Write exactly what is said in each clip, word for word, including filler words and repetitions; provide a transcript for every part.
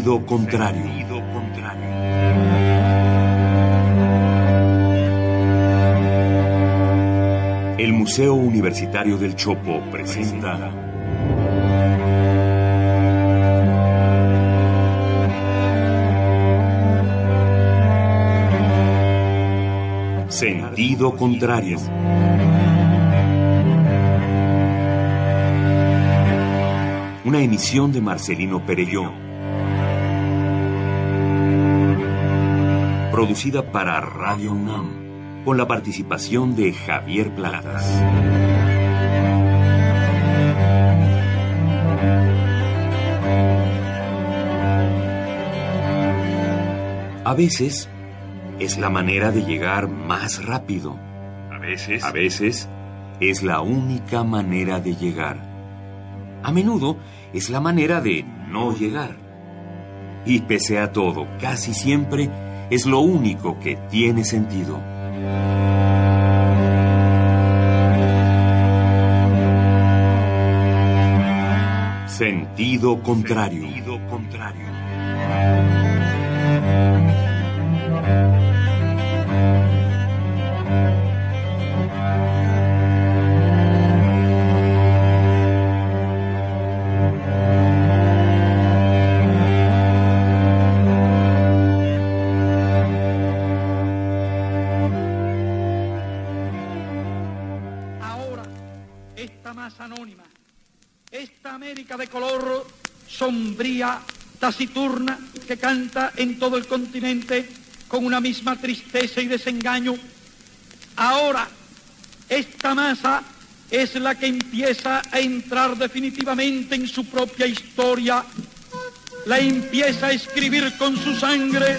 Sentido contrario. Sentido contrario. El Museo Universitario del Chopo presenta Sentido contrario. Una emisión de Marcelino Perelló, producida para Radio UNAM, con la participación de Javier Platas. A veces es la manera de llegar más rápido. A veces, a veces es la única manera de llegar. A menudo es la manera de no llegar. Y pese a todo, casi siempre es lo único que tiene sentido. Sentido contrario. Sentido contrario. Anónima, esta América de color sombría, taciturna, que canta en todo el continente con una misma tristeza y desengaño. Ahora, esta masa es la que empieza a entrar definitivamente en su propia historia, la empieza a escribir con su sangre,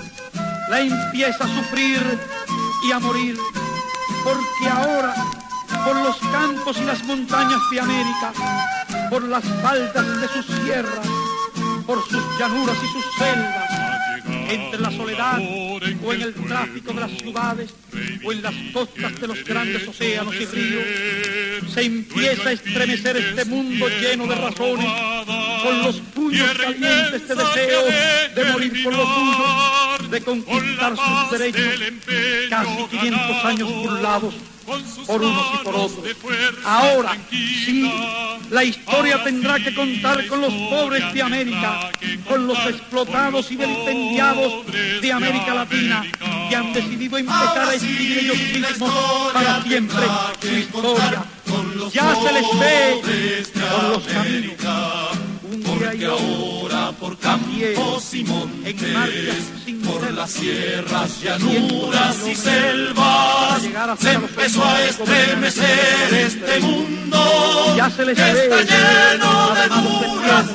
la empieza a sufrir y a morir, porque ahora, por los campos y las montañas de América, por las faldas de sus sierras, por sus llanuras y sus selvas, entre la soledad o en el tráfico de las ciudades o en las costas de los grandes océanos y ríos, se empieza a estremecer este mundo lleno de razones, con los puños calientes de deseo de morir por los suyos, de conquistar sus derechos, casi quinientos años burlados por unos y por otros. Ahora, sí, la historia tendrá que contar con los pobres de América, con los explotados y vilipendiados de América Latina, que han decidido empezar a escribir ellos mismos para siempre su historia. Ya se les ve por los caminos. Porque ahora por campos y montes, por las sierras, llanuras y selvas, se empezó a estremecer este mundo que está lleno de duras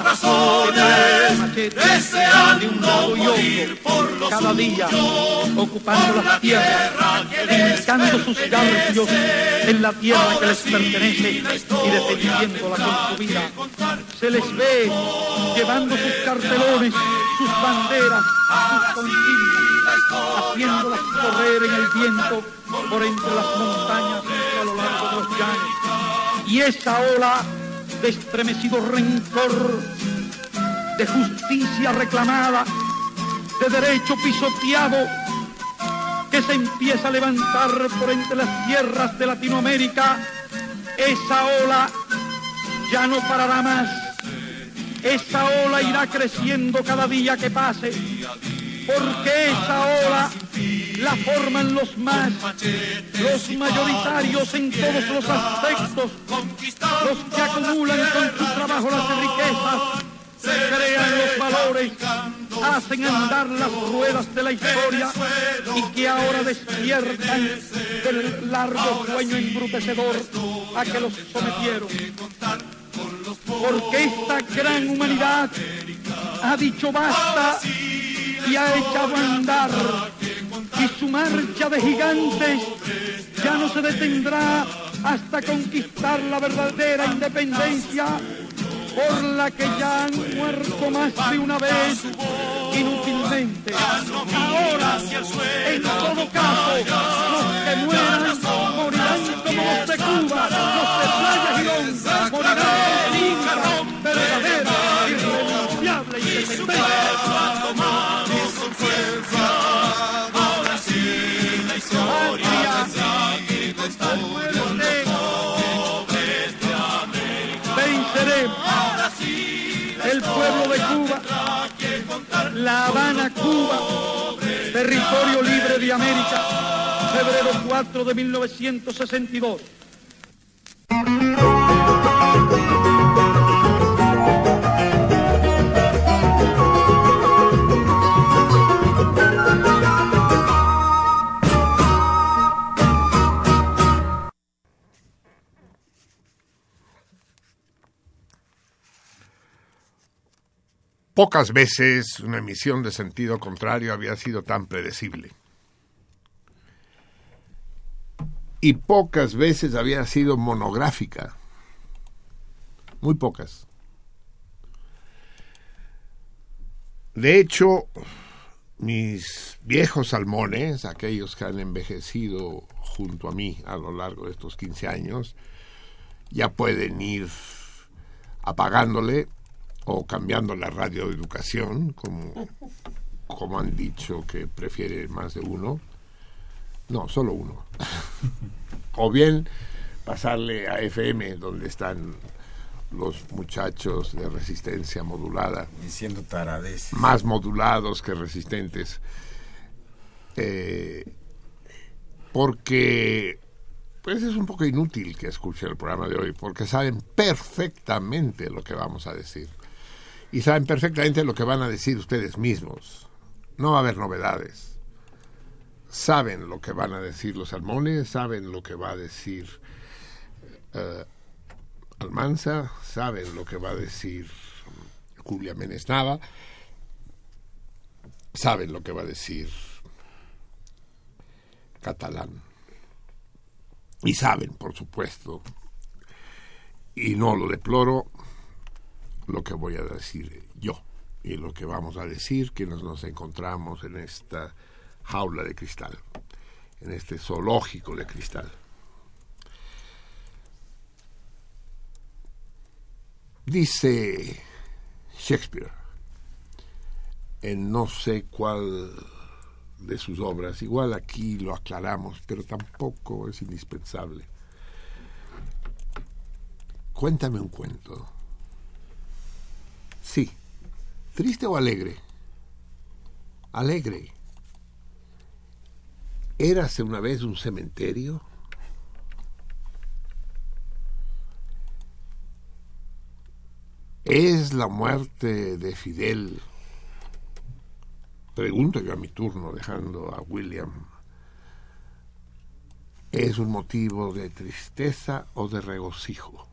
razones, deseando morir por lo cada día, ocupando las tierras, dedicando sus garfios en la tierra que les pertenece y defendiéndola con su vida. Se les ve llevando sus cartelones, sus banderas, sus consignas, haciéndolas correr en el viento por entre las montañas y a lo largo de los llanos. Y esa ola de estremecido rencor, de justicia reclamada, de derecho pisoteado, que se empieza a levantar por entre las tierras de Latinoamérica, esa ola ya no parará más. Esa ola irá creciendo cada día que pase, porque esa ola la forman los más, los mayoritarios en todos los aspectos, los que acumulan con su trabajo las riquezas, crean los valores, hacen andar las ruedas de la historia y que ahora despiertan del largo sueño embrutecedor a que los sometieron. Porque esta gran humanidad ha dicho basta y ha echado a andar, y su marcha de gigantes ya no se detendrá hasta conquistar la verdadera independencia, por la que ya han muerto más de una vez inútilmente. Ahora, en todo caso, los que mueran morirán como los de Cuba, los de Playa Girón, morirán en Inca, verdadera, irrenunciable independencia. La Habana, Cuba, territorio libre de América, febrero cuatro de mil novecientos sesenta y dos. Pocas veces una emisión de sentido contrario había sido tan predecible. Y pocas veces había sido monográfica. Muy pocas. De hecho, mis viejos salmones, aquellos que han envejecido junto a mí a lo largo de estos quince años, ya pueden ir apagándole o cambiando la radioeducación, como, como han dicho que prefiere más de uno. No, solo uno. O bien pasarle a F M, donde están los muchachos de resistencia modulada. Diciendo taradeces. Más modulados que resistentes. Eh, porque pues es un poco inútil que escuchen el programa de hoy, porque saben perfectamente lo que vamos a decir. Y saben perfectamente lo que van a decir ustedes mismos. No va a haber novedades. Saben lo que van a decir los salmones, saben lo que va a decir uh, Almanza, saben lo que va a decir Julia Ménez Nava, saben lo que va a decir Catalán. Y saben, por supuesto, y no lo deploro, lo que voy a decir yo y lo que vamos a decir quienes nos encontramos en esta jaula de cristal, en este zoológico de cristal. Dice Shakespeare en no sé cuál de sus obras, igual aquí lo aclaramos, pero tampoco es indispensable: cuéntame un cuento. Sí. ¿Triste o alegre? Alegre. ¿Érase una vez un cementerio? ¿Es la muerte de Fidel? Pregunto yo a mi turno, dejando a William. ¿Es un motivo de tristeza o de regocijo?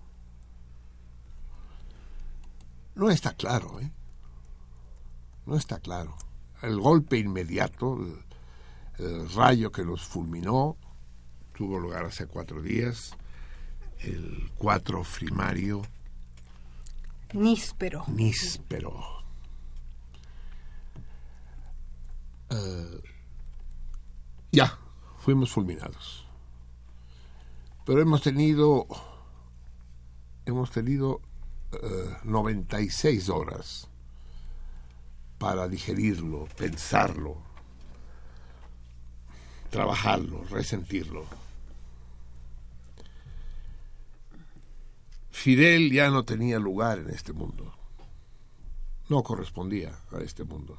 No está claro, ¿eh? No está claro. El golpe inmediato, el, el rayo que los fulminó, tuvo lugar hace cuatro días, el cuatro Frimario. Níspero. Níspero. Uh, ya, fuimos fulminados. Pero hemos tenido, hemos tenido uh, noventa y seis horas para digerirlo, pensarlo, trabajarlo, resentirlo. Fidel ya no tenía lugar en este mundo. No correspondía a este mundo.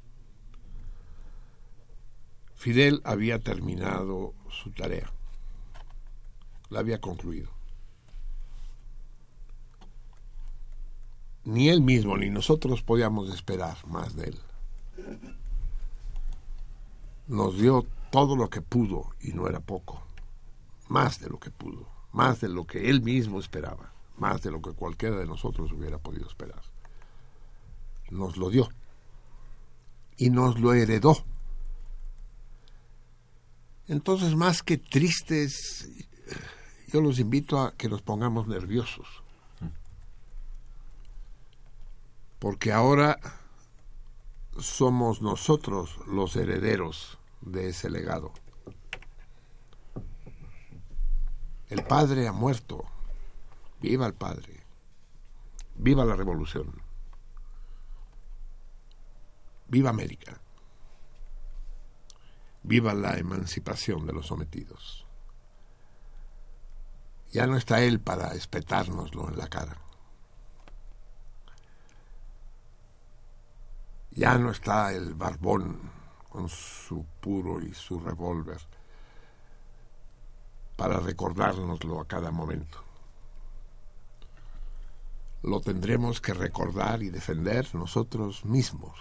Fidel había terminado su tarea. La había concluido. Ni él mismo ni nosotros podíamos esperar más de él. Nos dio todo lo que pudo, y no era poco. Más de lo que pudo, más de lo que él mismo esperaba, más de lo que cualquiera de nosotros hubiera podido esperar. Nos lo dio y nos lo heredó. Entonces, más que tristes, yo los invito a que nos pongamos nerviosos, porque ahora somos nosotros los herederos de ese legado. El padre ha muerto. Viva el padre. Viva la revolución. Viva América. Viva la emancipación de los sometidos. Ya no está él para espetárnoslo en la cara. Ya no está el barbón con su puro y su revólver para recordárnoslo a cada momento. Lo tendremos que recordar y defender nosotros mismos.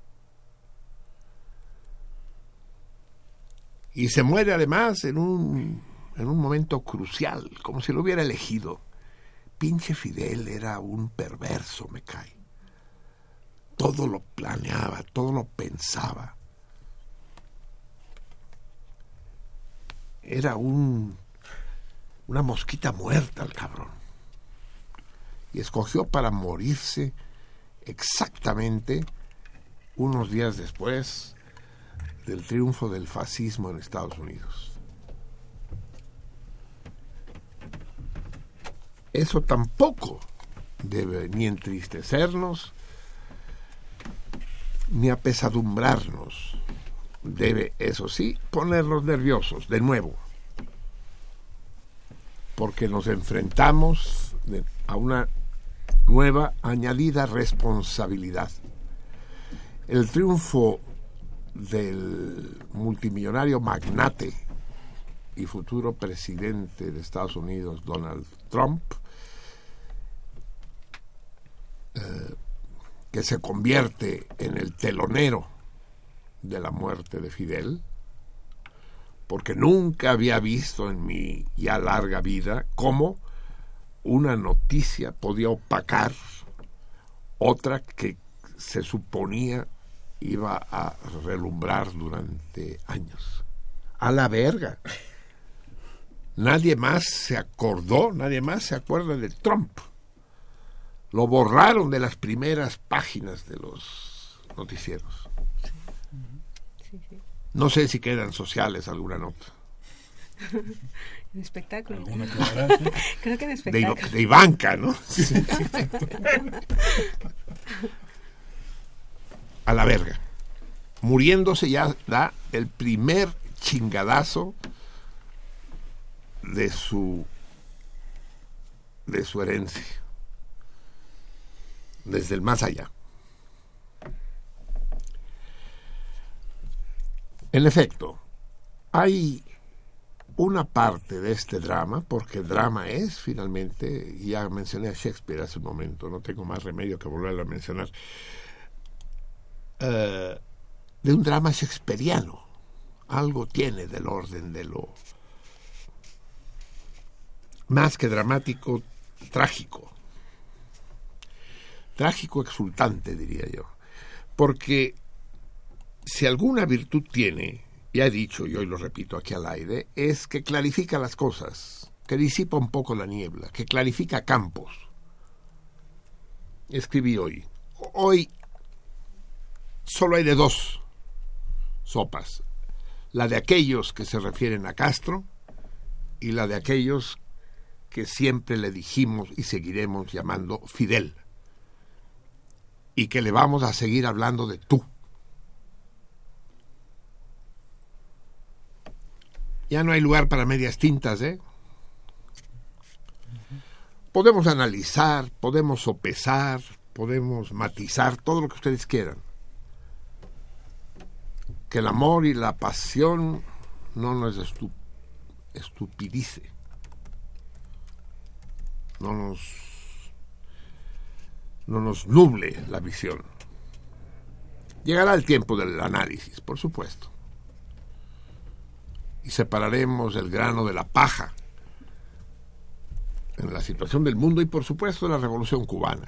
Y se muere además en un, en un momento crucial, como si lo hubiera elegido. Pinche Fidel era un perverso, me cae. Todo lo planeaba, todo lo pensaba. Era un una mosquita muerta el cabrón. Y escogió para morirse exactamente unos días después del triunfo del fascismo en Estados Unidos. Eso tampoco debe ni entristecernos ni apesadumbrarnos. Debe, eso sí, ponernos nerviosos de nuevo, porque nos enfrentamos a una nueva añadida responsabilidad. El triunfo del multimillonario magnate y futuro presidente de Estados Unidos, Donald Trump, eh, que se convierte en el telonero de la muerte de Fidel, porque nunca había visto en mi ya larga vida cómo una noticia podía opacar otra que se suponía iba a relumbrar durante años. A la verga. Nadie más se acordó, nadie más se acuerda de Trump. Lo borraron de las primeras páginas de los noticieros. Sí, sí. No sé si quedan sociales alguna nota. En espectáculo. ¿Alguna quedará? ¿Sí? Creo que en De, espectáculo. Iva- de Ivanka, ¿no? A la verga. Muriéndose ya da el primer chingadazo de su de su herencia desde el más allá. En efecto, hay una parte de este drama, porque el drama es finalmente, ya mencioné a Shakespeare hace un momento, no tengo más remedio que volverlo a mencionar, uh, de un drama shakespeariano. Algo tiene del orden de lo más que dramático, trágico. Trágico exultante, diría yo. Porque si alguna virtud tiene, ya he dicho y hoy lo repito aquí al aire, es que clarifica las cosas, que disipa un poco la niebla, que clarifica campos. Escribí hoy. Hoy solo hay de dos sopas. La de aquellos que se refieren a Castro y la de aquellos que siempre le dijimos y seguiremos llamando Fidel. Y que le vamos a seguir hablando de tú. Ya no hay lugar para medias tintas, ¿eh? Podemos analizar, podemos sopesar, podemos matizar, todo lo que ustedes quieran. Que el amor y la pasión no nos estu- estupidice, no nos, no nos nuble la visión. Llegará el tiempo del análisis, por supuesto, y separaremos el grano de la paja en la situación del mundo y, por supuesto, la Revolución Cubana.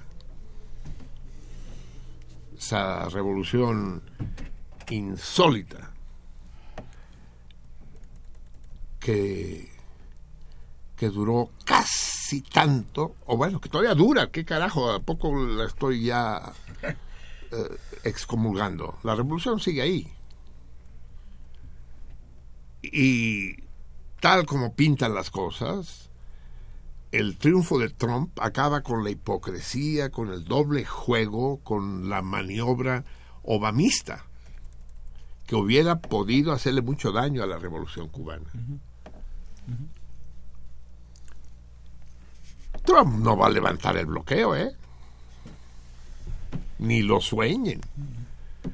Esa revolución insólita que que duró casi tanto, o bueno, que todavía dura, qué carajo, a poco la estoy ya eh, excomulgando. La revolución sigue ahí. Y tal como pintan las cosas, el triunfo de Trump acaba con la hipocresía, con el doble juego, con la maniobra obamista, que hubiera podido hacerle mucho daño a la Revolución Cubana. Uh-huh. Uh-huh. Trump no va a levantar el bloqueo, ¿eh? Ni lo sueñen. Uh-huh.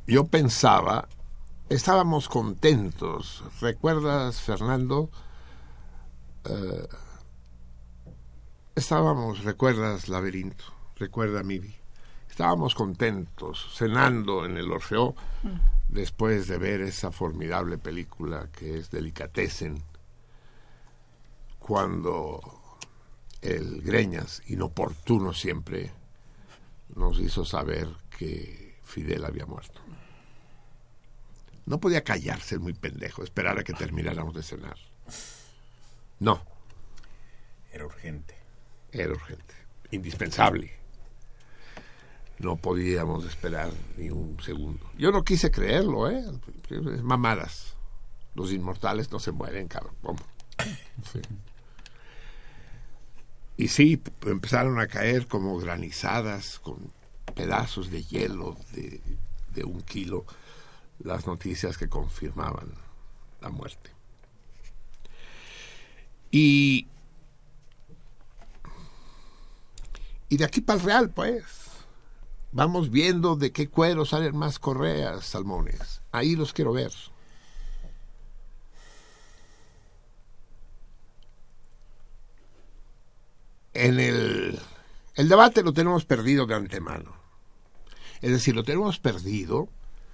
yo pensaba, estábamos contentos. ¿Recuerdas, Fernando? Uh, estábamos, ¿recuerdas, Laberinto? Recuerda, Mivi. Estábamos contentos, cenando en el Orfeó, mm. después de ver esa formidable película que es Delicatessen, cuando el Greñas, inoportuno siempre, nos hizo saber que Fidel había muerto. No podía callarse, el muy pendejo, esperar a que termináramos de cenar. No. Era urgente. Era urgente, indispensable. No podíamos esperar ni un segundo. Yo no quise creerlo, ¿eh? Mamadas. Los inmortales no se mueren, cabrón. ¿Cómo? Sí. Y sí, empezaron a caer como granizadas, con pedazos de hielo de, de un kilo, las noticias que confirmaban la muerte. Y, y de aquí para el Real, pues, vamos viendo de qué cuero salen más correas, Salmones. Ahí los quiero ver. En el, el debate lo tenemos perdido de antemano. Es decir, lo tenemos perdido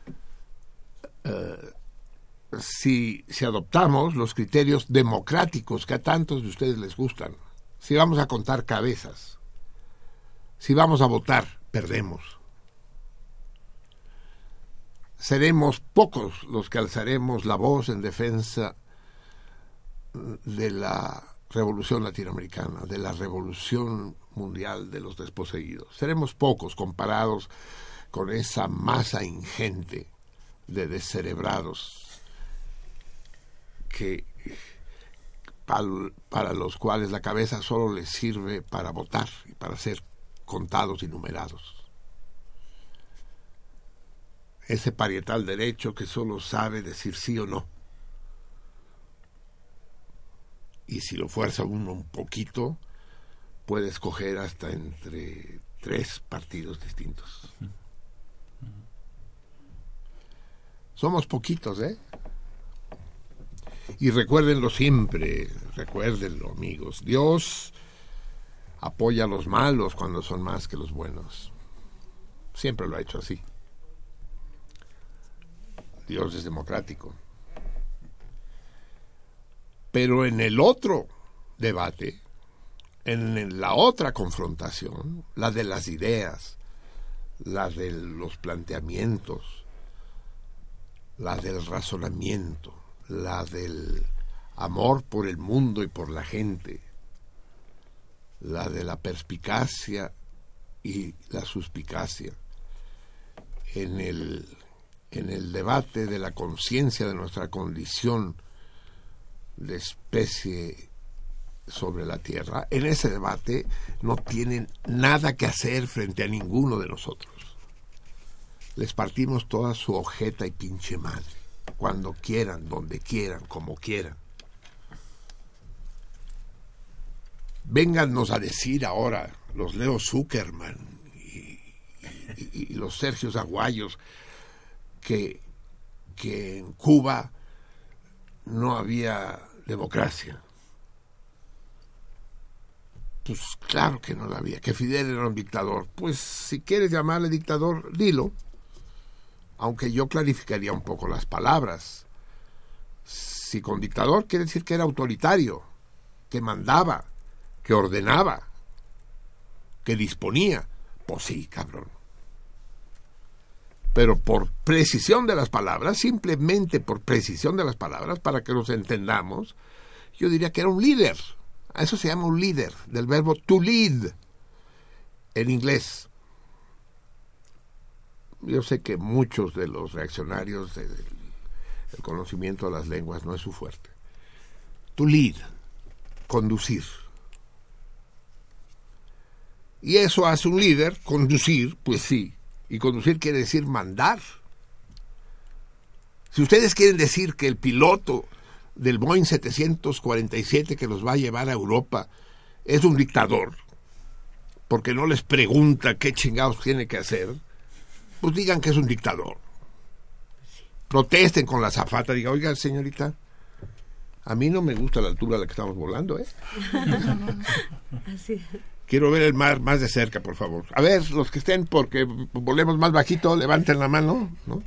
uh, si, si adoptamos los criterios democráticos que a tantos de ustedes les gustan. Si vamos a contar cabezas, si vamos a votar, perdemos. Seremos pocos los que alzaremos la voz en defensa de la revolución latinoamericana, de la revolución mundial de los desposeídos. Seremos pocos comparados con esa masa ingente de descerebrados que para, para los cuales la cabeza solo les sirve para votar y para ser contados y numerados. Ese parietal derecho que solo sabe decir sí o no. Y si lo fuerza uno un poquito, puede escoger hasta entre tres partidos distintos. Somos poquitos, ¿eh? Y recuérdenlo siempre, recuérdenlo, amigos. Dios apoya a los malos cuando son más que los buenos. Siempre lo ha hecho así. Dios es democrático. Pero en el otro debate, en la otra confrontación, la de las ideas, la de los planteamientos, la del razonamiento, la del amor por el mundo y por la gente, la de la perspicacia y la suspicacia, en el, en el debate de la conciencia de nuestra condición de especie sobre la Tierra, en ese debate no tienen nada que hacer frente a ninguno de nosotros. Les partimos toda su ojeta y pinche madre, cuando quieran, donde quieran, como quieran. Véngannos a decir ahora los Leo Zuckerman y, y, y los Sergios Aguayos que, que en Cuba no había democracia. Pues claro que no la había, que Fidel era un dictador. Pues si quieres llamarle dictador, dilo, aunque yo clarificaría un poco las palabras. Si con dictador quiere decir que era autoritario, que mandaba, que ordenaba, que disponía, pues sí, cabrón. Pero por precisión de las palabras, simplemente por precisión de las palabras, para que nos entendamos, yo diría que era un líder. A eso se llama un líder, del verbo to lead, en inglés. Yo sé que muchos de los reaccionarios, el, el conocimiento de las lenguas no es su fuerte. To lead, conducir. Y eso hace un líder, conducir, pues sí. Y conducir quiere decir mandar. Si ustedes quieren decir que el piloto del Boeing setecientos cuarenta y siete que los va a llevar a Europa es un dictador, porque no les pregunta qué chingados tiene que hacer, pues digan que es un dictador. protesten con la azafata, diga, oiga, señorita, a mí no me gusta la altura a la que estamos volando, ¿eh? Así. Quiero ver el mar más de cerca, por favor. A ver, los que estén porque volemos más bajito, levanten la mano, ¿no?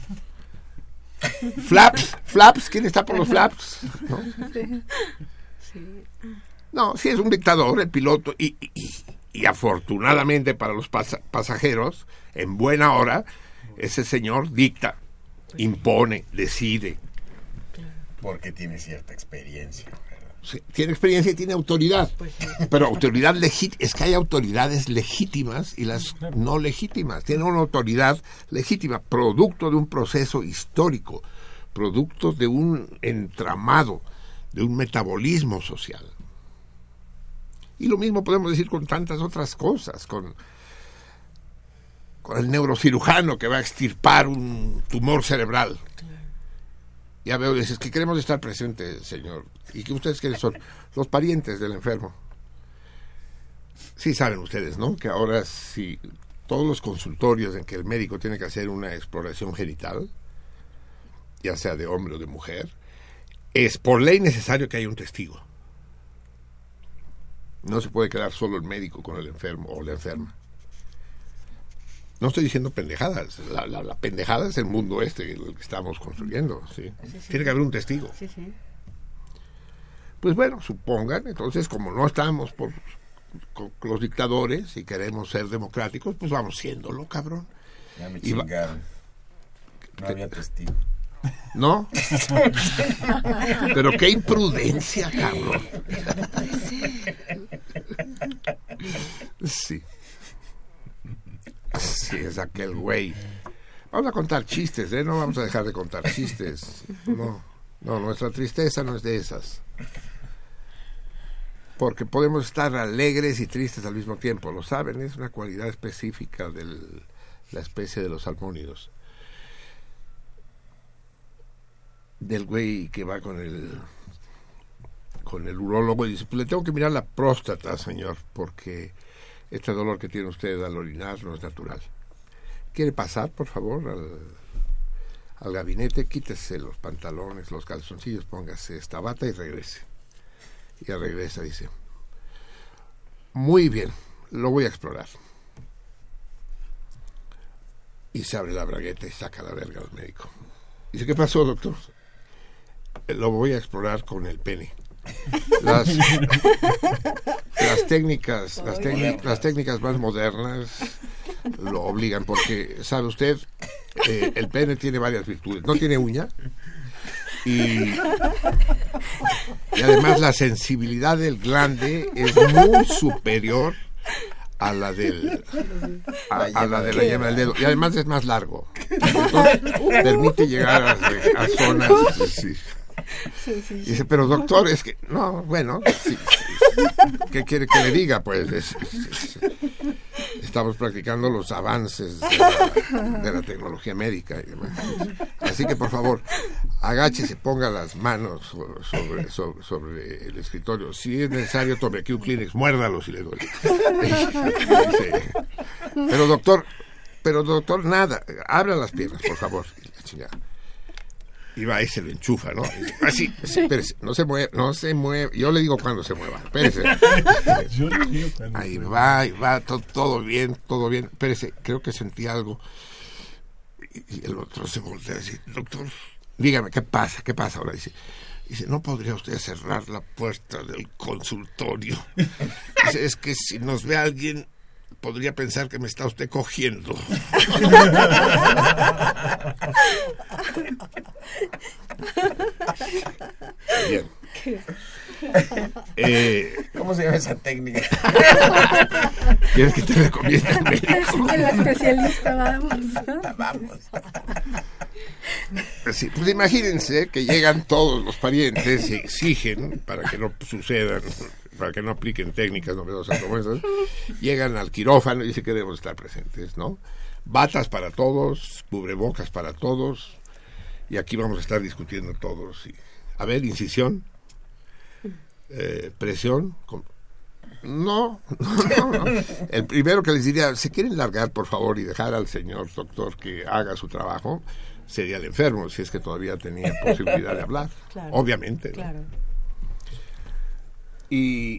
Flaps, flaps, ¿quién está por los flaps? ¿No? Sí. Sí. No, sí es un dictador, el piloto, y, y, y afortunadamente para los pas- pasajeros, en buena hora, ese señor dicta, impone, decide. Porque tiene cierta experiencia. Sí, tiene experiencia y tiene autoridad, Pues sí. pero autoridad legítima, es que hay autoridades legítimas y las no legítimas. Tiene una autoridad legítima, producto de un proceso histórico, producto de un entramado, de un metabolismo social. Y lo mismo podemos decir con tantas otras cosas, con, con el neurocirujano que va a extirpar un tumor cerebral. Ya veo, dices que queremos estar presentes, señor. ¿Y que ustedes quiénes son? Los parientes del enfermo. Sí saben ustedes, ¿no? Que ahora si todos los consultorios en que el médico tiene que hacer una exploración genital, ya sea de hombre o de mujer, es por ley necesario que haya un testigo. No se puede quedar solo el médico con el enfermo o la enferma. No estoy diciendo pendejadas. La, la, la pendejada es el mundo este, el que estamos construyendo. ¿Sí? Sí, sí. Tiene que haber un testigo. Sí, sí. Pues bueno, supongan, entonces, como no estamos por con los dictadores y queremos ser democráticos, pues vamos siéndolo, cabrón. Ya me Y va- chingaron. No había testigo. ¿No? Pero qué imprudencia, cabrón. Sí. Sí, es aquel güey. Vamos a contar chistes, ¿eh? No vamos a dejar de contar chistes. No, no, nuestra tristeza no es de esas. Porque podemos estar alegres y tristes al mismo tiempo, lo saben, es una cualidad específica de la especie de los salmónidos. Del güey que va con el con el urólogo y dice, pues le tengo que mirar la próstata, señor, porque este dolor que tiene usted al orinar no es natural. ¿Quiere pasar, por favor, al, al gabinete? Quítese los pantalones, los calzoncillos, póngase esta bata y regrese. Y ya regresa, dice, muy bien, lo voy a explorar. Y se abre la bragueta y saca la verga al médico. Dice, ¿qué pasó, doctor? Lo voy a explorar con el pene. Las, las técnicas las, técnicas las técnicas más modernas lo obligan porque, sabe usted, eh, el pene tiene varias virtudes. No tiene uña y, y además la sensibilidad del glande es muy superior a la del a, a la de la yema del dedo y además es más largo. Entonces, permite llegar a, a zonas sí. Sí, sí, sí. Dice, pero doctor, es que... No, bueno, sí, sí, ¿qué quiere que le diga? Pues es, es, es, estamos practicando los avances de la, de la tecnología médica y demás. Así que, por favor, agáchese, ponga las manos sobre, sobre, sobre el escritorio. Si es necesario, tome aquí un Kleenex, muérdalo si le duele. Dice, pero doctor, pero doctor, nada, abra las piernas, por favor. Chingada. Y va y se lo enchufa, ¿no? Así, así, espérese, no se mueve, no se mueve. Yo le digo cuando se mueva, espérese. Ahí va, ahí va, todo, todo bien, todo bien. Espérese, creo que sentí algo. Y, y el otro se voltea y dice, doctor, dígame, ¿qué pasa? ¿Qué pasa ahora? Dice, dice, ¿no podría usted cerrar la puerta del consultorio? Dice, es que si nos ve alguien, podría pensar que me está usted cogiendo. Bien. Eh, ¿Cómo se llama esa técnica? ¿Quieres que te recomiende el médico? El especialista, vamos. Vamos. Sí, pues imagínense que llegan todos los parientes y exigen, para que no sucedan, para que no apliquen técnicas novedosas como esas, llegan al quirófano y dicen que debemos estar presentes, ¿no? Batas para todos, cubrebocas para todos, y aquí vamos a estar discutiendo todos. Y, a ver, incisión, eh, presión, con, No, no, no, no. El primero que les diría, ¿se quieren largar, por favor, y dejar al señor doctor que haga su trabajo? Sería el enfermo, si es que todavía tenía posibilidad de hablar. Claro, obviamente. ¿No? Claro. Y,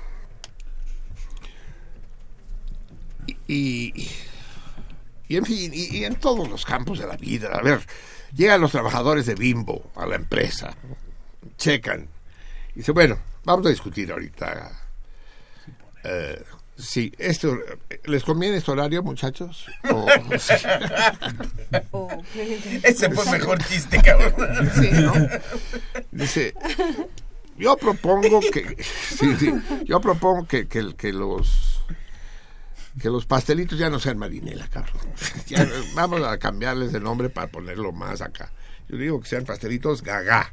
y, y en fin, y, y en todos los campos de la vida. A ver, llegan los trabajadores de Bimbo a la empresa, checan, y dicen, bueno, vamos a discutir ahorita. Eh, sí, esto, ¿les conviene este horario, muchachos? O, sí. Oh, Ese fue mejor chiste, cabrón. Sí, ¿no? Dice, yo propongo que, sí, sí, yo propongo que, que, que los que los pastelitos ya no sean marinela, cabrón. Ya, vamos a cambiarles de nombre para ponerlo más acá. Yo digo que sean pastelitos gaga.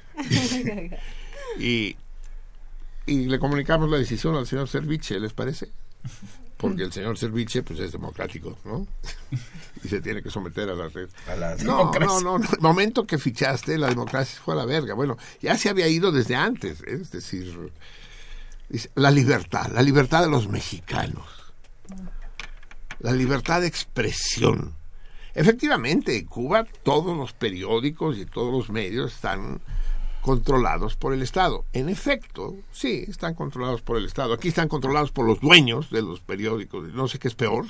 y Y le comunicamos la decisión al señor Serviche, ¿les parece? Porque el señor Serviche, pues, es democrático, ¿no? Y se tiene que someter a la red. A la no, no, no, no. El momento que fichaste, la democracia fue a la verga. Bueno, ya se había ido desde antes, ¿eh? Es decir, la libertad, la libertad de los mexicanos. La libertad de expresión. Efectivamente, en Cuba todos los periódicos y todos los medios están controlados por el Estado. En efecto, sí, están controlados por el Estado. Aquí están controlados por los dueños de los periódicos, no sé qué es peor.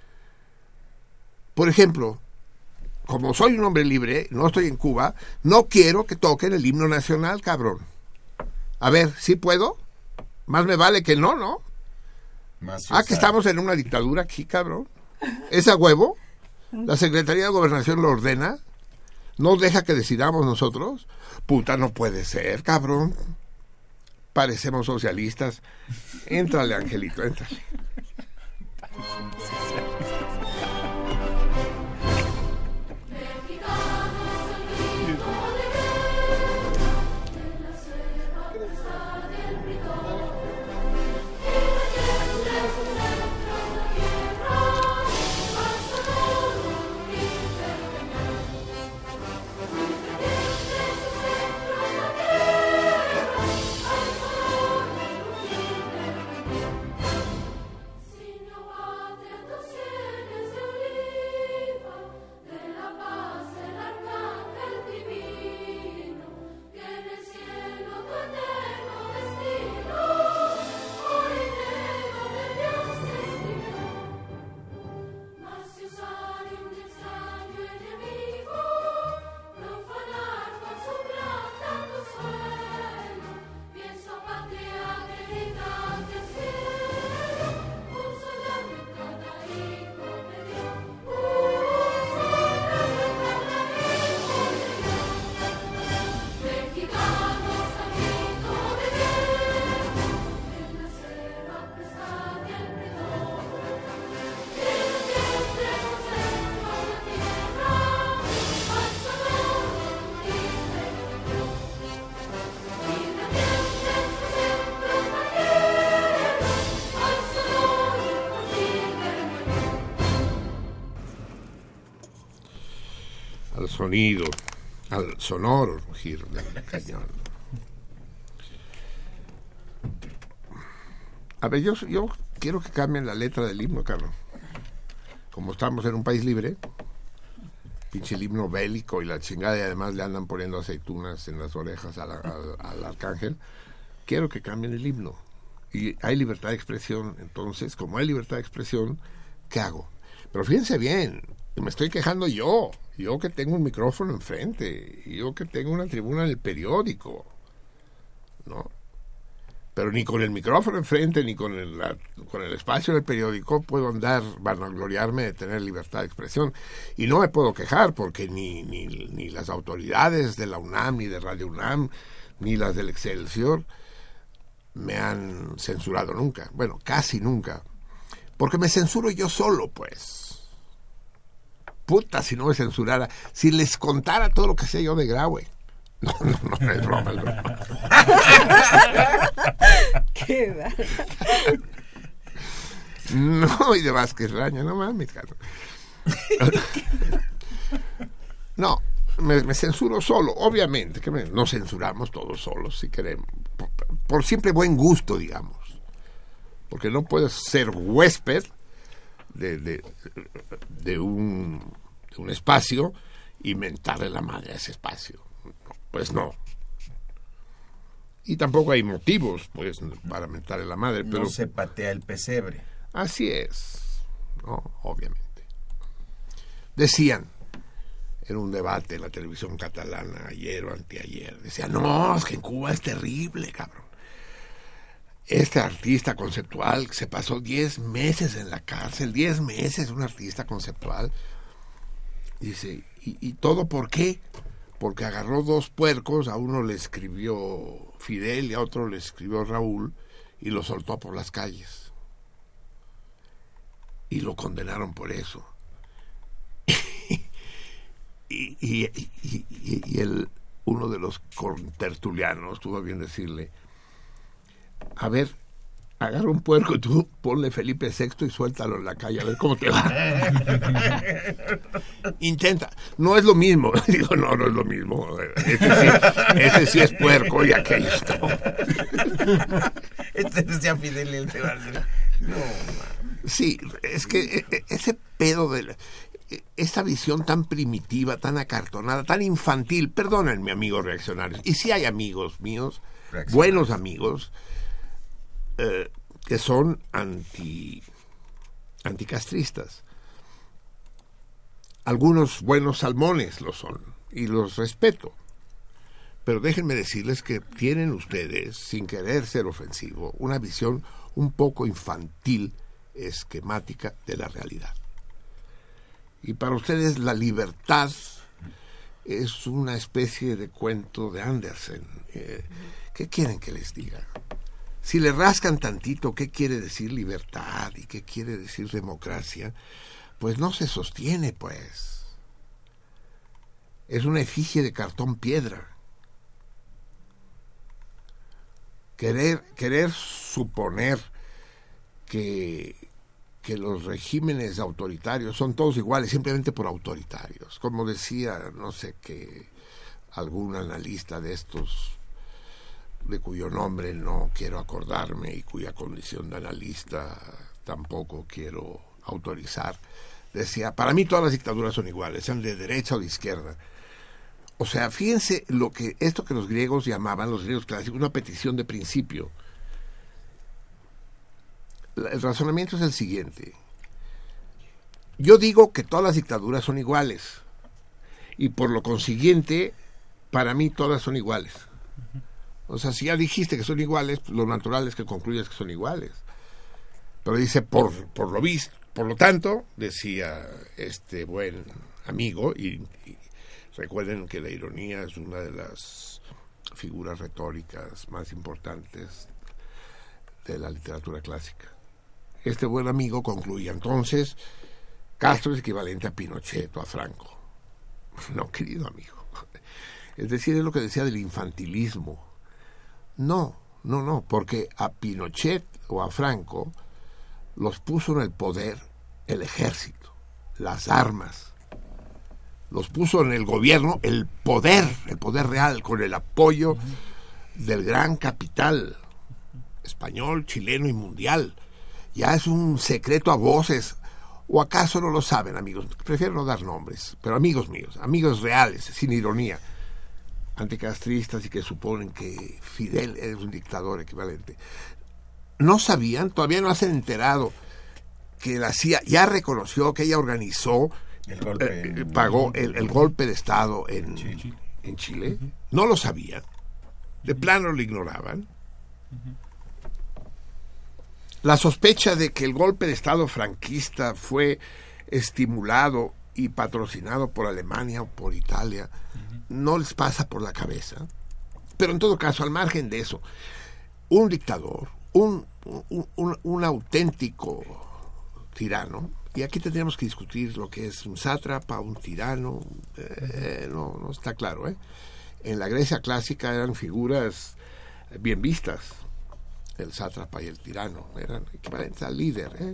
Por ejemplo, como soy un hombre libre, no estoy en Cuba, no quiero que toquen el himno nacional, cabrón. A ver, ¿sí puedo? Más me vale que no, ¿no? Más ah, que estamos en una dictadura aquí, cabrón. ¿Es a huevo? ¿La Secretaría de Gobernación lo ordena? ¿No deja que decidamos nosotros? Puta, no puede ser, cabrón. Parecemos socialistas. Éntrale, Angelito, éntrale. Al sonido, al sonoro rugir del cañón. A ver, yo, yo quiero que cambien la letra del himno, cabrón. Como estamos en un país libre, pinche el himno bélico y la chingada, y además le andan poniendo aceitunas en las orejas al, al, al arcángel. Quiero que cambien el himno. Y hay libertad de expresión, entonces, como hay libertad de expresión, ¿qué hago? Pero fíjense bien, me estoy quejando yo, yo que tengo un micrófono enfrente, yo que tengo una tribuna en el periódico, ¿no? Pero ni con el micrófono enfrente, ni con el, la, con el espacio del periódico puedo andar, vanagloriarme de tener libertad de expresión. Y no me puedo quejar porque ni, ni, ni las autoridades de la UNAM, ni de Radio UNAM, ni las del Excelsior me han censurado nunca. Bueno, casi nunca. Porque me censuro yo solo, pues. Puta, si no me censurara. Si les contara todo lo que sé yo de Graue. No, no, no, no es broma, es broma. Qué va. No, y de Vázquez Raña, no mames, cara. No, me, me censuro solo, obviamente, que me, nos censuramos todos solos, si queremos, por, por siempre buen gusto, digamos. porque no puedes ser huésped de, de, de, un, de un espacio y mentarle la madre a ese espacio. Pues no. Y tampoco hay motivos, pues, para mentarle la madre. Pero no se patea el pesebre. Así es, no, obviamente. Decían en un debate en la televisión catalana ayer o anteayer, decían, no, es que en Cuba es terrible, cabrón. Este artista conceptual se pasó diez meses en la cárcel, diez meses, un artista conceptual. Dice, ¿y, y todo por qué? Porque agarró dos puercos, a uno le escribió Fidel y a otro le escribió Raúl, y lo soltó por las calles. Y lo condenaron por eso. y, y, y, y, y el, uno de los tertulianos tuvo bien decirle, a ver, agarra un puerco y tú ponle Felipe sexto y suéltalo en la calle a ver cómo te va. Intenta, no es lo mismo. Digo, no, no es lo mismo. Este sí, este sí es puerco y aquello está. Este decía Fidel y él te va a decir, no, man. Sí, es que ese pedo de la, esa visión tan primitiva, tan acartonada, tan infantil, perdónenme, amigos reaccionarios, y sí hay amigos míos, buenos amigos, eh, que son anti anticastristas. Algunos buenos salmones lo son, y los respeto. Pero déjenme decirles que tienen ustedes, sin querer ser ofensivo, una visión un poco infantil, esquemática de la realidad. Y para ustedes la libertad es una especie de cuento de Andersen. Eh, ¿Qué quieren que les diga? Si le rascan tantito qué quiere decir libertad y qué quiere decir democracia, pues no se sostiene, pues. Es una efigie de cartón piedra. Querer, querer suponer que, que los regímenes autoritarios son todos iguales simplemente por autoritarios. Como decía, no sé qué, algún analista de estos, de cuyo nombre no quiero acordarme y cuya condición de analista tampoco quiero autorizar, decía, para mí todas las dictaduras son iguales, sean de derecha o de izquierda. O sea, fíjense lo que esto que los griegos llamaban, los griegos clásicos, una petición de principio. El razonamiento es el siguiente. Yo digo que todas las dictaduras son iguales y por lo consiguiente, para mí todas son iguales. O sea, si ya dijiste que son iguales, lo natural es que concluyas que son iguales. Pero dice, por, por lo visto, por lo tanto, decía este buen amigo, y, y recuerden que la ironía es una de las figuras retóricas más importantes de la literatura clásica. Este buen amigo concluía entonces, Castro es equivalente a Pinochet o a Franco. No, querido amigo. Es decir, es lo que decía del infantilismo. No, no, no, porque a Pinochet o a Franco los puso en el poder el ejército, las armas. Los puso en el gobierno el poder, el poder real, con el apoyo del gran capital español, chileno y mundial. Ya es un secreto a voces, o acaso no lo saben, amigos. Prefiero no dar nombres, pero amigos míos, amigos reales, sin ironía, anticastristas y que suponen que Fidel es un dictador equivalente. No sabían, todavía no se han enterado que la C I A ya reconoció que ella organizó, el golpe, eh, pagó el, el golpe de Estado en Chile. En Chile. Uh-huh. No lo sabían, de plano lo ignoraban. Uh-huh. La sospecha de que el golpe de Estado franquista fue estimulado y patrocinado por Alemania o por Italia, uh-huh, no les pasa por la cabeza. Pero en todo caso, al margen de eso, un dictador, un, un, un, un auténtico tirano, y aquí tendríamos que discutir lo que es un sátrapa, un tirano, eh, no, no está claro, ¿eh? En la Grecia clásica eran figuras bien vistas, el sátrapa y el tirano, eran equivalentes al líder, ¿eh?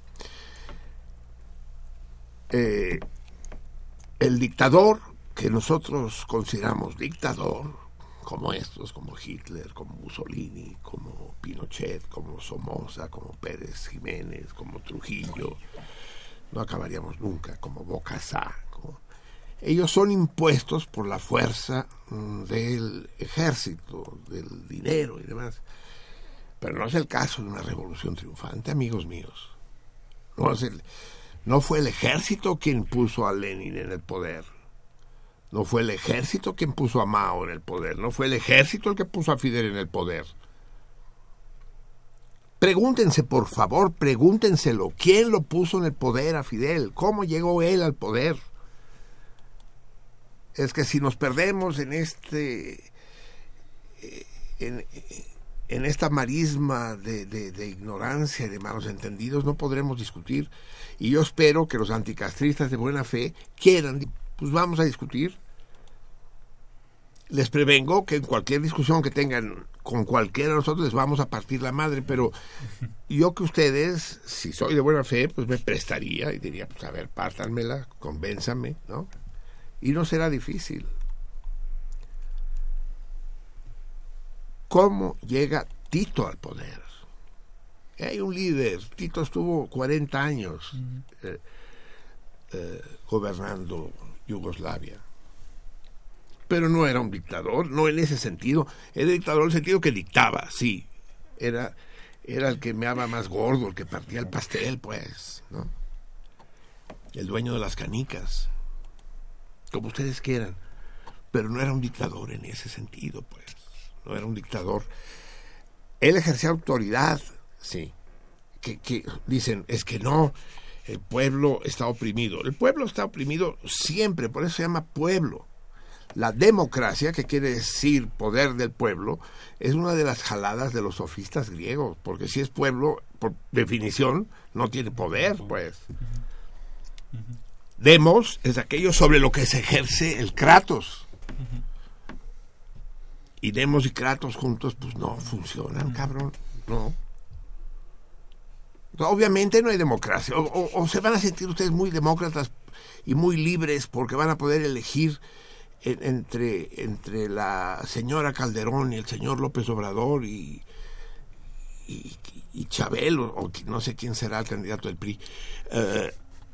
Eh, el dictador que nosotros consideramos dictador, como estos, como Hitler, como Mussolini, como Pinochet, como Somoza, como Pérez Jiménez, como Trujillo, no acabaríamos nunca, como Bokassa. Como... Ellos son impuestos por la fuerza mm, del ejército, del dinero y demás. Pero no es el caso de una revolución triunfante, amigos míos. No, es el, no fue el ejército quien puso a Lenin en el poder. No fue el ejército quien puso a Mao en el poder. No fue el ejército el que puso a Fidel en el poder. Pregúntense, por favor, pregúntenselo. ¿Quién lo puso en el poder a Fidel? ¿Cómo llegó él al poder? Es que si nos perdemos en este... En, en esta marisma de, de, de ignorancia y de malos entendidos, no podremos discutir. Y yo espero que los anticastristas de buena fe quieran... Pues vamos a discutir. Les prevengo que en cualquier discusión que tengan con cualquiera de nosotros les vamos a partir la madre, pero yo que ustedes, si soy de buena fe, pues me prestaría y diría, pues a ver, pártanmela, convénzame, ¿no? Y no será difícil. ¿Cómo llega Tito al poder? Hay un líder, Tito estuvo cuarenta años eh, eh, gobernando Yugoslavia, pero no era un dictador, no en ese sentido. Era dictador en el sentido que dictaba, sí, era era el que meaba más gordo, el que partía el pastel, pues, ¿no? El dueño de las canicas, como ustedes quieran, pero no era un dictador en ese sentido, pues, no era un dictador. Él ejercía autoridad, sí, que, que dicen, es que no, el pueblo está oprimido. El pueblo está oprimido siempre, por eso se llama pueblo. La democracia, que quiere decir poder del pueblo, es una de las jaladas de los sofistas griegos, porque si es pueblo, por definición, no tiene poder, pues. Demos es aquello sobre lo que se ejerce el kratos. Y demos y kratos juntos, pues no funcionan, cabrón, no. Obviamente no hay democracia, o, o, o se van a sentir ustedes muy demócratas y muy libres porque van a poder elegir en, entre, entre la señora Calderón y el señor López Obrador y, y, y Chabelo, o no sé quién será el candidato del P R I. Uh,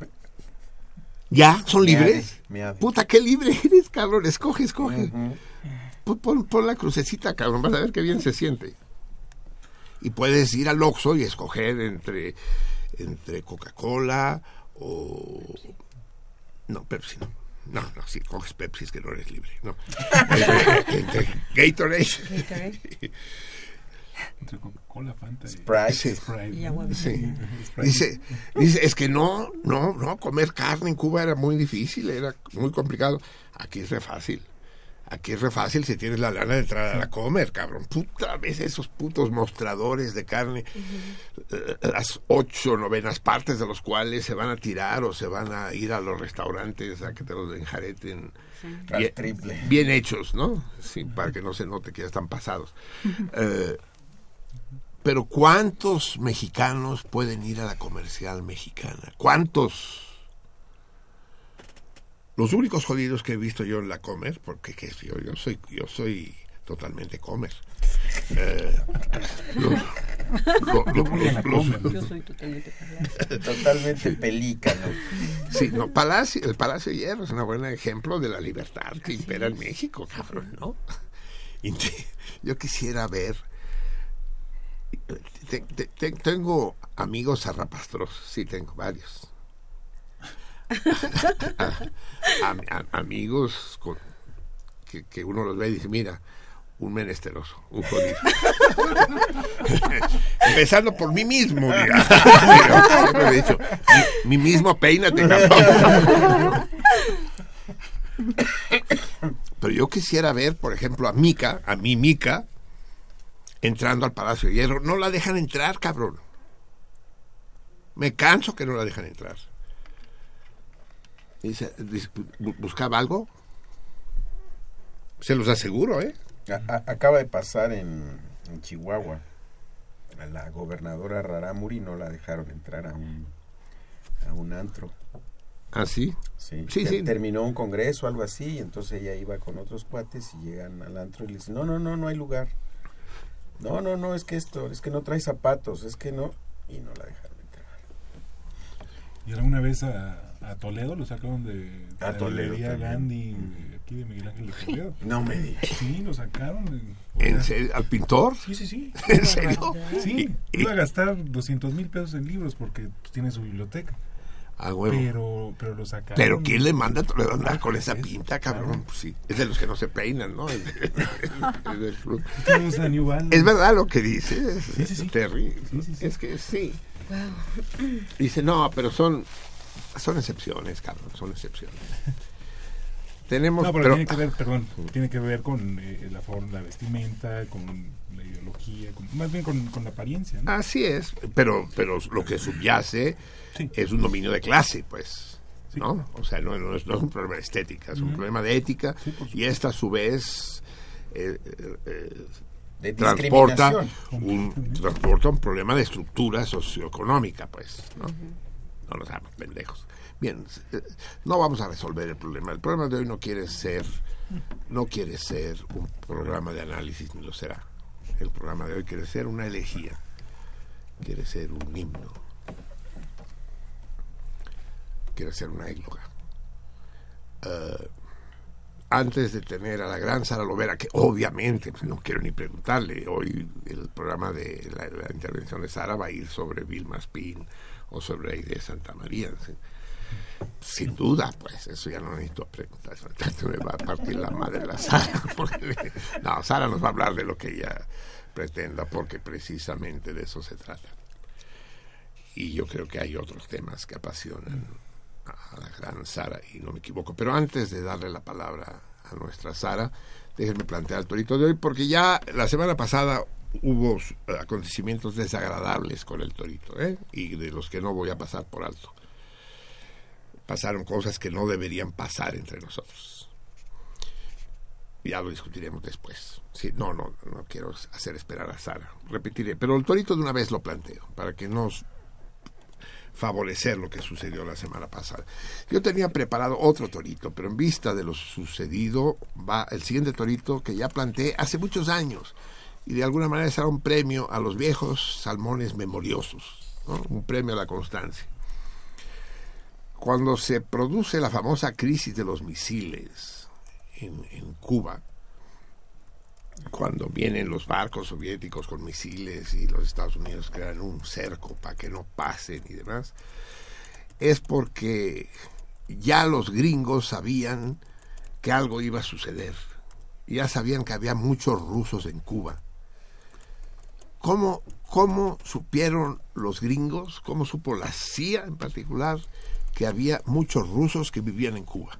¿Ya? ¿Son libres? Me ha Puta, qué libre eres, cabrón, escoge, escoge. Uh-huh. Pon, pon la crucecita, cabrón, vas a ver qué bien se siente. Y puedes ir al Oxxo y escoger entre, entre Coca-Cola o... No, Pepsi no. No, no, si coges Pepsi es que no eres libre. No. entre, entre Gatorade. Gatorade. Entre Coca-Cola, Fanta y Sprite. Sí. Sprite. Y agua. Sí. Dice, dice, es que no, no, no, comer carne en Cuba era muy difícil, era muy complicado. Aquí es re fácil. Aquí es re fácil si tienes la lana de entrar a comer, cabrón. Puta, ves esos putos mostradores de carne, uh-huh. eh, las ocho novenas partes de los cuales se van a tirar o se van a ir a los restaurantes a que te los enjareten. Sí. Bien, triple. bien hechos, ¿no? Sí, para que no se note que ya están pasados. Uh-huh. Eh, pero ¿cuántos mexicanos pueden ir a la comercial mexicana? ¿Cuántos? Los únicos jodidos que he visto yo en la Comer, porque ¿qué es? Yo, yo soy yo soy totalmente Comer. Eh, los, lo, lo, lo, los, yo soy totalmente totalmente pelícano. Sí, no, Palacio, el Palacio de Hierro es un buen ejemplo de la libertad que impera en México, cabrón, ¿no? Y te, yo quisiera ver. Te, te, te, tengo amigos zarrapastrosos, sí, tengo varios. a, a, a, amigos con, que, que uno los ve y dice, mira, un menesteroso, un jodido. Empezando por mí mismo, mira. Siempre he dicho, mi, mi mismo peínate, cabrón. Pero yo quisiera ver, por ejemplo, a Mica, a mi Mica, entrando al Palacio de Hierro. No la dejan entrar, cabrón. Me canso que no la dejan entrar. Dice, dice, ¿buscaba algo? Se los aseguro, ¿eh? A, a, acaba de pasar en, en Chihuahua. A la gobernadora Rarámuri no la dejaron entrar a un, a un antro. ¿Ah, sí? Sí, Sí, ter- sí. terminó un congreso, algo así, y entonces ella iba con otros cuates y llegan al antro y le dicen, no, no, no, no hay lugar. No, no, no, es que esto, es que no trae zapatos, es que no, y no la dejaron entrar. Y alguna vez a, a Toledo lo sacaron de A la Toledo librería también. Gandhi, de aquí de Miguel Ángel de Toledo. No me digas. Sí, lo sacaron. o ¿En sea, serio? ¿Al pintor? Sí, sí, sí. ¿En serio? Sí, Y- iba a gastar doscientos mil pesos en libros porque pues, tiene su biblioteca. Ah, huevo. Pero, pero lo sacaron. Pero ¿quién le manda a Toledo a andar con esa Eso, pinta, cabrón? claro. Pues sí, es de los que no se peinan, ¿no? Es, es del club. Tenemos a New Balance. Es verdad lo que dice, es, Sí, sí, sí. Terry. Sí, sí, sí. Es que sí. Dice, no, pero son son excepciones, cabrón, son excepciones. Tenemos... No, pero, pero- tiene que ver, perdón, tiene que ver con eh, la forma, la vestimenta, con la ideología, con, más bien con, con la apariencia, ¿no? Así es, pero pero lo que subyace Sí. es un dominio de clase, pues, Sí. ¿no? O sea, no, no es, no es un problema de estética, es un Ujú. problema de ética, Sí, por supuesto. y esta a su vez eh, eh, eh, De transporta discriminación. un, transporta un problema de estructura socioeconómica, pues, ¿no? No nos hagamos pendejos. Bien, eh, no vamos a resolver el problema. El problema de hoy no quiere ser, no quiere ser un programa de análisis, ni lo será. El programa de hoy quiere ser una elegía, quiere ser un himno, quiere ser una égloga. Eh, antes de tener a la gran Sara Lovera, que obviamente pues, no quiero ni preguntarle, hoy el programa de la, la intervención de Sara va a ir sobre Vilma Spin o sobre Aide Santa María. ¿Sí? Sin duda, pues, eso ya no necesito preguntar. Tanto me va a partir la madre la Sara. Porque, no, Sara nos va a hablar de lo que ella pretenda, porque precisamente de eso se trata. Y yo creo que hay otros temas que apasionan a la gran Sara, y no me equivoco. Pero antes de darle la palabra a nuestra Sara, déjenme plantear el torito de hoy, porque ya la semana pasada hubo eh, acontecimientos desagradables con el torito, ¿eh? Y de los que no voy a pasar por alto. Pasaron cosas que no deberían pasar entre nosotros. Ya lo discutiremos después. Sí, no, no, no quiero hacer esperar a Sara. Repetiré, pero el torito de una vez lo planteo, para que nos favorecer lo que sucedió la semana pasada. Yo tenía preparado otro torito, pero en vista de lo sucedido va el siguiente torito que ya planteé hace muchos años, y de alguna manera será un premio a los viejos salmones memoriosos, ¿no? Un premio a la constancia. Cuando se produce la famosa crisis de los misiles en, en Cuba, cuando vienen los barcos soviéticos con misiles y los Estados Unidos crean un cerco para que no pasen y demás, es porque ya los gringos sabían que algo iba a suceder. Ya sabían que había muchos rusos en Cuba. ¿Cómo, cómo supieron los gringos, cómo supo la C I A en particular, que había muchos rusos que vivían en Cuba?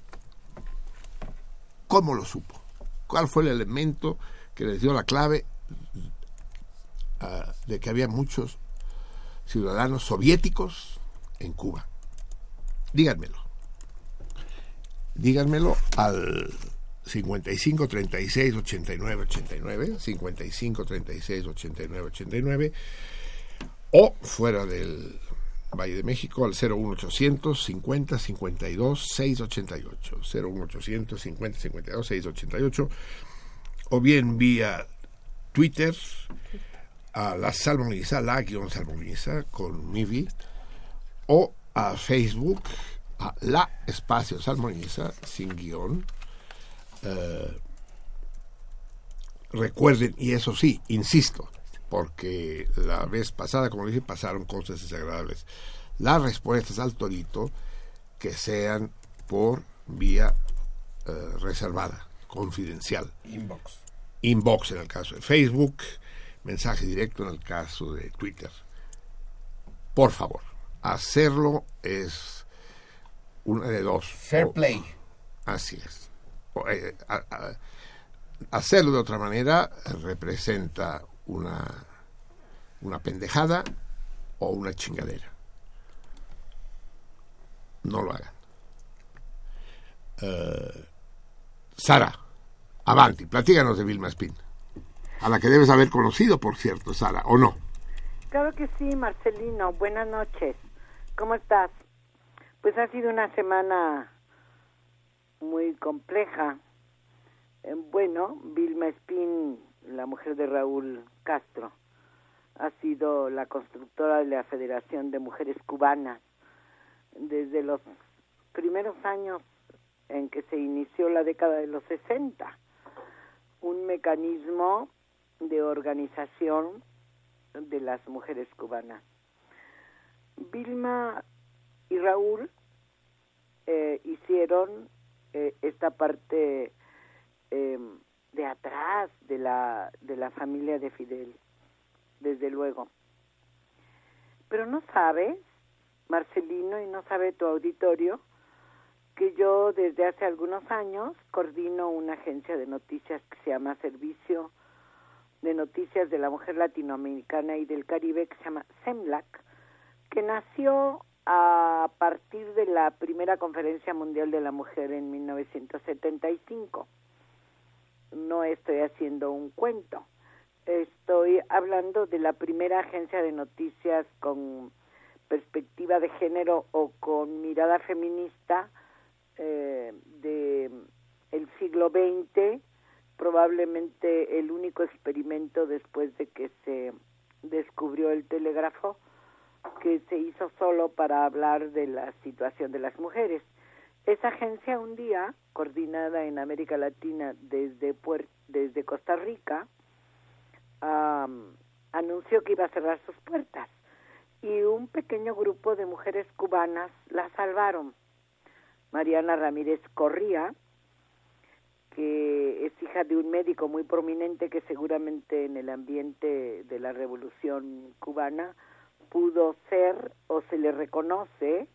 ¿Cómo lo supo? ¿Cuál fue el elemento que les dio la clave uh, de que había muchos ciudadanos soviéticos en Cuba? Díganmelo. Díganmelo al cincuenta y cinco, treinta y seis, ochenta y nueve, ochenta y nueve, cincuenta y cinco, treinta y seis, ochenta y nueve, ochenta y nueve, o fuera del Valle de México al cero uno ochocientos cincuenta cincuenta y dos seiscientos ochenta y ocho, cero uno ochocientos cincuenta cincuenta y dos seiscientos ochenta y ocho, o bien vía Twitter a la Salmoniza, la guión Salmoniza con Mivi, o a Facebook a la espacio Salmoniza sin guión. Uh, recuerden, y eso sí, insisto, porque la vez pasada, como dije, pasaron cosas desagradables. Las respuestas al torito que sean por vía uh, reservada, confidencial. Inbox. Inbox en el caso de Facebook, mensaje directo en el caso de Twitter. Por favor, hacerlo es una de dos. Fair o, play. Así es. O, eh, a, a, hacerlo de otra manera representa una, una pendejada o una chingadera. No lo hagan. Uh, Sara, avanti, platíganos de Vilma Spin, a la que debes haber conocido, por cierto, Sara, ¿o no? Claro que sí, Marcelino. Buenas noches. ¿Cómo estás? Pues ha sido una semana muy compleja. Eh, bueno, Vilma Espín, la mujer de Raúl Castro, ha sido la constructora de la Federación de Mujeres Cubanas desde los primeros años en que se inició la década de los sesenta, un mecanismo de organización de las mujeres cubanas. Vilma y Raúl eh, hicieron eh, esta parte eh, de atrás de la de la familia de Fidel, desde luego. Pero no sabes, Marcelino, y no sabe tu auditorio, que yo desde hace algunos años coordino una agencia de noticias que se llama Servicio de Noticias de la Mujer Latinoamericana y del Caribe, que se llama SEMLAC, que nació a partir de la primera Conferencia Mundial de la Mujer en mil novecientos setenta y cinco. No estoy haciendo un cuento, estoy hablando de la primera agencia de noticias con perspectiva de género o con mirada feminista eh, de el siglo veinte, probablemente el único experimento después de que se descubrió el telégrafo, que se hizo solo para hablar de la situación de las mujeres. Esa agencia un día, coordinada en América Latina desde, Puer- desde Costa Rica, um, anunció que iba a cerrar sus puertas y un pequeño grupo de mujeres cubanas la salvaron. Mariana Ramírez Corría, que es hija de un médico muy prominente que seguramente en el ambiente de la Revolución Cubana pudo ser o se le reconoce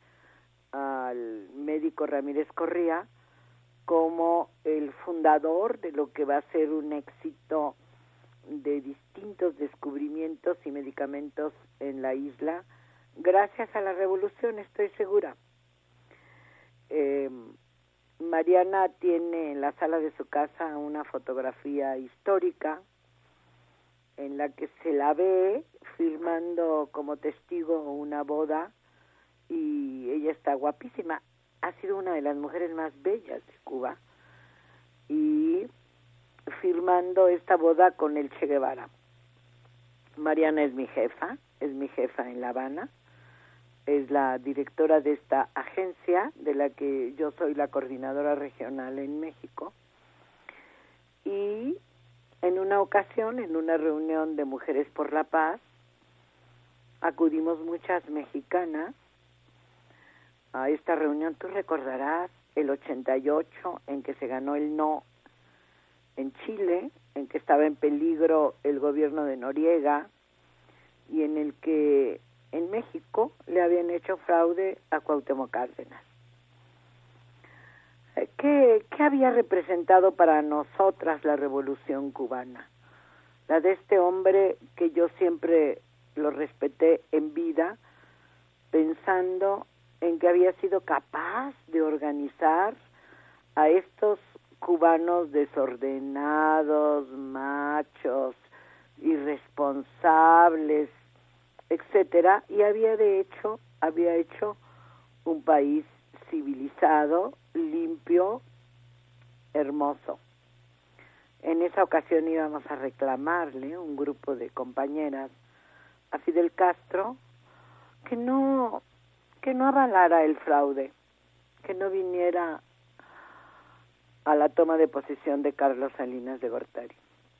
al médico Ramírez Corría como el fundador de lo que va a ser un éxito de distintos descubrimientos y medicamentos en la isla, gracias a la revolución, estoy segura. Eh, Mariana tiene en la sala de su casa una fotografía histórica en la que se la ve firmando como testigo una boda y ella está guapísima. Ha sido una de las mujeres más bellas de Cuba y firmando esta boda con el Che Guevara. Mariana es mi jefa, es mi jefa en La Habana, es la directora de esta agencia de la que yo soy la coordinadora regional en México. Y en una ocasión, en una reunión de Mujeres por la Paz, acudimos muchas mexicanas a esta reunión. Tú recordarás el ochenta y ocho, en que se ganó el no en Chile, en que estaba en peligro el gobierno de Noriega y en el que en México le habían hecho fraude a Cuauhtémoc Cárdenas. ¿Qué, qué había representado para nosotras la Revolución Cubana? La de este hombre que yo siempre lo respeté en vida, pensando en que había sido capaz de organizar a estos cubanos desordenados, machos, irresponsables, etcétera, y había de hecho, había hecho un país civilizado, limpio, hermoso. En esa ocasión íbamos a reclamarle, un grupo de compañeras, a Fidel Castro, que no, que no avalara el fraude, que no viniera a la toma de posesión de Carlos Salinas de Gortari.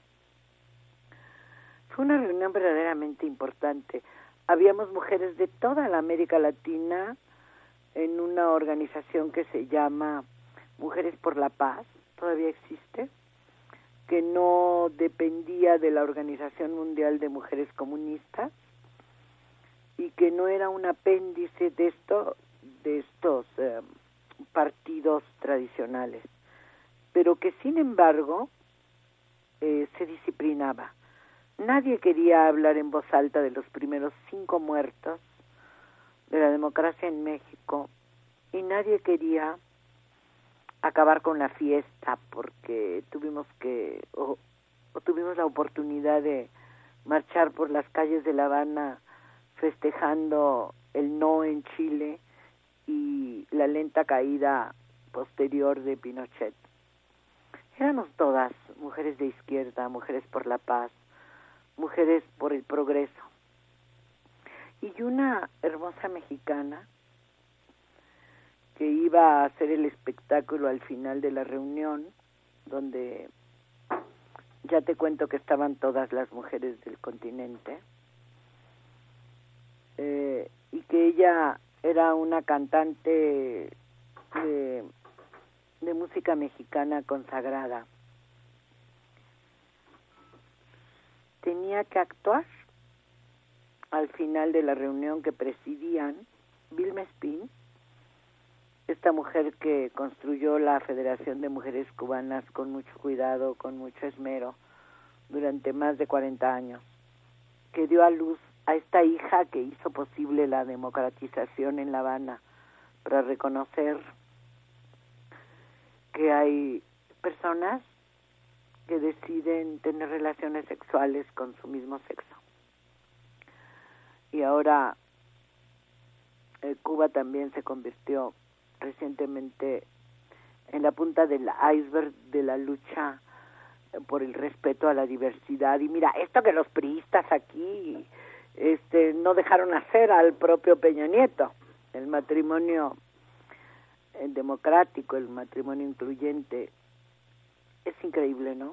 Fue una reunión verdaderamente importante. Habíamos mujeres de toda la América Latina en una organización que se llama Mujeres por la Paz, todavía existe, que no dependía de la Organización Mundial de Mujeres Comunistas y que no era un apéndice de esto, de estos eh, partidos tradicionales, pero que sin embargo eh, se disciplinaba. Nadie quería hablar en voz alta de los primeros cinco muertos de la democracia en México y nadie quería acabar con la fiesta porque tuvimos que o, o tuvimos la oportunidad de marchar por las calles de La Habana festejando el no en Chile y la lenta caída posterior de Pinochet. Éramos todas mujeres de izquierda, mujeres por la paz, mujeres por el progreso. Y una hermosa mexicana que iba a hacer el espectáculo al final de la reunión, donde ya te cuento que estaban todas las mujeres del continente, eh, y que ella era una cantante de, de música mexicana consagrada. Tenía que actuar al final de la reunión que presidían Vilma Espín, esta mujer que construyó la Federación de Mujeres Cubanas con mucho cuidado, con mucho esmero, durante más de cuarenta años, que dio a luz a esta hija que hizo posible la democratización en La Habana, para reconocer que hay personas que deciden tener relaciones sexuales con su mismo sexo. Y ahora eh, Cuba también se convirtió recientemente en la punta del iceberg de la lucha por el respeto a la diversidad. Y mira, esto que los priistas aquí este, no dejaron hacer al propio Peña Nieto, el matrimonio eh, democrático, el matrimonio incluyente, es increíble, ¿no?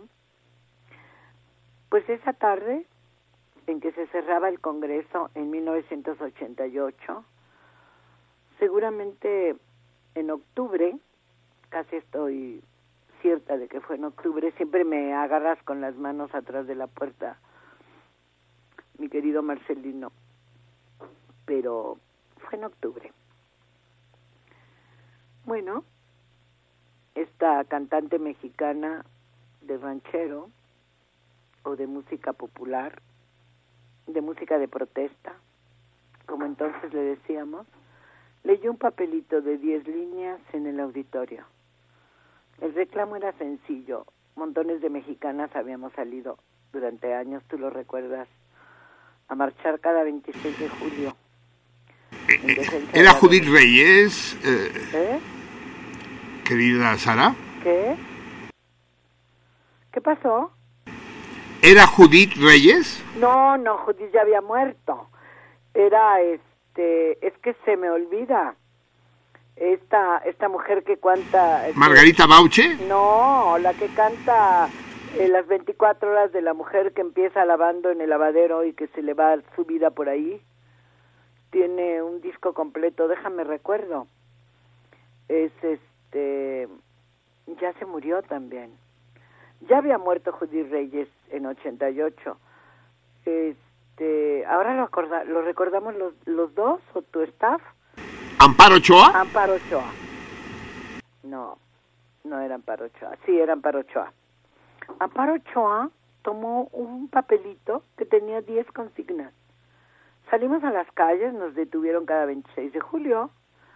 Pues esa tarde en que se cerraba el Congreso en mil novecientos ochenta y ocho, seguramente en octubre, casi estoy cierta de que fue en octubre, siempre me agarras con las manos atrás de la puerta, mi querido Marcelino, pero fue en octubre. Bueno, esta cantante mexicana de ranchero o de música popular, de música de protesta, como entonces le decíamos, leyó un papelito de diez líneas en el auditorio. El reclamo era sencillo. Montones de mexicanas habíamos salido durante años, tú lo recuerdas, a marchar cada veintiséis de julio. Eh, ¿Era Judith Reyes, eh, ¿Eh? querida Sara? ¿Qué? ¿Qué pasó? ¿Era Judith Reyes? No, no, Judith ya había muerto. Era, este, es que se me olvida. Esta esta mujer que canta... ¿Margarita Bauche? No, la que canta eh, las veinticuatro horas de la mujer que empieza lavando en el lavadero y que se le va su vida por ahí. Tiene un disco completo, déjame recuerdo. Es este... ya se murió también. Ya había muerto Judith Reyes en ochenta y ocho. Este, ahora lo, acorda, lo recordamos los, los dos, o tu staff. ¿Amparo Ochoa? Amparo Ochoa. No, no era Amparo Ochoa. Sí, era Amparo Ochoa. Amparo Ochoa tomó un papelito que tenía diez consignas. Salimos a las calles, nos detuvieron cada veintiséis de julio.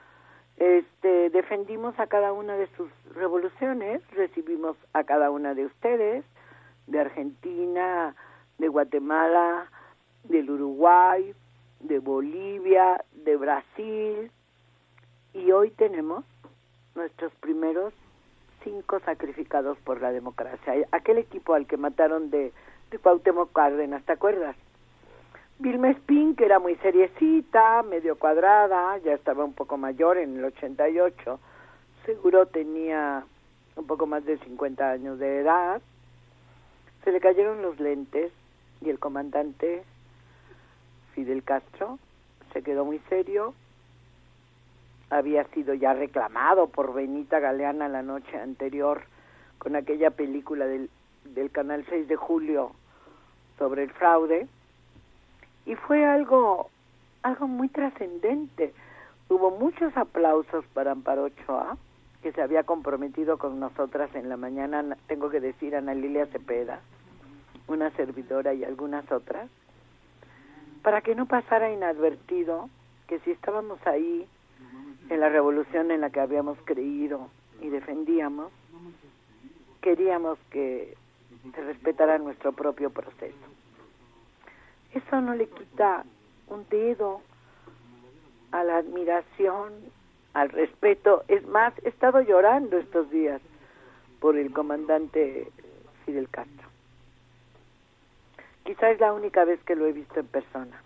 Este, defendimos a cada una de sus revoluciones, recibimos a cada una de ustedes, de Argentina, de Guatemala, del Uruguay, de Bolivia, de Brasil, y hoy tenemos nuestros primeros cinco sacrificados por la democracia. Aquel equipo al que mataron de, de Cuauhtémoc Cárdenas, ¿te acuerdas? Vilma Espín, que era muy seriecita, medio cuadrada, ya estaba un poco mayor en el ochenta y ocho, seguro tenía un poco más de cincuenta años de edad, se le cayeron los lentes y el comandante Fidel Castro se quedó muy serio, había sido ya reclamado por Benita Galeana la noche anterior con aquella película del, del Canal seis de julio sobre el fraude, y fue algo, algo muy trascendente. Hubo muchos aplausos para Amparo Ochoa, que se había comprometido con nosotras en la mañana, tengo que decir, Ana Lilia Cepeda, una servidora y algunas otras, para que no pasara inadvertido que si estábamos ahí en la revolución en la que habíamos creído y defendíamos, queríamos que se respetara nuestro propio proceso. Eso no le quita un dedo a la admiración al respeto. Es más, he estado llorando estos días por el comandante Fidel Castro. Quizá es la única vez que lo he visto en persona.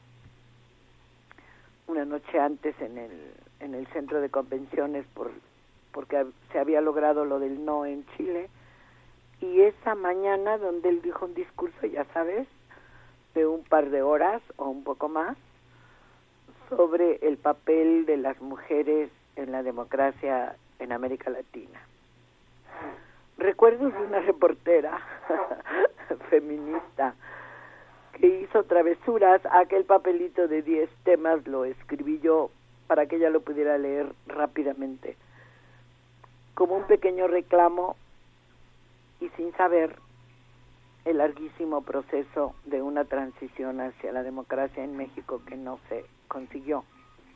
Una noche antes en el en el centro de convenciones por porque se había logrado lo del no en Chile, y esa mañana donde él dijo un discurso, ya sabes, de un par de horas o un poco más, sobre el papel de las mujeres en la democracia en América Latina. Recuerdo de una reportera feminista que hizo travesuras. Aquel papelito de diez temas lo escribí yo para que ella lo pudiera leer rápidamente, como un pequeño reclamo, y sin saber el larguísimo proceso de una transición hacia la democracia en México que no se consiguió.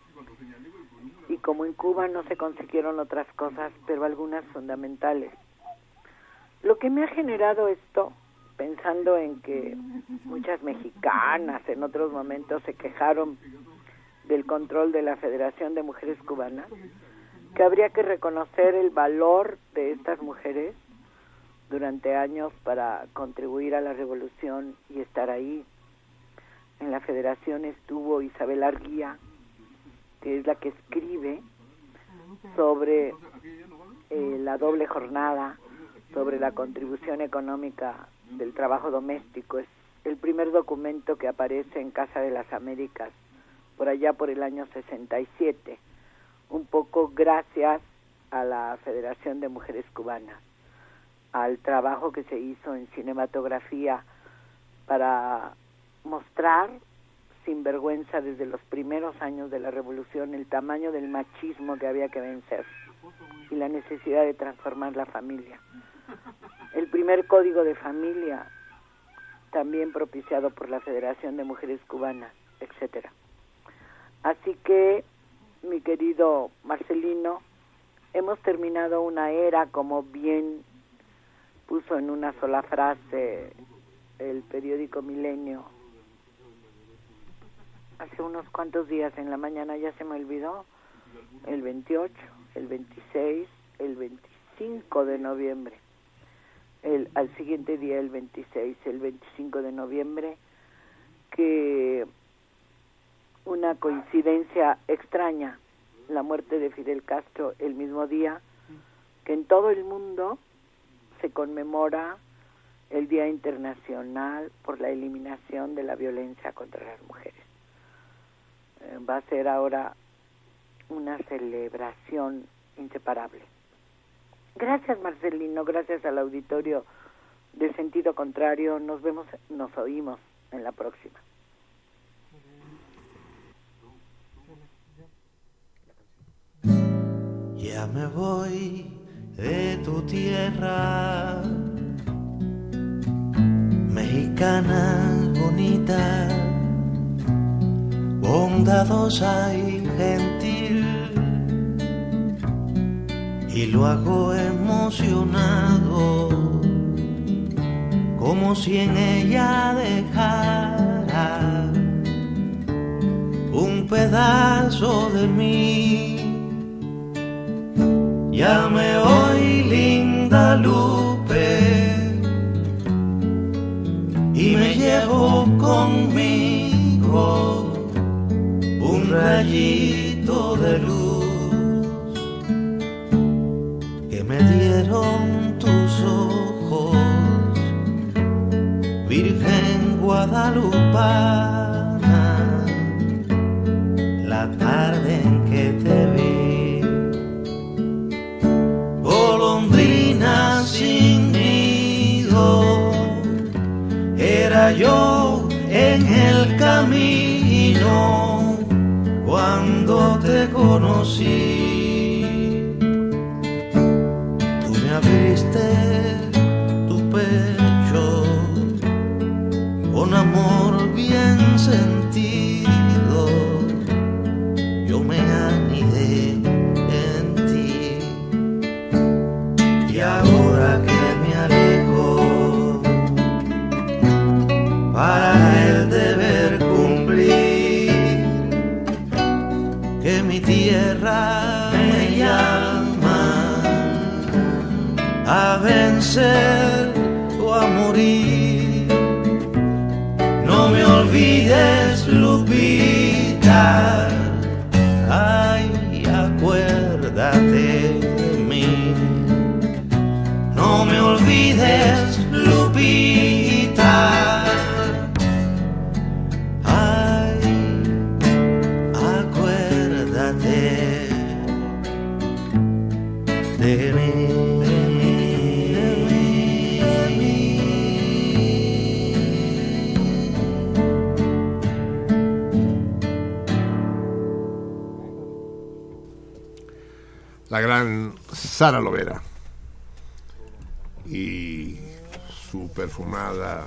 Y como en Cuba no se consiguieron otras cosas, pero algunas fundamentales. Lo que me ha generado esto, pensando en que muchas mexicanas en otros momentos se quejaron del control de la Federación de Mujeres Cubanas, que habría que reconocer el valor de estas mujeres durante años para contribuir a la revolución y estar ahí. En la Federación estuvo Isabel Arguía, que es la que escribe sobre eh, la doble jornada, sobre la contribución económica del trabajo doméstico. Es el primer documento que aparece en Casa de las Américas por allá por el año sesenta y siete, un poco gracias a la Federación de Mujeres Cubanas, al trabajo que se hizo en cinematografía para mostrar sin vergüenza desde los primeros años de la revolución el tamaño del machismo que había que vencer y la necesidad de transformar la familia. El primer código de familia, también propiciado por la Federación de Mujeres Cubanas, etcétera. Así que, mi querido Marcelino, hemos terminado una era, como bien puso en una sola frase el periódico Milenio hace unos cuantos días en la mañana, ya se me olvidó, el veintiocho, el veintiséis, el veinticinco de noviembre, el, al siguiente día el veintiséis, el veinticinco de noviembre, que una coincidencia extraña, la muerte de Fidel Castro el mismo día que en todo el mundo se conmemora el Día Internacional por la Eliminación de la Violencia contra las Mujeres. Eh, va a ser ahora una celebración inseparable. Gracias, Marcelino, gracias al auditorio de Sentido Contrario. Nos vemos, nos oímos en la próxima. Ya me voy de tu tierra, mexicana bonita, bondadosa y gentil, y lo hago emocionado, como si en ella dejara un pedazo de mí. Ya me voy, linda Lupe, y me llevo conmigo un rayito de luz que me dieron tus ojos, Virgen guadalupana, la tarde en que te vi. Golondrina sin nido, era yo en el camino cuando te conocí. Tú me abriste tu pecho con amor bien sentido, yo me anidé en ti. Y ahora que me alejo para el deber cumplir, que mi tierra vencer o a morir. No me olvides, Lupita, ay, acuérdate de mí. No me olvides, Lupita, ay, acuérdate de mí. La gran Sara Lovera y su perfumada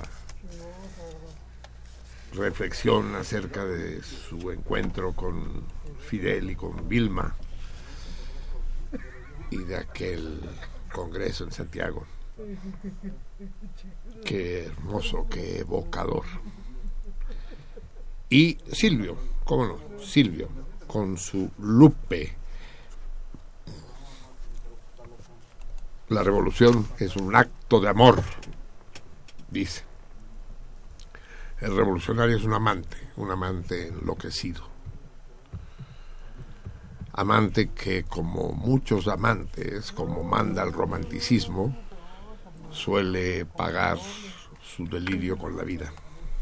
reflexión acerca de su encuentro con Fidel y con Vilma y de aquel congreso en Santiago. Qué hermoso, qué evocador. Y Silvio, cómo no, Silvio, con su Lupe. La revolución es un acto de amor, dice. El revolucionario es un amante, un amante enloquecido. Amante que, como muchos amantes, como manda el romanticismo, suele pagar su delirio con la vida.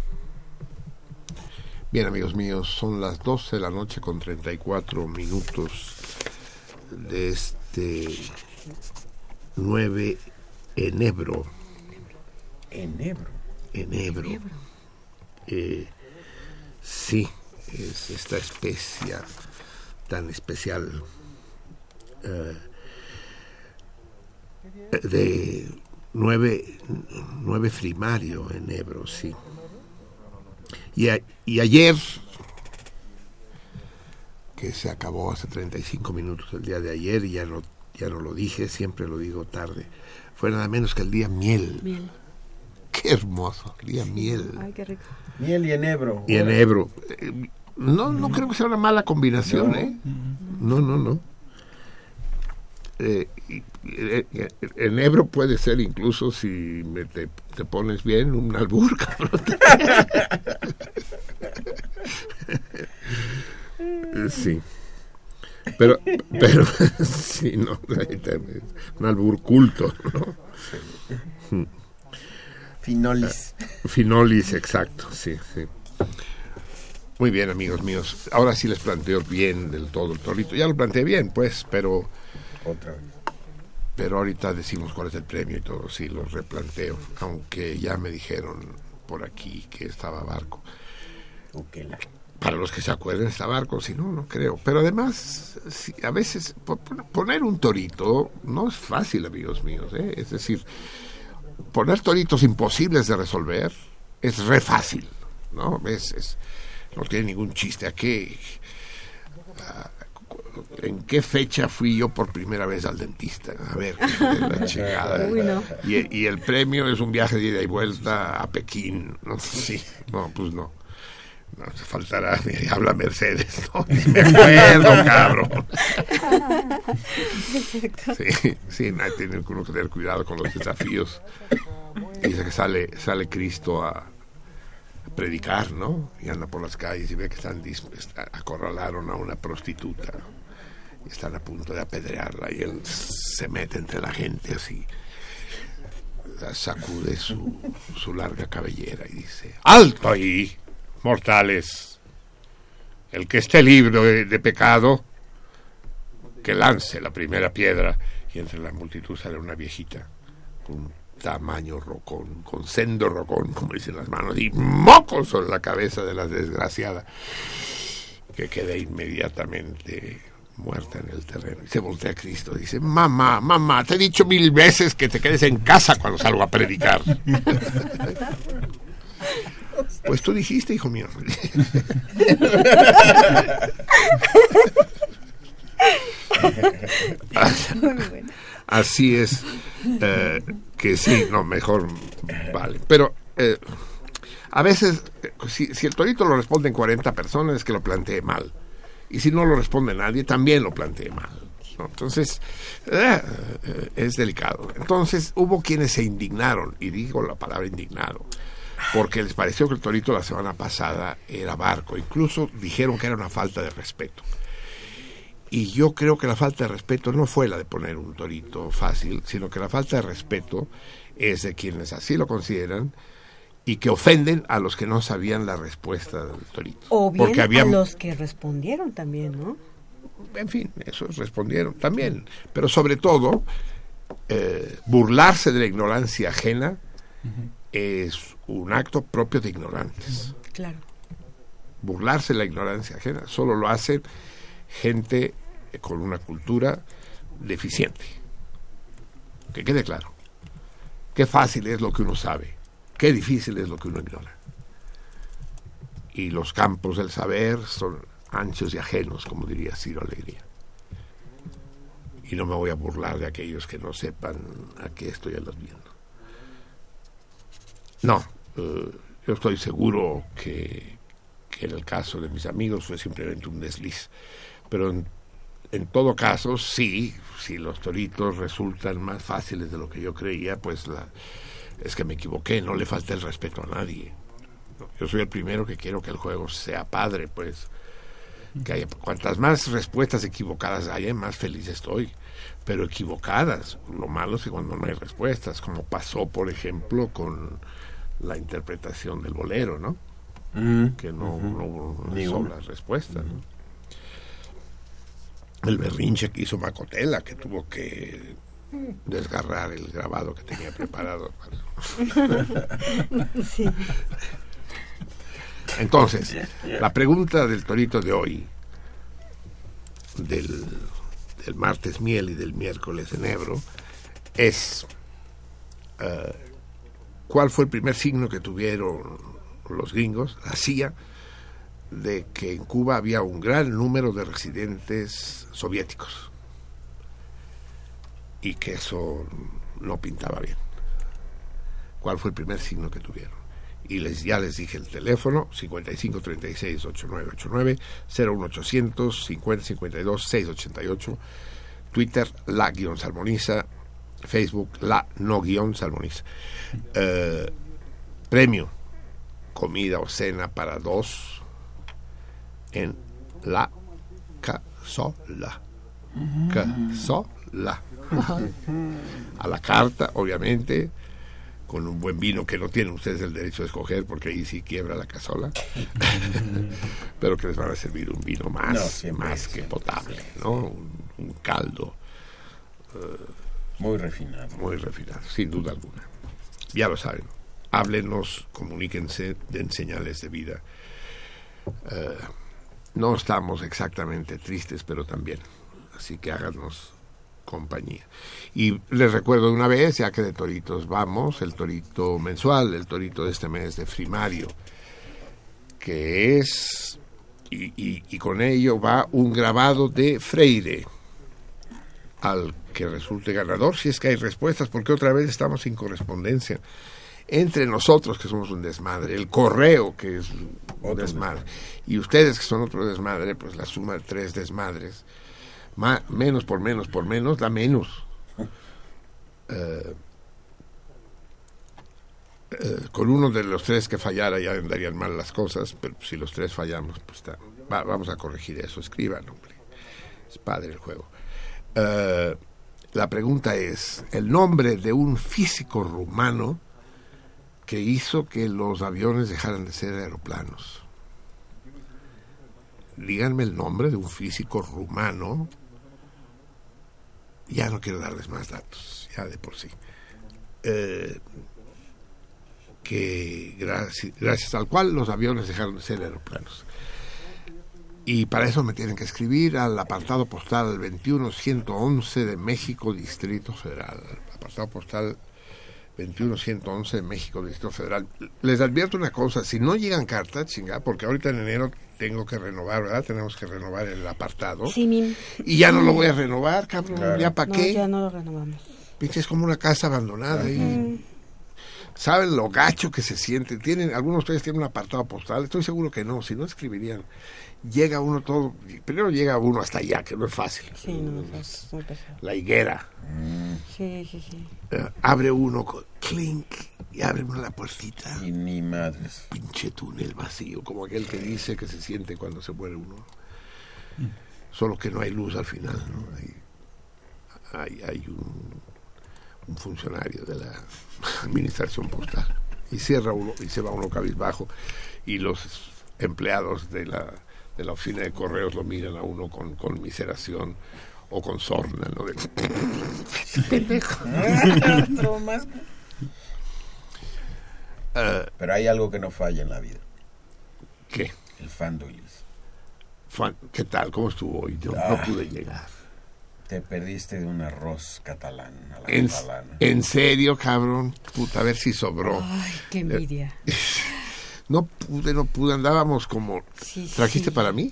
Bien, amigos míos, son las doce de la noche con treinta y cuatro minutos de este nueve enebro. Enebro. Enebro. Eh, sí, es esta especia tan especial eh, de nueve, nueve frimario enebro, sí. Y, a, y ayer, que se acabó hace treinta y cinco minutos el día de ayer, y ya no ya no lo dije, siempre lo digo tarde, fue nada menos que el día miel. Miel. Qué hermoso, el día miel. Ay, qué rico. Miel y enebro. Y enebro. Eh, no, no creo que sea una mala combinación, no. ¿eh? No, no, no. Eh, eh, eh, enebro puede ser incluso, si me te, te pones bien, un albur, cabrón. Sí. Pero, pero, sí, no, un albur culto, ¿no? Finolis. Finolis, exacto, sí, sí. Muy bien, amigos míos. Ahora sí les planteo bien del todo el torito. Ya lo planteé bien, pues, pero... Otra vez. Pero ahorita decimos cuál es el premio y todo, sí, lo replanteo. Aunque ya me dijeron por aquí que estaba Barco. Okay, la... Para los que se acuerden, está Barco, si no, no creo. Pero además, si, a veces poner un torito no es fácil, amigos míos, ¿eh? Es decir, poner toritos imposibles de resolver es re fácil, ¿no? Es, es, no tiene ningún chiste. ¿A qué, a, ¿En qué fecha fui yo por primera vez al dentista? A ver, la chingada. Uy, no. y, y el premio es un viaje de ida y vuelta a Pekín, ¿no? Sí, no, pues no. No, se faltará, me habla Mercedes, ¿no? Me acuerdo, cabrón. Sí, sí, nadie tiene uno que tener cuidado con los desafíos. Dice que sale, sale Cristo a, a predicar, ¿no? Y anda por las calles y ve que están acorralaron a una prostituta y están a punto de apedrearla, y él se mete entre la gente así, sacude su, su larga cabellera y dice: ¡alto ahí, mortales! El que esté libre de, de pecado, que lance la primera piedra. Y entre la multitud sale una viejita con un tamaño rocón, con sendo rocón, como dicen las manos, y mocos sobre la cabeza de la desgraciada, que queda inmediatamente muerta en el terreno. Y se voltea a Cristo y dice: mamá, mamá, te he dicho mil veces que te quedes en casa cuando salgo a predicar. Pues tú dijiste, hijo mío. Así es, eh, que sí, no, mejor vale. Pero eh, a veces, si, si el torito lo responden cuarenta personas, es que lo planteé mal. Y si no lo responde nadie, también lo planteé mal. ¿no? Entonces, eh, es delicado. Entonces, hubo quienes se indignaron, y digo la palabra indignado, porque les pareció que el torito la semana pasada era barco. Incluso dijeron que era una falta de respeto. Y yo creo que la falta de respeto no fue la de poner un torito fácil, sino que la falta de respeto es de quienes así lo consideran y que ofenden a los que no sabían la respuesta del torito. O bien porque había... a los que respondieron también, ¿no? En fin, esos respondieron también. Pero sobre todo, eh, burlarse de la ignorancia ajena uh-huh. es un acto propio de ignorantes. Claro. Burlarse de la ignorancia ajena solo lo hace gente con una cultura deficiente. Que quede claro. Qué fácil es lo que uno sabe, qué difícil es lo que uno ignora. Y los campos del saber son anchos y ajenos, como diría Ciro Alegría. Y no me voy a burlar de aquellos que no sepan a qué estoy aludiendo. No, eh, yo estoy seguro que, que en el caso de mis amigos fue simplemente un desliz. Pero en, en todo caso, sí, si los toritos resultan más fáciles de lo que yo creía, pues la, es que me equivoqué, no le falta el respeto a nadie. Yo soy el primero que quiero que el juego sea padre, pues que haya, cuantas más respuestas equivocadas haya, más feliz estoy. Pero equivocadas, lo malo es que cuando no hay respuestas, como pasó, por ejemplo, con la interpretación del bolero, ¿no? Mm, que no, uh-huh. no hubo una sola respuesta, ¿no? El berrinche que hizo Macotela, que tuvo que desgarrar el grabado que tenía preparado. Sí. Entonces, la pregunta del torito de hoy, del, del martes miel y del miércoles enebro, es uh, ¿cuál fue el primer signo que tuvieron los gringos, la C I A, de que en Cuba había un gran número de residentes soviéticos y que eso no pintaba bien? ¿Cuál fue el primer signo que tuvieron? Y les ya les dije el teléfono, cincuenta y cinco treinta y seis ochenta y nueve ochenta y nueve, cero uno ochocientos cincuenta cincuenta y dos seiscientos ochenta y ocho, Twitter, la guión salmoniza, Facebook, la no guión salmoniza. Eh, premio, comida o cena para dos en la casola. Casola. A la carta, obviamente, con un buen vino que no tienen ustedes el derecho de escoger porque ahí sí quiebra la casola. Pero que les van a servir un vino más, no, más que potable, ¿no? Un, un caldo. Uh, muy refinado. Muy refinado, sin duda alguna. Ya lo saben. Háblenos, comuníquense, den señales de vida. Uh, no estamos exactamente tristes, pero también. Así que háganos compañía. Y les recuerdo de una vez, ya que de toritos vamos, el torito mensual, el torito de este mes de Frimario, que es, y, y, y con ello va un grabado de Freire, al que resulte ganador, si es que hay respuestas, porque otra vez estamos sin correspondencia entre nosotros, que somos un desmadre, el correo, que es un desmadre, y ustedes, que son otro desmadre, pues la suma de tres desmadres, Ma, menos por menos por menos da menos. Uh, uh, con uno de los tres que fallara ya andarían mal las cosas, pero si los tres fallamos, pues está, va, vamos a corregir eso. Escriban, hombre. Es padre el juego. Uh, la pregunta es, el nombre de un físico rumano que hizo que los aviones dejaran de ser aeroplanos. Díganme el nombre de un físico rumano. Ya no quiero darles más datos, ya de por sí. Eh, que gracias, gracias al cual los aviones dejaron de ser aeroplanos. Y para eso me tienen que escribir al apartado postal veintiuno ciento once de México, Distrito Federal. Apartado postal veintiuno ciento once de México, Distrito Federal. Les advierto una cosa, si no llegan cartas, chingada, porque ahorita en enero tengo que renovar, ¿verdad? Tenemos que renovar el apartado. Sí, mi... Y ya no lo voy a renovar, cabrón. Claro. ¿Ya para no, qué? Ya no lo renovamos. Pinche, es como una casa abandonada. Uh-huh. Y ¿Saben lo gacho que se siente? ¿Tienen, algunos de ustedes tienen un apartado postal? Estoy seguro que no, si no escribirían. Llega uno todo, primero llega uno hasta allá, que no es fácil. Sí, no es muy pesado. La higuera. Sí, sí, sí. Uh, abre uno, con clink, y abre uno la puertita. Y ni madres. Pinche túnel vacío, como aquel que dice que se siente cuando se muere uno. Solo que no hay luz al final, ¿no? Hay, hay, hay un, un funcionario de la administración postal. Y cierra uno, y se va uno cabizbajo, y los empleados de la de la oficina de correos lo miran a uno con conmiseración o con sorna, ¿no? De... pendejo. uh, Pero hay algo que no falla en la vida. ¿Qué? El Fanduilis. Fan, ¿qué tal? ¿Cómo estuvo hoy? Yo ah, no pude llegar. Te perdiste de un arroz catalán a la ¿En, catalana. ¿En serio, cabrón? Puta, a ver si sobró. Ay, qué envidia. No pude, no pude, andábamos como... Sí, ¿Trajiste sí. para mí?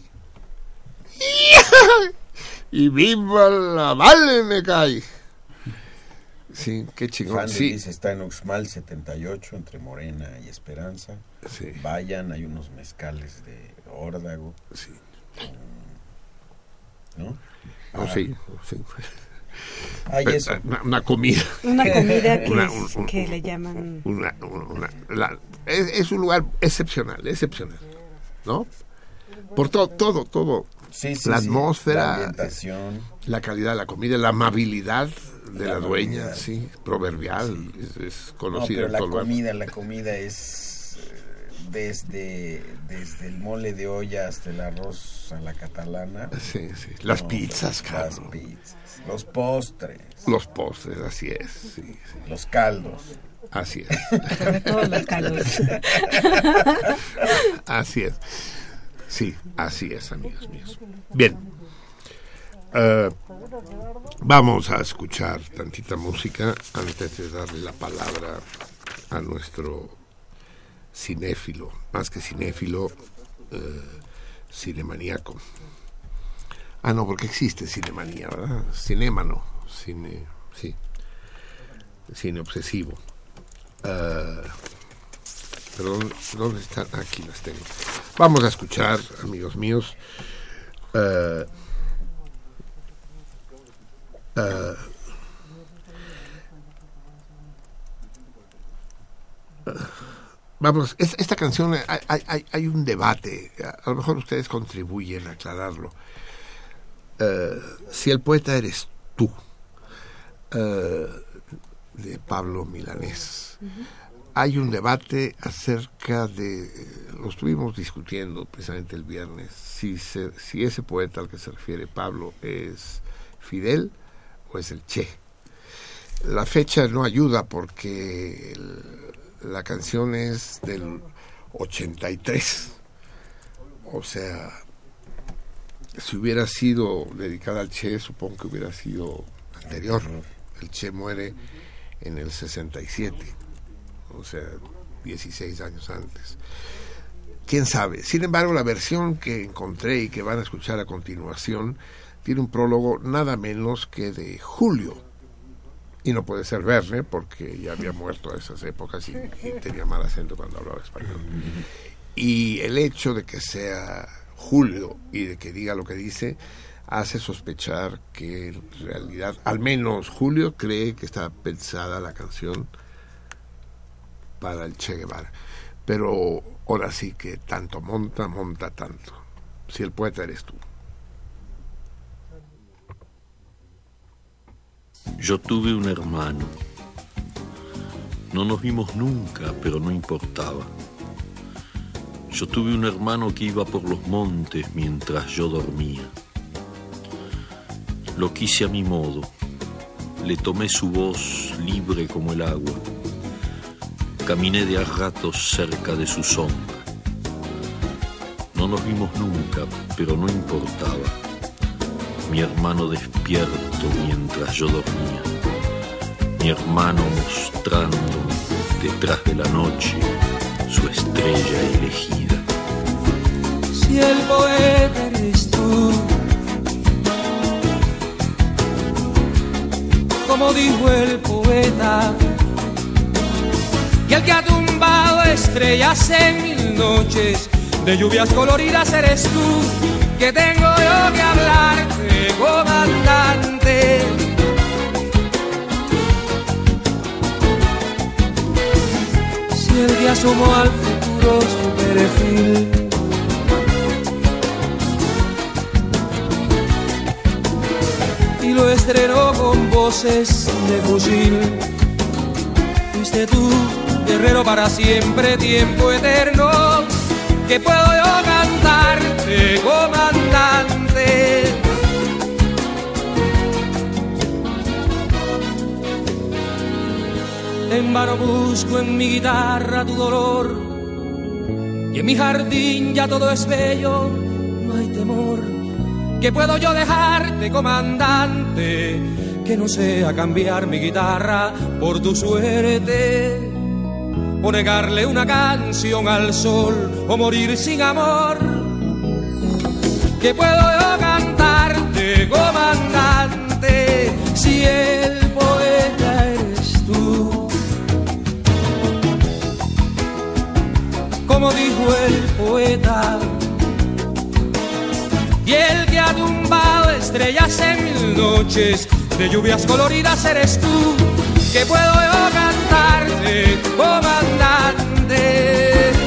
Y viva la vale me cae. Sí, qué chingón. Sí. Está en Uxmal setenta y ocho, entre Morena y Esperanza. Sí. Vayan, hay unos mezcales de órdago. Sí. ¿No? Oh, ah. Sí, sí. Hay Pero, eso. Una, una comida. Una comida que, una, es, un, un, que le llaman... Una, una, una, la, es, es un lugar excepcional, excepcional, ¿no? Por todo, todo, todo. Sí, sí, la sí. atmósfera, la ambientación, la calidad de la comida, la amabilidad de la, la dueña, amabilidad. Sí, proverbial, sí. Es, es conocida. No, pero en la todo comida, la comida es desde desde el mole de olla hasta el arroz a la catalana. Sí, sí. Las no, pizzas, Las cabrón. pizzas, los postres. Los postres, así es. Sí, sí. Los caldos. Así es. Sobre todo los caldos. Así es. Sí, así es, amigos míos. Bien. Uh, vamos a escuchar tantita música antes de darle la palabra a nuestro cinéfilo, más que cinéfilo, uh, cinemaníaco. Ah, no, porque existe cinemanía, ¿verdad? Cinémano, cine, sí, cine obsesivo. Uh, pero ¿dónde, ¿dónde están? Aquí las tengo. Vamos a escuchar, amigos míos, uh, uh, uh, vamos, es, esta canción, hay, hay, hay un debate, a lo mejor ustedes contribuyen a aclararlo. Uh, si el poeta eres tú, uh, de Pablo Milanés. Uh-huh. Hay un debate acerca de, lo estuvimos discutiendo precisamente el viernes, si, se, si ese poeta al que se refiere Pablo es Fidel o es el Che. La fecha no ayuda porque el, la canción es del ochenta y tres, o sea, si hubiera sido dedicada al Che, supongo que hubiera sido anterior. El Che muere en el sesenta y siete, o sea, dieciséis años antes. ¿Quién sabe? Sin embargo, la versión que encontré y que van a escuchar a continuación tiene un prólogo nada menos que de Julio. Y no puede ser Verne, porque ya había muerto a esas épocas y, y tenía mal acento cuando hablaba español. Y el hecho de que sea Julio y de que diga lo que dice hace sospechar que en realidad, al menos Julio cree que está pensada la canción para el Che Guevara. Pero ahora sí que tanto monta, monta tanto. Si el poeta eres tú. Yo tuve un hermano. No nos vimos nunca, pero no importaba. Yo tuve un hermano que iba por los montes mientras yo dormía. Lo quise a mi modo, le tomé su voz libre como el agua. Caminé de a ratos cerca de su sombra. No nos vimos nunca, pero no importaba. Mi hermano despierto mientras yo dormía. Mi hermano mostrando detrás de la noche su estrella elegida. Si el poeta eres tú, como dijo el poeta, y el que ha tumbado estrellas en mil noches de lluvias coloridas eres tú, que tengo yo que hablarte, comandante. Si el día asomó al futuro su perfil, y lo estrenó con voces de fusil, fuiste tú, guerrero para siempre, tiempo eterno, que puedo yo cantarte, comandante. En vano busco en mi guitarra tu dolor, y en mi jardín ya todo es bello, no hay temor, que puedo yo dejarte, comandante, que no sea cambiar mi guitarra por tu suerte, o negarle una canción al sol, o morir sin amor, que puedo yo cantarte, comandante, si el poeta eres tú. Como dijo el poeta, y el que ha tumbado estrellas en mil noches de lluvias coloridas eres tú, que puedo yo cantarte, comandante.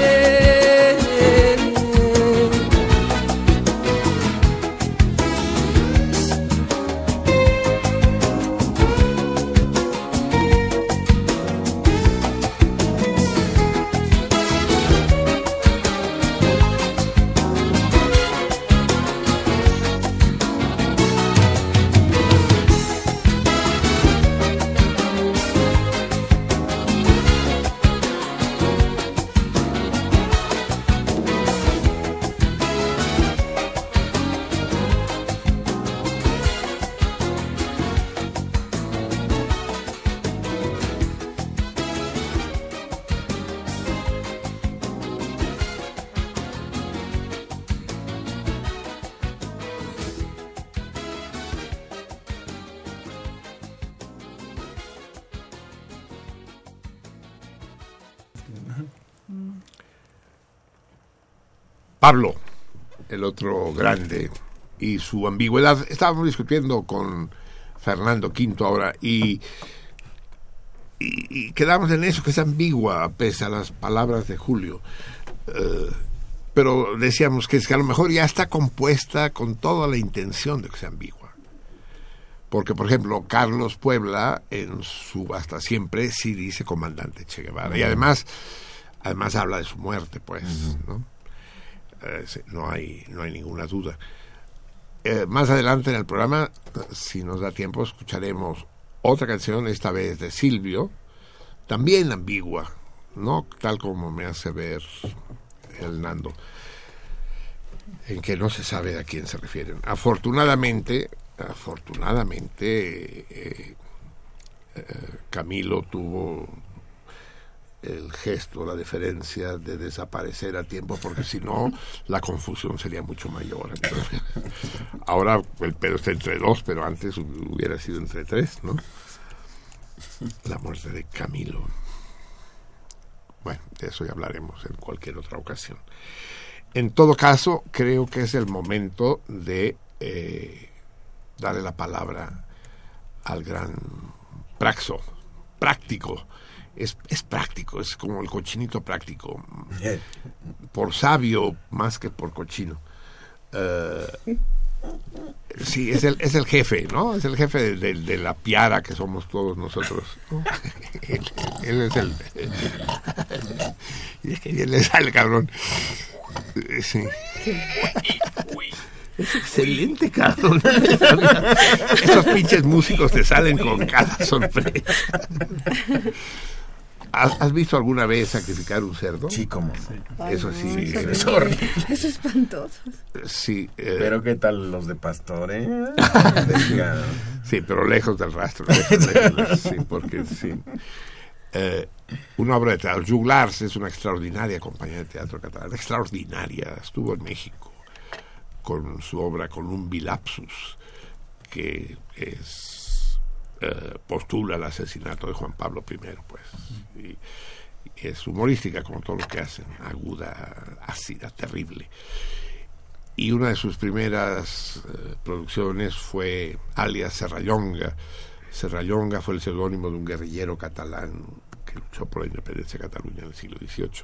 Pablo, el otro grande, y su ambigüedad. Estábamos discutiendo con Fernando Quinto ahora y, y, y quedamos en eso, que es ambigua pese a las palabras de Julio. Uh, pero decíamos que es que a lo mejor ya está compuesta con toda la intención de que sea ambigua. Porque, por ejemplo, Carlos Puebla, en su Hasta Siempre, sí dice comandante Che Guevara. Y además, además habla de su muerte, pues, ¿no? Eh, no hay no hay ninguna duda. Eh, más adelante en el programa, si nos da tiempo, escucharemos otra canción, esta vez de Silvio, también ambigua, ¿no? Tal como me hace ver el Nando, en que no se sabe a quién se refieren. Afortunadamente, afortunadamente, eh, eh, Camilo tuvo el gesto, la deferencia de desaparecer a tiempo, porque si no, la confusión sería mucho mayor. Entonces, ahora el pedo está entre dos, pero antes hubiera sido entre tres, ¿no? La muerte de Camilo. Bueno, de eso ya hablaremos en cualquier otra ocasión. En todo caso, creo que es el momento de eh, darle la palabra al gran Praxo, práctico. Es, es práctico, es como el cochinito práctico, por sabio más que por cochino. Uh, sí, es el, es el jefe, ¿no? Es el jefe de, de, de la piara que somos todos nosotros, ¿no? él, él es el... y es que bien le sale, cabrón. Sí. Es excelente, cabrón. Esos pinches músicos te salen con cada sorpresa. ¿Has, ¿Has visto alguna vez sacrificar un cerdo? Sí, como no. Eso sí. Ay, no, es horrible. Es espantoso. Sí. Eh, pero ¿qué tal los de pastor, eh? Sí, pero lejos del rastro. Lejos, lejos, sí, porque sí. Eh, una obra de teatro. Juglars es una extraordinaria compañía de teatro catalana. Extraordinaria. Estuvo en México con su obra Columbi Lapsus, que es... Eh, postula el asesinato de Juan Pablo primero, pues, y, Es humorística, como todo lo que hacen, aguda, ácida, terrible. Y una de sus primeras eh, producciones fue alias Serrallonga. Serrallonga fue el seudónimo de un guerrillero catalán que luchó por la independencia de Cataluña en el siglo dieciocho.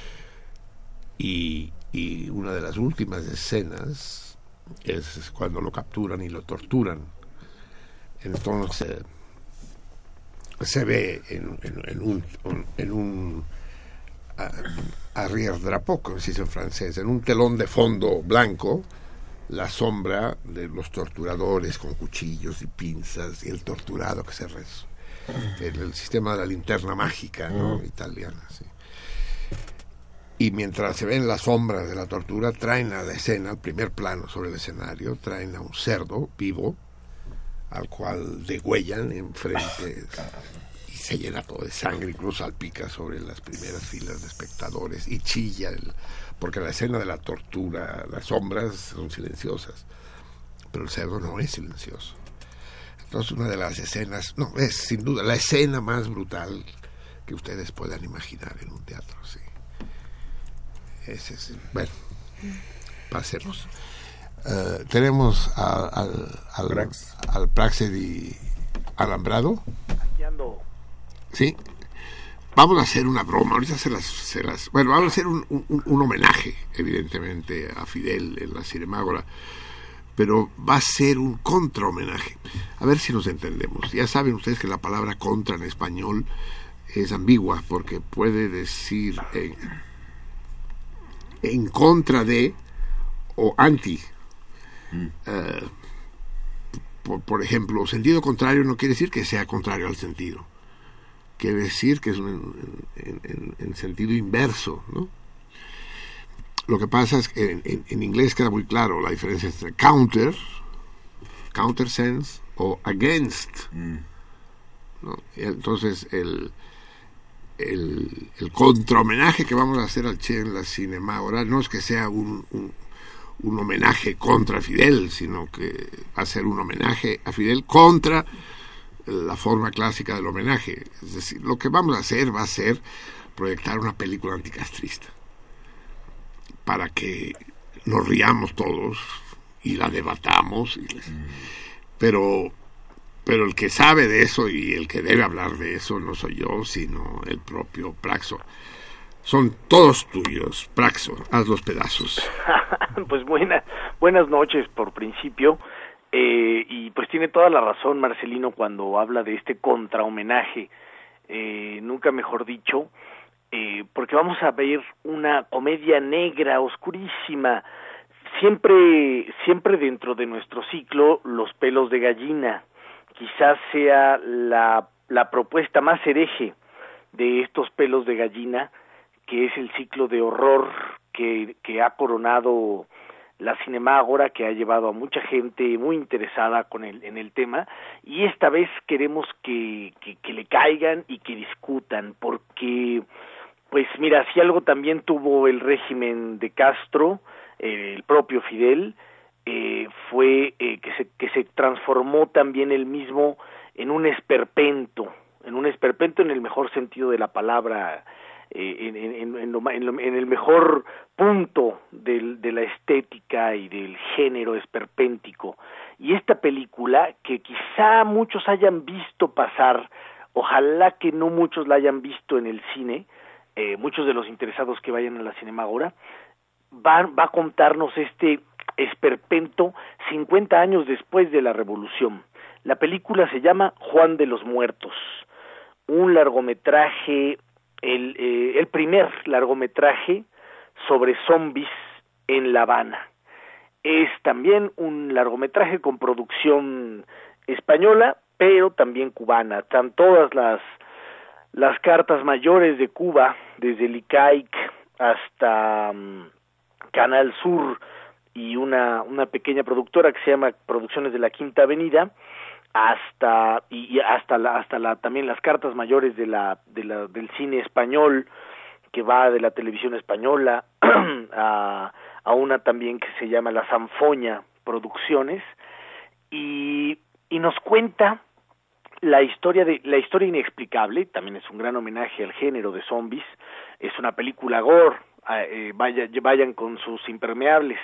Y, y una de las últimas escenas es cuando lo capturan y lo torturan. Entonces se ve en, en, en un, en un arrière-drapeau, como se dice en francés, en un telón de fondo blanco, la sombra de los torturadores con cuchillos y pinzas y el torturado que se reza. El, el sistema de la linterna mágica, ¿no? Uh-huh. Italiana, sí. Y mientras se ven las sombras de la tortura, traen a la escena, al primer plano sobre el escenario, traen a un cerdo vivo, al cual degüellan enfrente y se llena todo de sangre, incluso salpica sobre las primeras filas de espectadores y chilla, el, porque la escena de la tortura, las sombras son silenciosas, pero el cerdo no es silencioso. Entonces una de las escenas, no, es sin duda la escena más brutal que ustedes puedan imaginar en un teatro, sí. Ese es, bueno, para hacerlos. Uh, tenemos a, al, al, Prax. al Praxedi Alambrado. Aquí ando. Sí. Vamos a hacer una broma, ahorita se las, se las bueno, vamos a hacer un, un, un homenaje, evidentemente, a Fidel en la Cinemágora, pero va a ser un contra homenaje. A ver si nos entendemos. Ya saben ustedes que la palabra contra en español es ambigua, porque puede decir en, en contra de o anti. Mm. Uh, por, por ejemplo, sentido contrario no quiere decir que sea contrario al sentido. Quiere decir que es un, en, en, en sentido inverso, ¿no? Lo que pasa es que en, en, en inglés queda muy claro la diferencia entre counter, counter sense o against, mm. ¿no? Entonces el el, el contrahomenaje que vamos a hacer al Che en la Cinemágora no es que sea un, un, un homenaje contra Fidel, sino que va a ser un homenaje a Fidel contra la forma clásica del homenaje. Es decir, lo que vamos a hacer va a ser proyectar una película anticastrista para que nos riamos todos y la debatamos y les... mm. pero pero el que sabe de eso y el que debe hablar de eso no soy yo, sino el propio Praxo. Son todos tuyos, Praxo, haz los pedazos. Pues buenas buenas noches por principio. Eh, y pues tiene toda la razón Marcelino cuando habla de este contrahomenaje, eh, nunca mejor dicho, eh, porque vamos a ver una comedia negra, oscurísima, siempre, siempre dentro de nuestro ciclo, Los pelos de gallina. Quizás sea la, la propuesta más hereje de estos pelos de gallina, que es el ciclo de horror que, que ha coronado la Cinemágora, que ha llevado a mucha gente muy interesada con el, en el tema, y esta vez queremos que, que, que le caigan y que discutan, porque, pues mira, si algo también tuvo el régimen de Castro, eh, el propio Fidel, eh, fue eh, que se que se transformó también él mismo en un esperpento, en un esperpento en el mejor sentido de la palabra, eh, en, en, en, lo, en, lo, en el mejor punto del, de la estética y del género esperpéntico. Y esta película, que quizá muchos hayan visto pasar, ojalá que no muchos la hayan visto en el cine, eh, muchos de los interesados que vayan a la Cinemágora, va, va a contarnos este esperpento cincuenta años después de la Revolución. La película se llama Juan de los Muertos, un largometraje, el, eh, el primer largometraje sobre zombies en La Habana. Es también un largometraje con producción española, pero también cubana. Están todas las, las cartas mayores de Cuba, desde el I C A I C hasta um, Canal Sur, y una una pequeña productora que se llama Producciones de la Quinta Avenida, hasta y, y hasta la hasta la también las cartas mayores de la de la del cine español, que va de la televisión española a a una también que se llama La Sanfoña Producciones, y y nos cuenta la historia de la historia inexplicable, también es un gran homenaje al género de zombies, es una película gore, eh, vaya, vayan con sus impermeables,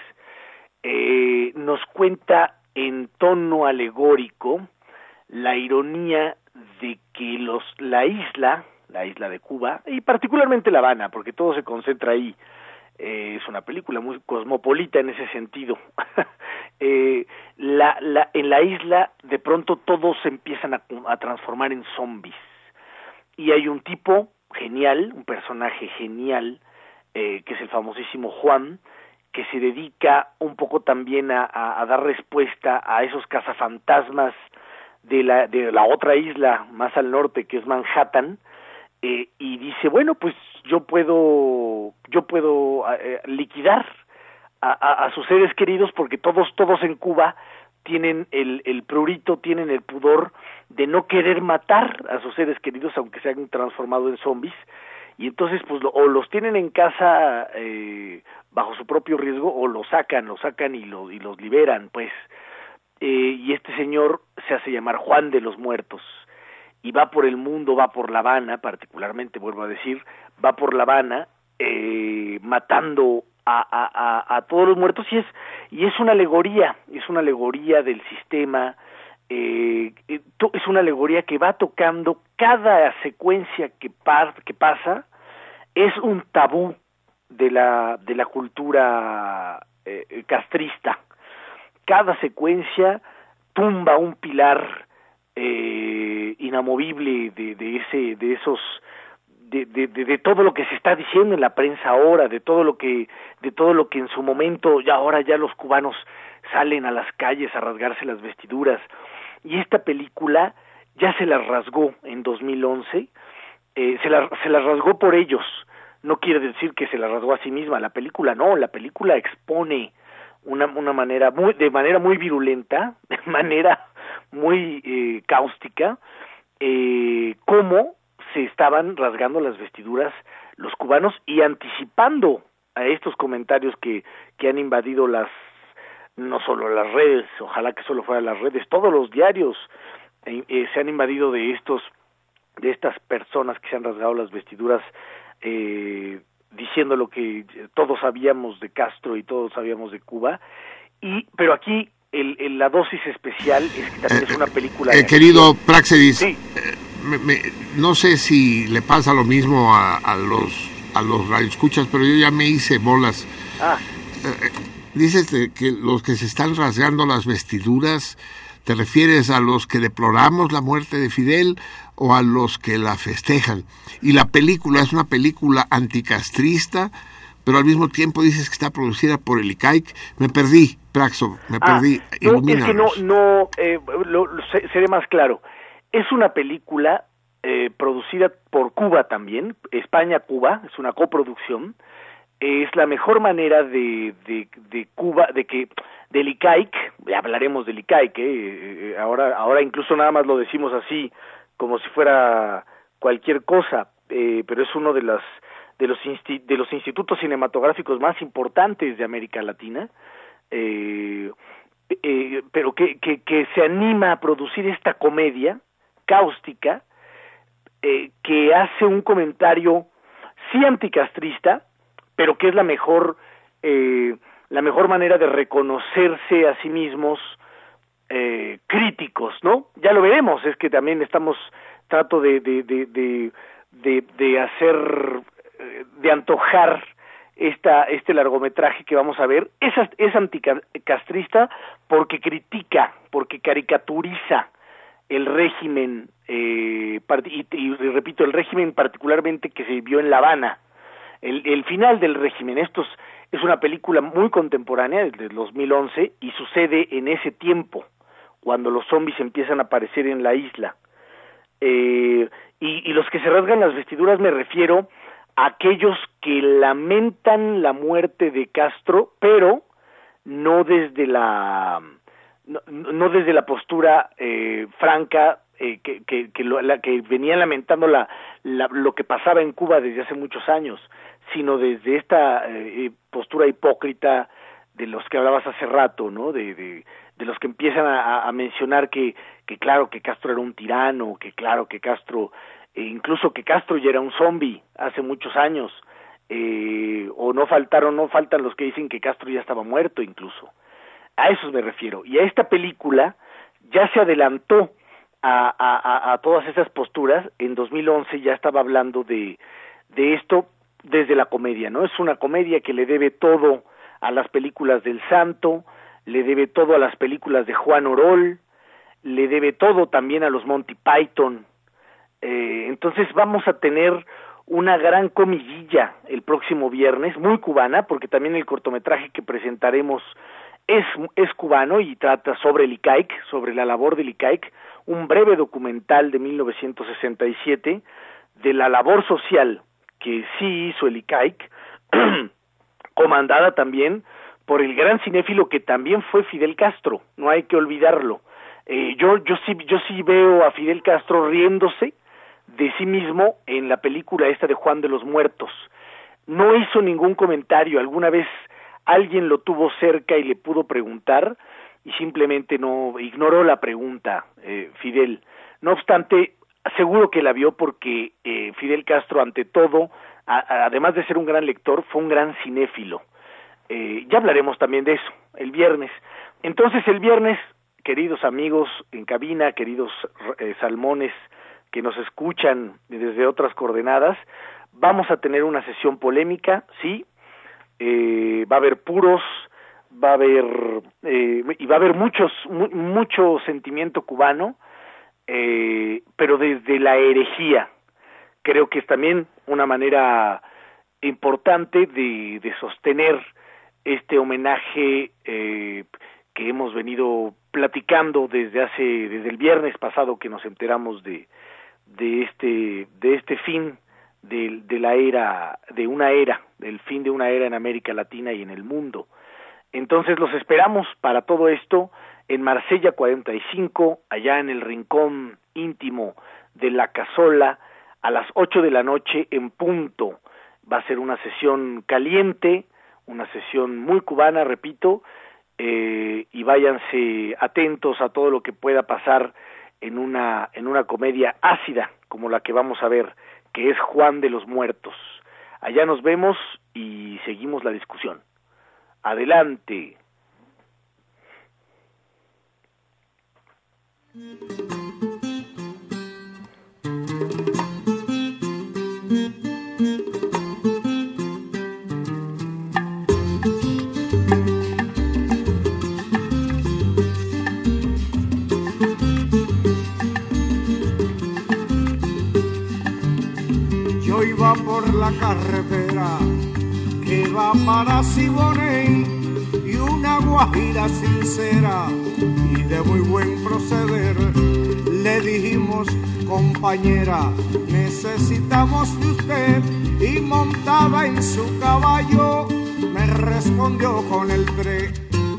eh, nos cuenta en tono alegórico la ironía de que los la isla, la isla de Cuba, y particularmente La Habana, porque todo se concentra ahí, eh, es una película muy cosmopolita en ese sentido, eh, la, la, en la isla de pronto todos se empiezan a, a transformar en zombies, y hay un tipo genial, un personaje genial, eh, que es el famosísimo Juan, que se dedica un poco también a, a, a dar respuesta a esos cazafantasmas de la, de la otra isla más al norte, que es Manhattan, eh, y dice, bueno, pues yo puedo yo puedo eh, liquidar a, a, a sus seres queridos, porque todos todos en Cuba tienen el, el prurito, tienen el pudor de no querer matar a sus seres queridos, aunque se hayan transformado en zombies, y entonces pues lo, o los tienen en casa eh, bajo su propio riesgo, o los sacan, los sacan y, lo, y los liberan, pues, eh, y este señor se hace llamar Juan de los Muertos, y va por el mundo, va por La Habana, particularmente, vuelvo a decir, va por La Habana, eh, matando a, a, a, a todos los muertos, y es, y es una alegoría, es una alegoría del sistema, eh, es una alegoría que va tocando cada secuencia que, par, que pasa, es un tabú de la, de la cultura eh, castrista. Cada secuencia tumba un pilar eh, inamovible de, de ese, de esos, de, de, de, de todo lo que se está diciendo en la prensa ahora, de todo lo que, de todo lo que en su momento, ya ahora ya los cubanos salen a las calles a rasgarse las vestiduras, y esta película ya se la rasgó en dos mil once, eh, se la, se la rasgó por ellos. No quiere decir que se la rasgó a sí misma, la película no, la película expone una, una manera muy, de manera muy virulenta, de manera muy eh, cáustica, eh, cómo se estaban rasgando las vestiduras los cubanos, y anticipando a estos comentarios que, que han invadido las, no solo las redes, ojalá que solo fueran las redes, todos los diarios eh, eh, se han invadido de estos, de estas personas que se han rasgado las vestiduras, eh, diciendo lo que todos sabíamos de Castro y todos sabíamos de Cuba, y pero aquí el, el, la dosis especial es que también eh, es una película... Eh, querido Praxedis, sí. eh, me, me, no sé si le pasa lo mismo a, a los a los radioescuchas, pero yo ya me hice bolas. Ah. Eh, dices de que los que se están rasgando las vestiduras, ¿te refieres a los que deploramos la muerte de Fidel o a los que la festejan? Y la película es una película anticastrista, pero al mismo tiempo dices que está producida por el I C A I C. Me perdí, Praxo, me ah, perdí. No, es que no, no eh, lo, lo, seré más claro. Es una película eh, producida por Cuba también, España-Cuba, es una coproducción. Es la mejor manera de, de, de Cuba, de que del I C A I C, ya hablaremos del I C A I C, eh, ahora, ahora incluso nada más lo decimos así, como si fuera cualquier cosa, eh, pero es uno de las de los insti- de los institutos cinematográficos más importantes de América Latina, eh, eh, pero que, que que se anima a producir esta comedia cáustica, eh, que hace un comentario sí anticastrista, pero que es la mejor eh, la mejor manera de reconocerse a sí mismos eh, críticos, ¿no? Ya lo veremos, es que también estamos trato de de de de de, de hacer de antojar esta este largometraje que vamos a ver. Es, es anticastrista porque critica, porque caricaturiza el régimen eh, y, y, y repito, el régimen particularmente que se vivió en La Habana. El, el final del régimen. Esto es, es una película muy contemporánea, desde dos mil once, y sucede en ese tiempo, cuando los zombies empiezan a aparecer en la isla. Eh, y, y los que se rasgan las vestiduras me refiero a aquellos que lamentan la muerte de Castro, pero no desde la no, no desde la postura eh, franca eh, que, que, que, lo, la, que venían lamentando la, la, lo que pasaba en Cuba desde hace muchos años, sino desde esta eh, postura hipócrita de los que hablabas hace rato, ¿no? De, de, de los que empiezan a, a mencionar que, que claro que Castro era un tirano, que claro que Castro, eh, incluso que Castro ya era un zombie hace muchos años, eh, o no faltaron, no faltan los que dicen que Castro ya estaba muerto incluso. A eso me refiero. Y a esta película ya se adelantó a, a, a todas esas posturas. En dos mil once ya estaba hablando de, de esto desde la comedia, ¿no? Es una comedia que le debe todo a las películas del Santo, le debe todo a las películas de Juan Orol, le debe todo también a los Monty Python. Eh, entonces vamos a tener una gran comidilla el próximo viernes, muy cubana, porque también el cortometraje que presentaremos es, es cubano y trata sobre el I C A I C, sobre la labor del I C A I C, un breve documental de mil novecientos sesenta y siete de la labor social que sí hizo el I C A I C, comandada también por el gran cinéfilo que también fue Fidel Castro, no hay que olvidarlo. Eh, yo, yo, sí, yo sí veo a Fidel Castro riéndose de sí mismo en la película esta de Juan de los Muertos. No hizo ningún comentario, alguna vez alguien lo tuvo cerca y le pudo preguntar y simplemente no ignoró la pregunta, eh, Fidel. No obstante, seguro que la vio porque eh, Fidel Castro, ante todo, a, a, además de ser un gran lector, fue un gran cinéfilo. Eh, ya hablaremos también de eso el viernes. Entonces el viernes, queridos amigos en cabina, queridos eh, salmones que nos escuchan desde otras coordenadas, vamos a tener una sesión polémica, sí, eh, va a haber puros, va a haber eh, y va a haber muchos mu- mucho sentimiento cubano, eh, pero desde la herejía. Creo que es también una manera importante de, de sostener este homenaje eh, que hemos venido platicando desde hace desde el viernes pasado que nos enteramos de de este de este fin de, de la era de una era del fin de una era en América Latina y en el mundo. Entonces los esperamos para todo esto en Marsella cuarenta y cinco, allá en el rincón íntimo de La Casola, a las ocho de la noche en punto. Va a ser una sesión caliente, una sesión muy cubana, repito, eh, y váyanse atentos a todo lo que pueda pasar en una en una comedia ácida como la que vamos a ver, que es Juan de los Muertos. Allá nos vemos y seguimos la discusión. Adelante. Yo iba por la carretera que va para Siboney y una guajira sincera y de muy buen proceder. Le dijimos, compañera, necesitamos de usted, y montada en su caballo me respondió con el tren.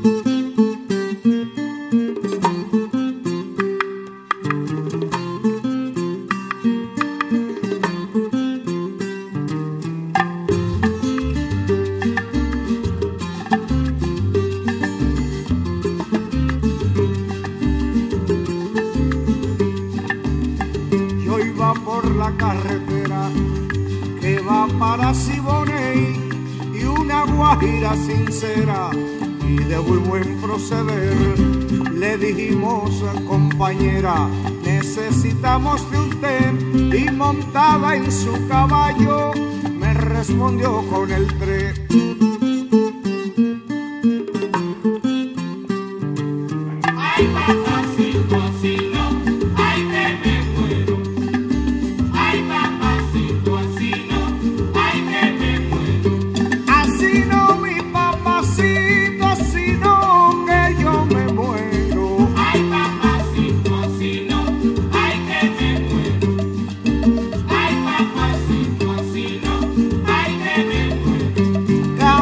Para Siboney y una guajira sincera y de muy buen proceder. Le dijimos, compañera, necesitamos de usted, y montada en su caballo me respondió con el tren. Ay, papacito, así no, ay, que me muero. Ay, papacito, así no. Así no, mi papacito, así no, que yo me muero. Ay, papacito, así no, ay, que me muero. Ay, papacito, así no, ay, que me muero.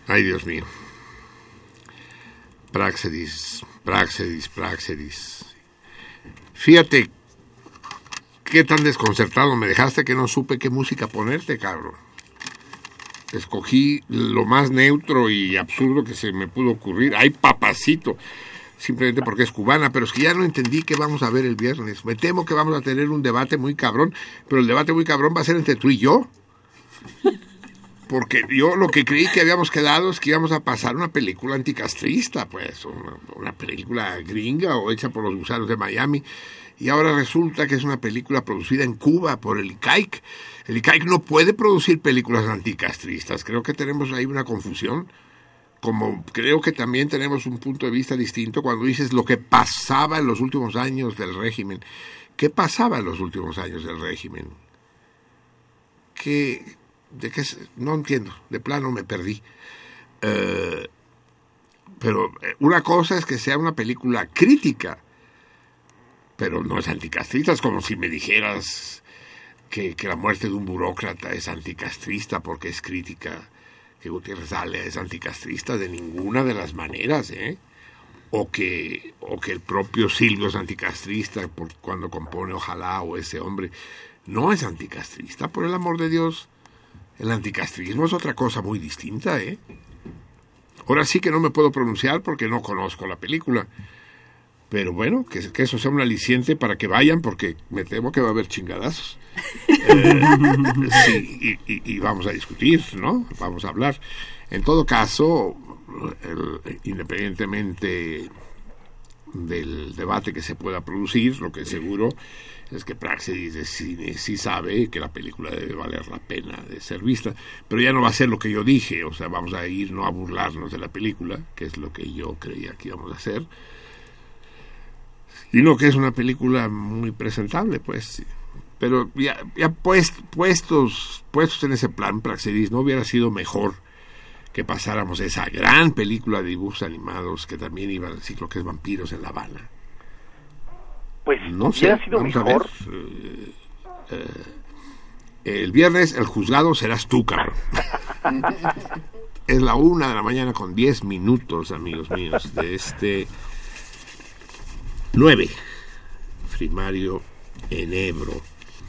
Ay, Dios mío. Praxedis, Praxedis, Praxedis. Fíjate qué tan desconcertado me dejaste que no supe qué música ponerte, cabrón. Escogí lo más neutro y absurdo que se me pudo ocurrir. Ay, papacito. Simplemente porque es cubana, pero es que ya no entendí qué vamos a ver el viernes. Me temo que vamos a tener un debate muy cabrón, pero el debate muy cabrón va a ser entre tú y yo. Porque yo lo que creí que habíamos quedado es que íbamos a pasar una película anticastrista, pues, una, una película gringa o hecha por los gusanos de Miami, y ahora resulta que es una película producida en Cuba por el I C A I C. El I C A I C no puede producir películas anticastristas. Creo que tenemos ahí una confusión. Como creo que también tenemos un punto de vista distinto cuando dices lo que pasaba en los últimos años del régimen. ¿Qué pasaba en los últimos años del régimen? ¿Qué, de qué? No entiendo, de plano me perdí. Uh, pero una cosa es que sea una película crítica, pero no es anticastrista. Es como si me dijeras que, que la muerte de un burócrata es anticastrista porque es crítica. Que Gutiérrez Dale es anticastrista de ninguna de las maneras, ¿eh? O que, o que el propio Silvio es anticastrista por cuando compone Ojalá o Ese hombre. No es anticastrista, por el amor de Dios. El anticastrismo es otra cosa muy distinta, ¿eh? Ahora sí que no me puedo pronunciar porque no conozco la película. Pero bueno, que, que eso sea un aliciente para que vayan, porque me temo que va a haber chingadazos. Eh, sí, y, y, y vamos a discutir, ¿no? Vamos a hablar. En todo caso, el, independientemente del debate que se pueda producir, lo que es seguro es que Praxedis de Cine sí sabe que la película debe valer la pena de ser vista, pero ya no va a ser lo que yo dije, o sea, vamos a ir no a burlarnos de la película, que es lo que yo creía que íbamos a hacer, y no que es una película muy presentable, pues. Pero ya, ya puest, puestos puestos en ese plan, Praxedis, ¿no hubiera sido mejor que pasáramos esa gran película de dibujos animados que también iba al ciclo, que es Vampiros en La Habana? Pues no hubiera sé, sido vamos mejor. A ver. Eh, eh, el viernes el juzgado serás tú, cabrón. Es la una de la mañana con diez minutos, amigos míos, de este nueve Frimario en Ebro.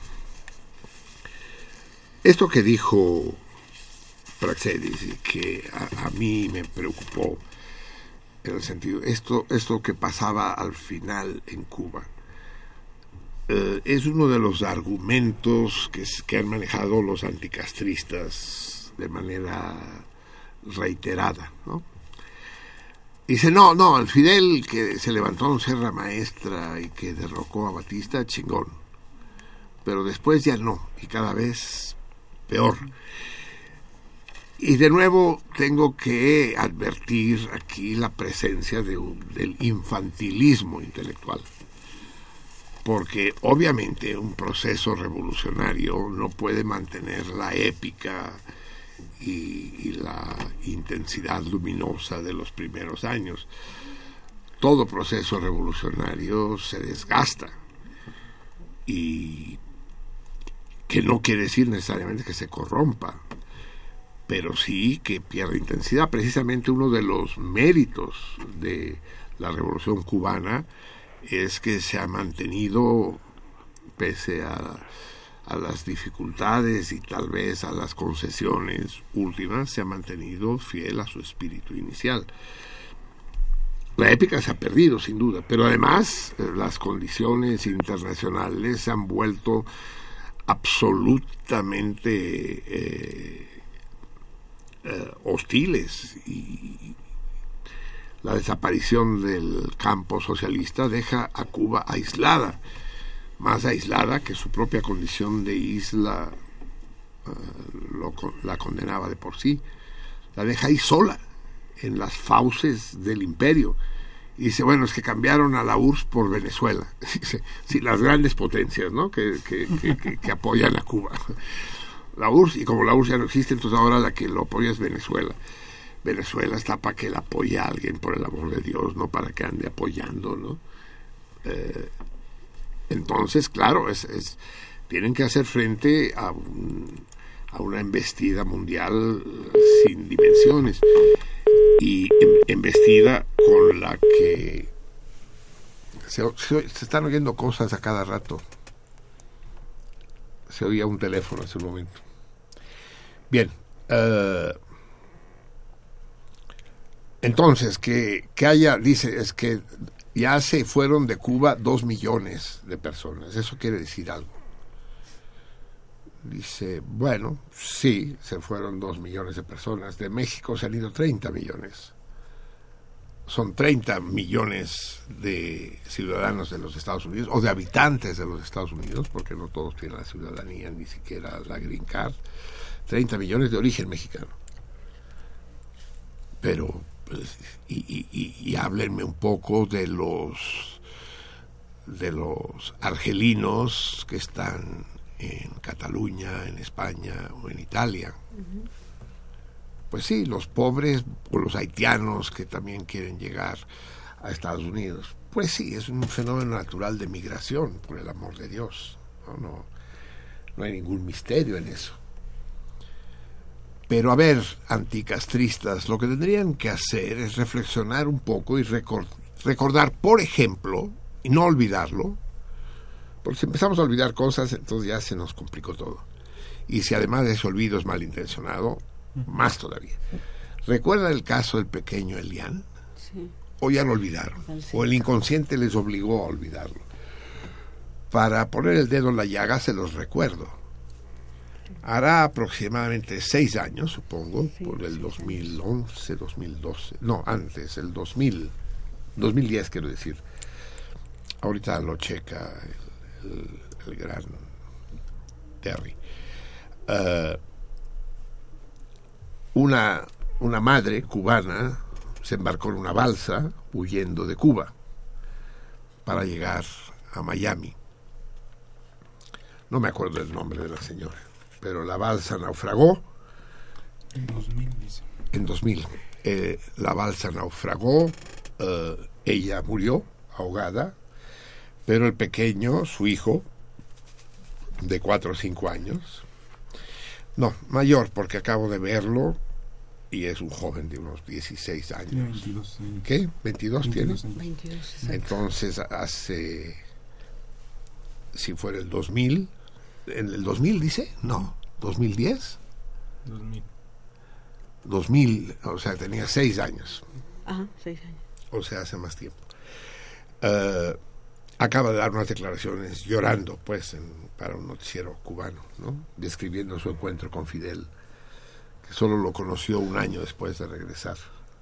Esto que dijo Praxedis y que a, a mí me preocupó en el sentido, esto, esto que pasaba al final en Cuba, eh, es uno de los argumentos que, que han manejado los anticastristas de manera reiterada, ¿no? Dice, no, no, el Fidel que se levantó en Sierra Maestra y que derrocó a Batista, chingón. Pero después ya no, y cada vez peor. Y de nuevo tengo que advertir aquí la presencia de un, del infantilismo intelectual. Porque obviamente un proceso revolucionario no puede mantener la épica Y, y la intensidad luminosa de los primeros años. Todo proceso revolucionario se desgasta, y que no quiere decir necesariamente que se corrompa, pero sí que pierde intensidad. Precisamente uno de los méritos de la Revolución Cubana es que se ha mantenido, pese a a las dificultades y tal vez a las concesiones últimas, se ha mantenido fiel a su espíritu inicial. La épica se ha perdido, sin duda, pero además eh, las condiciones internacionales se han vuelto absolutamente eh, eh, hostiles, y la desaparición del campo socialista deja a Cuba aislada, más aislada que su propia condición de isla uh, lo, la condenaba de por sí. La deja ahí sola, en las fauces del imperio. Y dice, bueno, es que cambiaron a la U R S S por Venezuela. Sí, las grandes potencias, ¿no?, que, que, que, que, que apoyan a Cuba. La U R S S, y como la U R S S ya no existe, entonces ahora la que lo apoya es Venezuela. Venezuela está para que la apoye a alguien, por el amor de Dios, no para que ande apoyando, ¿no? Eh, Entonces, claro, es, es, tienen que hacer frente a un a una embestida mundial sin dimensiones, y em, embestida con la que se, se, se están oyendo cosas a cada rato. Se oía un teléfono hace un momento. Bien, uh, entonces que, que haya, dice, es que ya se fueron de Cuba dos millones de personas. Eso quiere decir algo. Dice, bueno, sí, se fueron dos millones de personas. De México se han ido treinta millones. Son treinta millones de ciudadanos de los Estados Unidos, o de habitantes de los Estados Unidos, porque no todos tienen la ciudadanía, ni siquiera la green card. treinta millones de origen mexicano. Pero, pues, y, y, y háblenme un poco de los de los argelinos que están en Cataluña, en España o en Italia. Uh-huh. Pues sí, los pobres o los haitianos que también quieren llegar a Estados Unidos. Pues sí, es un fenómeno natural de migración, por el amor de Dios. No, no, no hay ningún misterio en eso. Pero a ver, anticastristas, lo que tendrían que hacer es reflexionar un poco y record- recordar, por ejemplo, y no olvidarlo, porque si empezamos a olvidar cosas, entonces ya se nos complicó todo. Y si además de ese olvido es malintencionado, más todavía. ¿Recuerdan el caso del pequeño Elian? Sí. ¿O ya lo olvidaron? ¿O el inconsciente les obligó a olvidarlo? Para poner el dedo en la llaga se los recuerdo. Hará aproximadamente seis años, supongo, sí, por el dos mil once, dos mil doce, no, antes, el dos mil, dos mil diez quiero decir. Ahorita lo checa el, el, el gran Terry. Uh, una, una madre cubana se embarcó en una balsa huyendo de Cuba para llegar a Miami. No me acuerdo el nombre de la señora, pero la balsa naufragó. En dos mil, dice. En dos mil. Eh, la balsa naufragó, eh, ella murió ahogada, pero el pequeño, su hijo, de cuatro o cinco años, no, mayor, porque acabo de verlo, y es un joven de unos dieciséis años. veintidós años. ¿Qué? ¿veintidós tiene? veintidós, Entonces, hace, si fuera el dos mil, ¿en el dos mil dice? No, ¿dos mil diez? dos mil. dos mil, o sea, tenía seis años. Ajá, seis años. O sea, hace más tiempo. Uh, acaba de dar unas declaraciones llorando, pues, en, para un noticiero cubano, ¿no? Describiendo su encuentro con Fidel, que solo lo conoció un año después de regresar.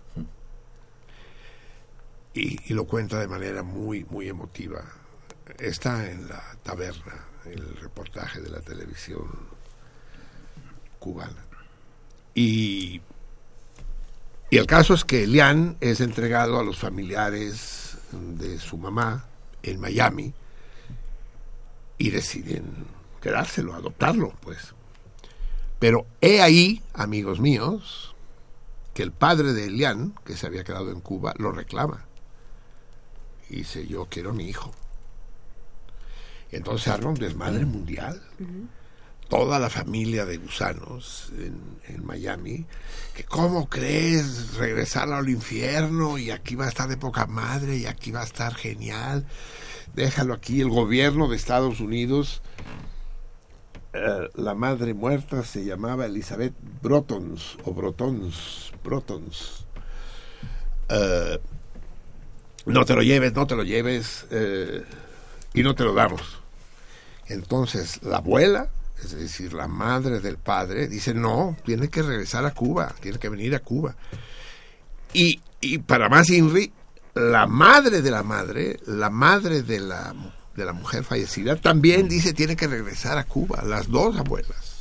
Y, y lo cuenta de manera muy, muy emotiva. Está en la taberna, el reportaje de la televisión cubana. Y, y el caso es que Elian es entregado a los familiares de su mamá en Miami y deciden quedárselo, adoptarlo, pues. Pero he ahí, amigos míos, que el padre de Elian, que se había quedado en Cuba, lo reclama. Y dice, yo quiero a mi hijo. Y entonces arma un desmadre mundial. Uh-huh. Toda la familia de gusanos en, en Miami, que cómo crees regresar al infierno, y aquí va a estar de poca madre, y aquí va a estar genial, déjalo aquí. El gobierno de Estados Unidos, eh, la madre muerta se llamaba Elizabeth Brotons, o Brotons, Brotons. Eh, no te lo lleves, no te lo lleves, eh, y no te lo damos. Entonces la abuela, es decir, la madre del padre, dice, no, tiene que regresar a Cuba, tiene que venir a Cuba. Y, y para más inri, la madre de la madre, la madre de la, de la mujer fallecida, también dice, tiene que regresar a Cuba, las dos abuelas.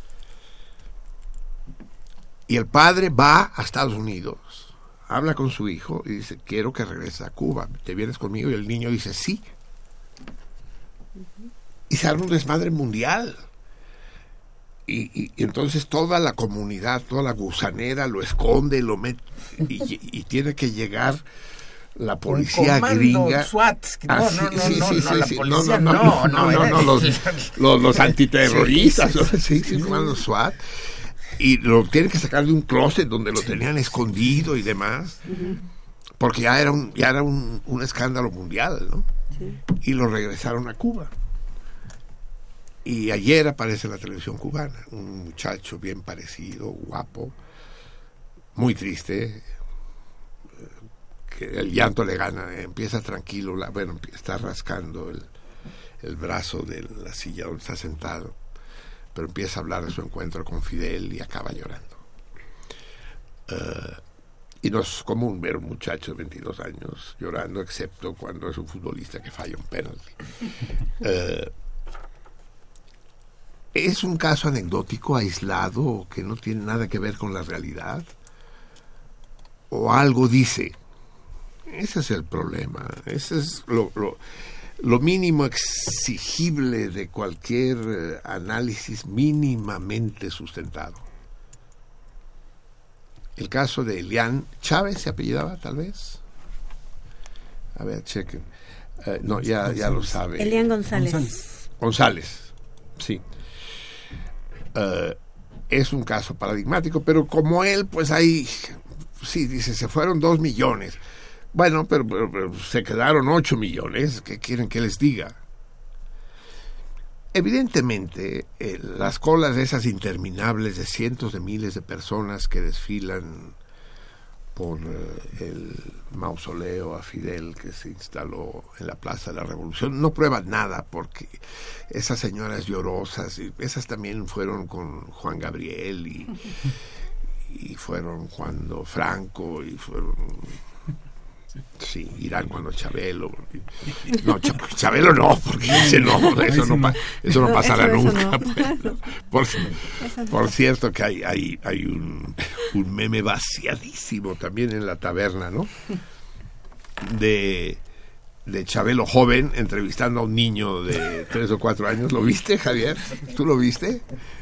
Y el padre va a Estados Unidos, habla con su hijo y dice, quiero que regrese a Cuba, ¿te vienes conmigo? Y el niño dice, sí. Y se arma un desmadre mundial. Y, y, y entonces toda la comunidad, toda la gusanera lo esconde, lo mete, y, y tiene que llegar la policía gringa. SWAT. No, Ah, no, no, sí, no, sí, no, sí, la sí. policía no, no, no, no, era- no, los, los, los antiterroristas, Sí, ¿no? sí, sí, sí, los SWAT, y lo tienen que sacar de un closet donde lo tenían escondido y demás, porque ya era un, ya era un, un escándalo mundial, ¿no? Sí. Y lo regresaron a Cuba. Y ayer aparece en la televisión cubana un muchacho bien parecido, guapo, muy triste, que el llanto le gana, empieza tranquilo, la, bueno, está rascando el, el brazo de la silla donde está sentado, pero empieza a hablar de su encuentro con Fidel y acaba llorando. Uh, y no es común ver un muchacho de veintidós años llorando, excepto cuando es un futbolista que falla un penalti. Uh, ¿Es un caso anecdótico, aislado, que no tiene nada que ver con la realidad? ¿O algo dice? Ese es el problema. Ese es lo, lo, lo mínimo exigible de cualquier eh, análisis mínimamente sustentado. El caso de Elian Chávez, ¿se apellidaba tal vez? A ver, chequen. Uh, no, ya, ya lo sabe. Elian González. González, González, sí. Uh, es un caso paradigmático, pero como él, pues ahí, sí, dice, se fueron dos millones. Bueno, pero, pero, pero se quedaron ocho millones. ¿Qué quieren que les diga? Evidentemente, eh, las colas de esas interminables de cientos de miles de personas que desfilan por eh, el mausoleo a Fidel que se instaló en la Plaza de la Revolución no prueban nada, porque esas señoras llorosas, y esas también fueron con Juan Gabriel y, y fueron cuando Franco y fueron sí, Irán cuando Chabelo. No, Ch- Chabelo no, porque ese no, eso no, pa- eso no pasará Eso- eso nunca. no. Pues. Por, por cierto que hay, hay, hay un, un meme vaciadísimo también en la taberna, ¿no? De, de Chabelo joven entrevistando a un niño de tres o cuatro años. ¿Lo viste, Javier? ¿Tú lo viste?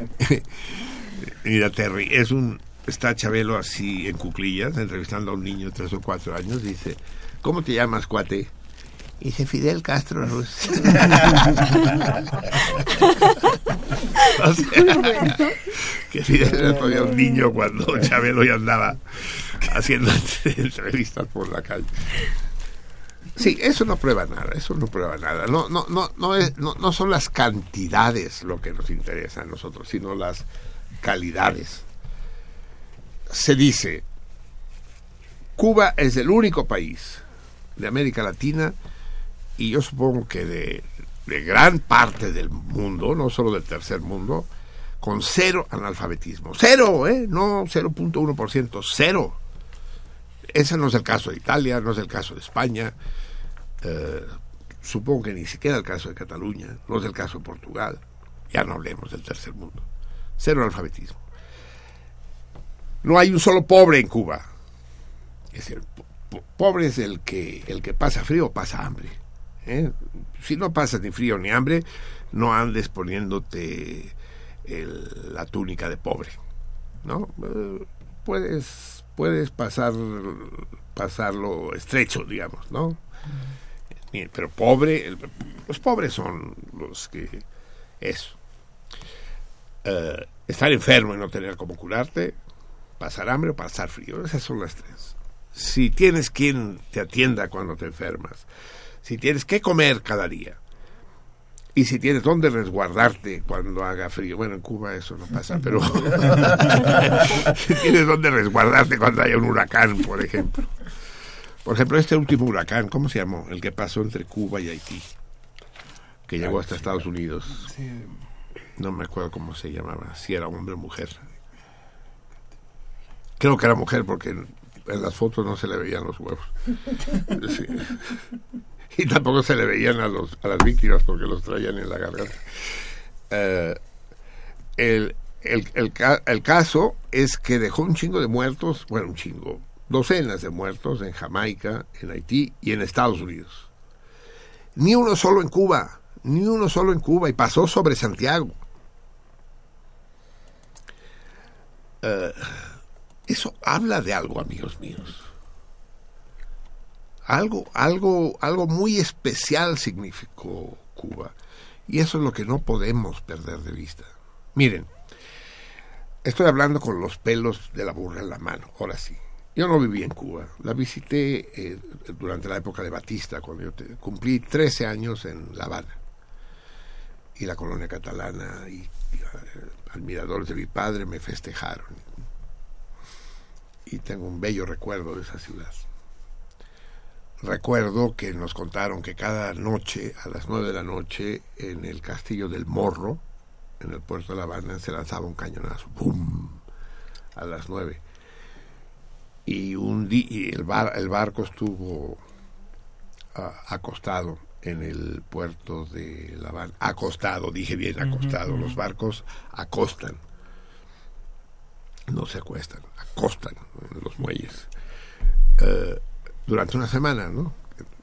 Mira, Terry, es un... Está Chabelo así en cuclillas, entrevistando a un niño de tres o cuatro años. Dice, ¿cómo te llamas, cuate? Y dice, Fidel Castro Ruz. O sea, que Fidel era todavía un niño cuando Chabelo ya andaba haciendo entrevistas por la calle. Sí, eso no prueba nada, eso no prueba nada. No, no, no, no, es, no, no son las cantidades lo que nos interesa a nosotros, sino las calidades. Se dice, Cuba es el único país de América Latina, y yo supongo que de, de gran parte del mundo, no solo del tercer mundo, con cero analfabetismo. Cero, ¿eh? No cero punto uno por ciento, cero. Ese no es el caso de Italia, no es el caso de España, eh, supongo que ni siquiera el caso de Cataluña, no es el caso de Portugal, ya no hablemos del tercer mundo. Cero analfabetismo. No hay un solo pobre en Cuba. Es decir, po- pobre es el que el que pasa frío o pasa hambre. ¿eh? Si no pasas ni frío ni hambre, no andes poniéndote el, la túnica de pobre, ¿no? Eh, puedes puedes pasar pasarlo estrecho, digamos, ¿no? Bien, pero pobre, el- los pobres son los que eso. Eh, estar enfermo y no tener cómo curarte, pasar hambre o pasar frío, esas son las tres. Si tienes quien te atienda cuando te enfermas, si tienes que comer cada día, y si tienes dónde resguardarte cuando haga frío, bueno, en Cuba eso no pasa, pero si tienes dónde resguardarte cuando haya un huracán, por ejemplo. Por ejemplo, este último huracán, ¿cómo se llamó? El que pasó entre Cuba y Haití, que llegó hasta Estados Unidos. No me acuerdo cómo se llamaba, si era hombre o mujer. Creo que era mujer porque en, en las fotos no se le veían los huevos. Sí. Y tampoco se le veían a los a las víctimas porque los traían en la garganta. Uh, el, el, el, el caso es que dejó un chingo de muertos, bueno, un chingo, docenas de muertos en Jamaica, en Haití y en Estados Unidos. Ni uno solo en Cuba, ni uno solo en Cuba, y pasó sobre Santiago. Uh, Eso habla de algo, amigos míos. algo, algo, algo muy especial significó Cuba. Y eso es lo que no podemos perder de vista. Miren, estoy hablando con los pelos de la burra en la mano, ahora sí. Yo no viví en Cuba, la visité eh, durante la época de Batista, cuando yo te, cumplí trece años en La Habana. Y la colonia catalana y, y eh, admiradores de mi padre me festejaron. Y tengo un bello recuerdo de esa ciudad. Recuerdo que nos contaron que cada noche, a las nueve de la noche, en el Castillo del Morro, en el puerto de La Habana, se lanzaba un cañonazo. ¡Bum! A las nueve. Y un día y el, bar, el barco estuvo uh, acostado en el puerto de La Habana. Acostado, dije bien, acostado. Uh-huh, uh-huh. Los barcos acostan. No se acuestan, acostan en los muelles. Uh, durante una semana, ¿no?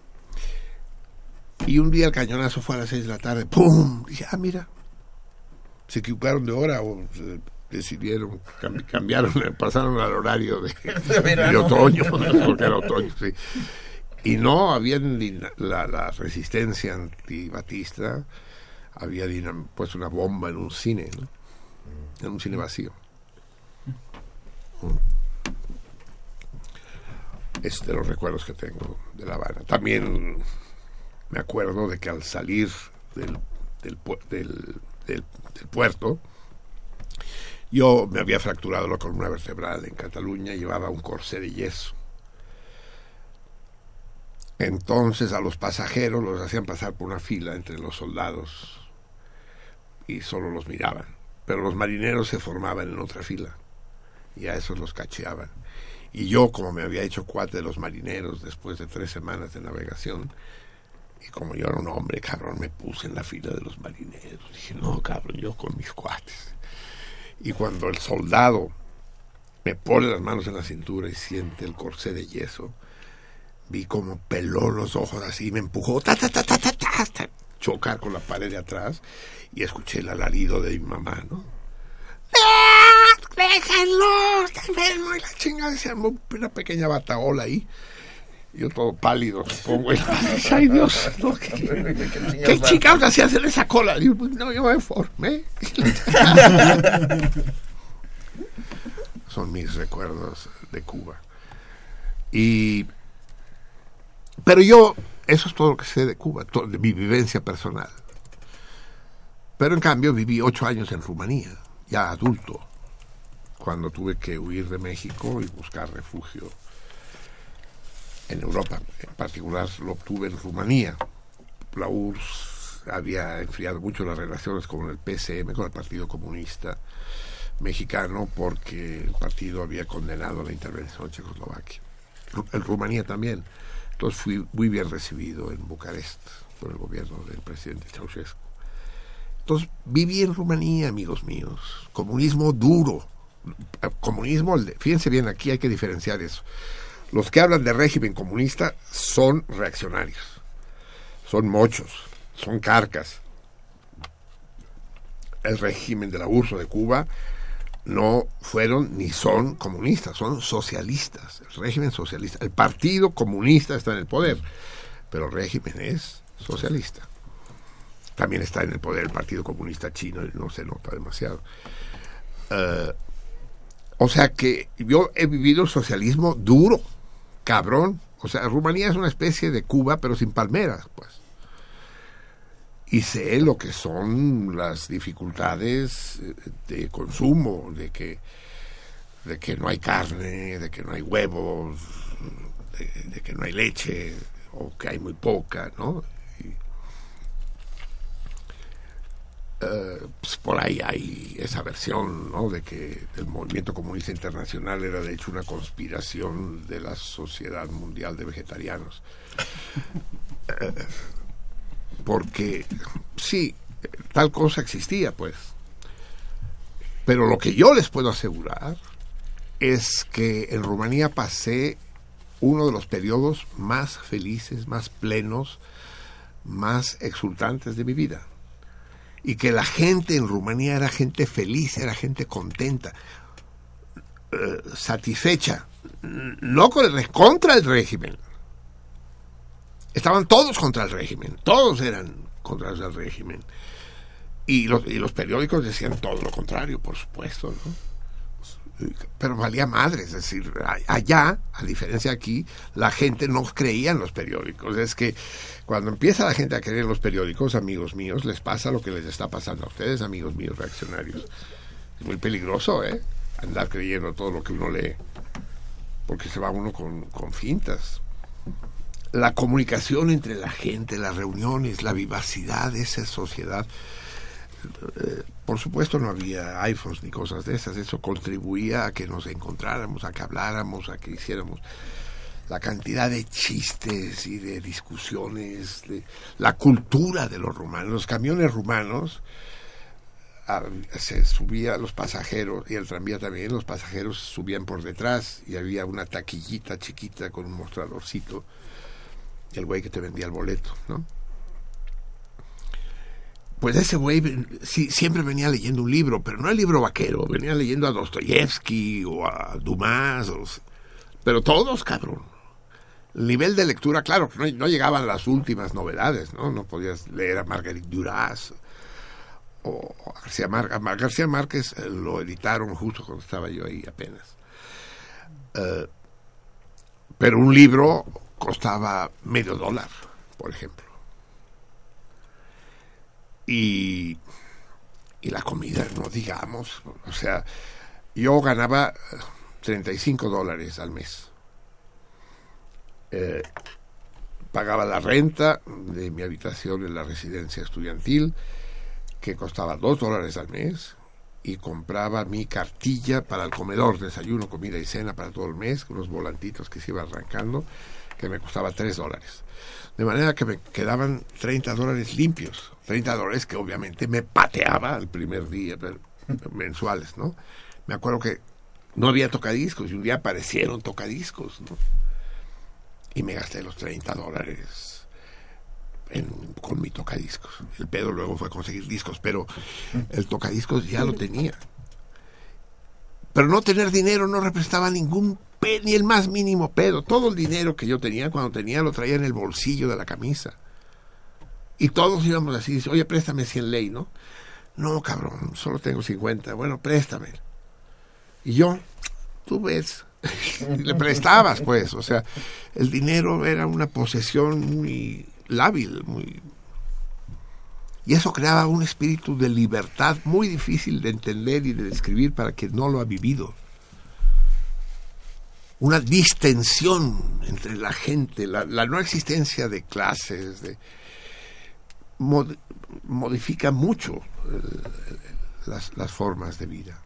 Y un día el cañonazo fue a las seis de la tarde. ¡Pum! Dije, ah, mira. Se equivocaron de hora o se decidieron, cambi- cambiaron, pasaron al horario de, de, de otoño, porque era otoño, sí. Y no, había la, la resistencia antibatista, había dinam- puesto una bomba en un cine, ¿no? En un cine vacío. Es de los recuerdos que tengo de La Habana. También me acuerdo de que al salir del, del, del, del, del puerto, yo me había fracturado la columna vertebral en Cataluña y llevaba un corsé de yeso. Entonces a los pasajeros los hacían pasar por una fila entre los soldados y solo los miraban. Pero los marineros se formaban en otra fila y a esos los cacheaban. Y yo, como me había hecho cuate de los marineros después de tres semanas de navegación, y como yo era un hombre, cabrón, me puse en la fila de los marineros. Dije, no, cabrón, yo con mis cuates. Y cuando el soldado me pone las manos en la cintura y siente el corsé de yeso, vi como peló los ojos así y me empujó, ta, ta, ta, ta, ta, ta, hasta chocar con la pared de atrás, y escuché el alarido de mi mamá, ¿no? ¡Déjenlo! ¡Está enfermo! Y la chingada, se armó una pequeña bataola ahí. Yo todo pálido, supongo. Y, ¡ay, Dios! No, ¿Qué, ¿qué, ¿qué chingados hacías en esa cola? Digo, pues, no, yo me formé. Son mis recuerdos de Cuba. Y... Pero yo, eso es todo lo que sé de Cuba, todo, de mi vivencia personal. Pero en cambio viví ocho años en Rumanía, ya adulto, cuando tuve que huir de México y buscar refugio en Europa. En particular lo obtuve en Rumanía. La U R S S había enfriado mucho las relaciones con el P S M, con el Partido Comunista Mexicano, porque el partido había condenado la intervención en Checoslovaquia. En Rumanía también. Entonces fui muy bien recibido en Bucarest por el gobierno del presidente Ceausescu. Entonces viví en Rumanía, amigos míos. Comunismo duro. Comunismo, fíjense bien, aquí hay que diferenciar eso. Los que hablan de régimen comunista son reaccionarios, son mochos, son carcas. El régimen de la U R S S o de Cuba no fueron ni son comunistas, son socialistas. El régimen socialista, el partido comunista está en el poder, pero el régimen es socialista. También está en el poder el Partido Comunista Chino y no se nota demasiado. Uh, o sea que yo he vivido el socialismo duro, cabrón. O sea, Rumanía es una especie de Cuba, pero sin palmeras, pues. Y sé lo que son las dificultades de consumo, de que, de que no hay carne, de que no hay huevos, de, de que no hay leche, o que hay muy poca, ¿no? Uh, pues por ahí hay esa versión, ¿no?, de que el movimiento comunista internacional era de hecho una conspiración de la Sociedad Mundial de Vegetarianos. Uh, porque sí, tal cosa existía, pues. Pero lo que yo les puedo asegurar es que en Rumanía pasé uno de los periodos más felices, más plenos, más exultantes de mi vida. Y que la gente en Rumanía era gente feliz, era gente contenta, eh, satisfecha, no con el, contra el régimen, estaban todos contra el régimen, todos eran contra el régimen. Y los, y los periódicos decían todo lo contrario, por supuesto, ¿no? Pero valía madre, es decir, allá, a diferencia de aquí, la gente no creía en los periódicos. Es que cuando empieza la gente a creer en los periódicos, amigos míos, les pasa lo que les está pasando a ustedes, amigos míos reaccionarios. Es muy peligroso, ¿eh? Andar creyendo todo lo que uno lee, porque se va uno con, con fintas. La comunicación entre la gente, las reuniones, la vivacidad de esa sociedad. Eh, por supuesto no había iPhones ni cosas de esas. Eso contribuía a que nos encontráramos, a que habláramos, a que hiciéramos. La cantidad de chistes y de discusiones, de la cultura de los rumanos. Los camiones rumanos, a, se subía los pasajeros, y el tranvía también, los pasajeros subían por detrás y había una taquillita chiquita con un mostradorcito, el güey que te vendía el boleto, ¿no? Pues ese güey sí, siempre venía leyendo un libro, pero no el libro vaquero, venía leyendo a Dostoyevsky o a Dumas, o, pero todos, cabrón. El nivel de lectura, claro, no, no llegaban las últimas novedades, ¿no? No podías leer a Marguerite Duras o a García Márquez. A García Márquez eh, lo editaron justo cuando estaba yo ahí apenas. Uh, pero un libro costaba medio dólar, por ejemplo. Y, y la comida, no digamos, o sea, yo ganaba treinta y cinco dólares al mes. Eh, pagaba la renta de mi habitación en la residencia estudiantil, que costaba dos dólares al mes, y compraba mi cartilla para el comedor, desayuno, comida y cena para todo el mes, con unos volantitos que se iban arrancando, que me costaba tres dólares. De manera que me quedaban treinta dólares limpios, treinta dólares que obviamente me pateaba el primer día, pero, mensuales, ¿no? Me acuerdo que no había tocadiscos y un día aparecieron tocadiscos, ¿no? Y me gasté los treinta dólares en, con mi tocadiscos. El pedo luego fue conseguir discos, pero el tocadiscos ya lo tenía. Pero no tener dinero no representaba ningún pedo, ni el más mínimo pedo. Todo el dinero que yo tenía, cuando tenía, lo traía en el bolsillo de la camisa. Y todos íbamos así, dice, oye, préstame cien ley, ¿no? No, cabrón, solo tengo cincuenta. Bueno, préstame. Y yo, tú ves, le prestabas, pues. O sea, el dinero era una posesión muy lábil, muy... Y eso creaba un espíritu de libertad muy difícil de entender y de describir para quien no lo ha vivido. Una distensión entre la gente, la, la no existencia de clases, de, mod, modifica mucho el, el, las, las formas de vida.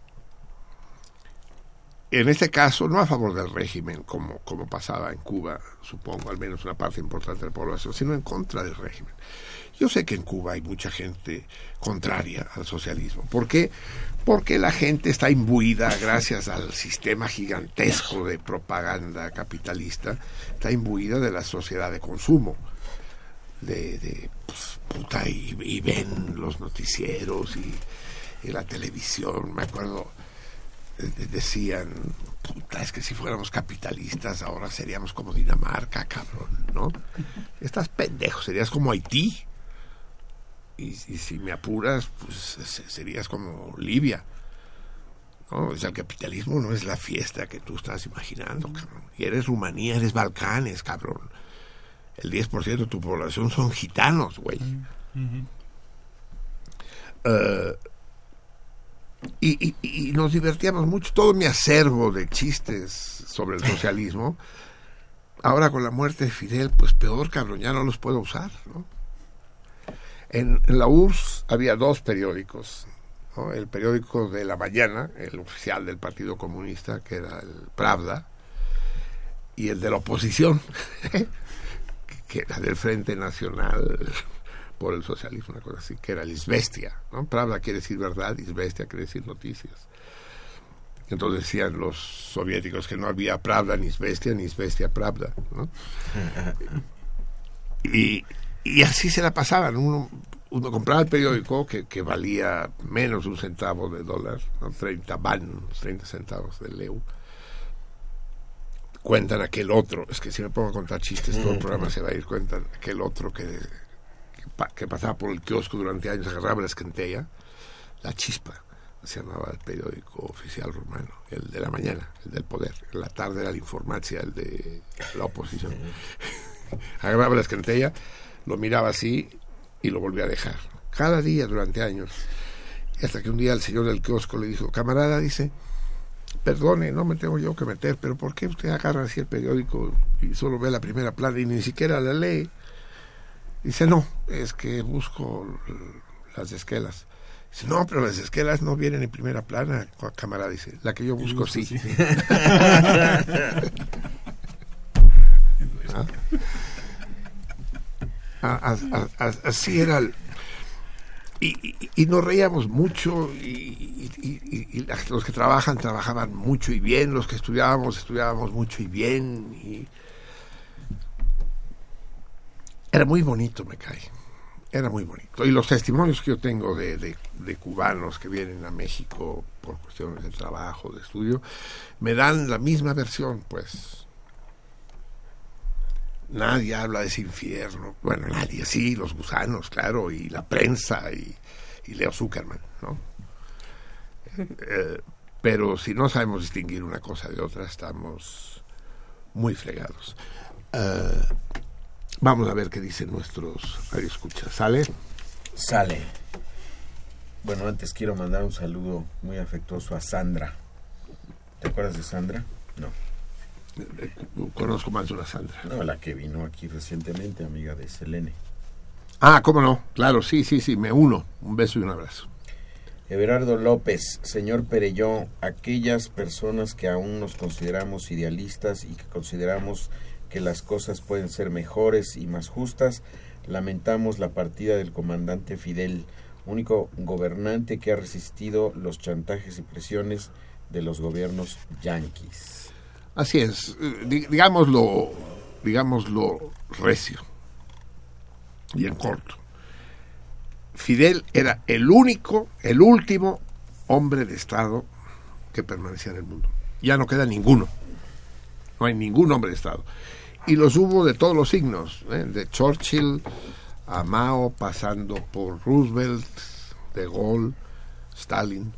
En este caso, no a favor del régimen, como, como pasaba en Cuba, supongo, al menos una parte importante de la población, sino en contra del régimen. Yo sé que en Cuba hay mucha gente contraria al socialismo. ¿Por qué? Porque la gente está imbuida, gracias al sistema gigantesco de propaganda capitalista, está imbuida de la sociedad de consumo. De, de pues, puta, y, y ven los noticieros y, y la televisión. Me acuerdo, eh, decían, puta, es que si fuéramos capitalistas ahora seríamos como Dinamarca, cabrón, ¿no? Estás pendejo, serías como Haití. Y, y si me apuras, pues serías como Libia, ¿no? O sea, el capitalismo no es la fiesta que tú estás imaginando, cabrón. Y eres Rumanía, eres Balcanes, cabrón. El diez por ciento de tu población son gitanos, güey. Uh-huh. uh, y, y, y nos divertíamos mucho. Todo mi acervo de chistes sobre el socialismo, ahora con la muerte de Fidel, pues peor, cabrón, ya no los puedo usar, ¿no? En, en la U R S S había dos periódicos, ¿no? El periódico de la mañana, el oficial del Partido Comunista, que era el Pravda, y el de la oposición, que era del Frente Nacional por el Socialismo, una cosa así, que era el Izvestia, ¿no? Pravda quiere decir verdad, Izvestia quiere decir noticias. Entonces decían los soviéticos que no había Pravda ni Izvestia, ni Izvestia Pravda, ¿no? Y Y así se la pasaban. Uno, uno compraba el periódico que, que valía menos de un centavo de dólar, ¿no? treinta van, treinta centavos de leu. cuentan aquel otro, es que si me pongo a contar chistes todo el programa se va a ir, cuentan aquel otro que, que, pa, que pasaba por el kiosco durante años, agarraba la escantilla, La Chispa, se llamaba el periódico oficial rumano, el de la mañana, el del poder, en la tarde era la Informacia, el de la oposición. Agarraba la escantilla, lo miraba así y lo volvía a dejar, cada día durante años, hasta que un día el señor del kiosco le dijo, camarada, dice, perdone, no me tengo yo que meter, pero ¿por qué usted agarra así el periódico y solo ve la primera plana y ni siquiera la lee? Dice, no, es que busco las esquelas. Dice, no, pero las esquelas no vienen en primera plana, camarada, dice, la que yo busco sí. sí. ¿Ah? A, a, a, así era el, y, y, y nos reíamos mucho y, y, y, y los que trabajan trabajaban mucho y bien, los que estudiábamos estudiábamos mucho y bien y era muy bonito, me cae, era muy bonito. Y los testimonios que yo tengo de, de, de cubanos que vienen a México por cuestiones de trabajo, de estudio, me dan la misma versión, pues. Nadie habla de ese infierno. Bueno, nadie, sí, los gusanos, claro, y la prensa, y, y Leo Zuckerman, ¿no? Eh, pero si no sabemos distinguir una cosa de otra, estamos muy fregados. Eh, vamos a ver qué dicen nuestros radioescuchas. ¿Sale? Sale. Bueno, antes quiero mandar un saludo muy afectuoso a Sandra. ¿Te acuerdas de Sandra? No. Conozco más de una Sandra. No, la que vino aquí recientemente, amiga de Selene. Ah, cómo no, claro, sí, sí, sí, me uno. Un beso y un abrazo. Everardo López, señor Perelló, aquellas personas que aún nos consideramos idealistas y que consideramos que las cosas pueden ser mejores y más justas, lamentamos la partida del comandante Fidel, único gobernante que ha resistido los chantajes y presiones de los gobiernos yanquis. Así es, digámoslo, digámoslo recio y en corto. Fidel era el único, el último hombre de Estado que permanecía en el mundo. Ya no queda ninguno, no hay ningún hombre de Estado. Y los hubo de todos los signos, ¿eh? De Churchill a Mao, pasando por Roosevelt, De Gaulle, Stalin.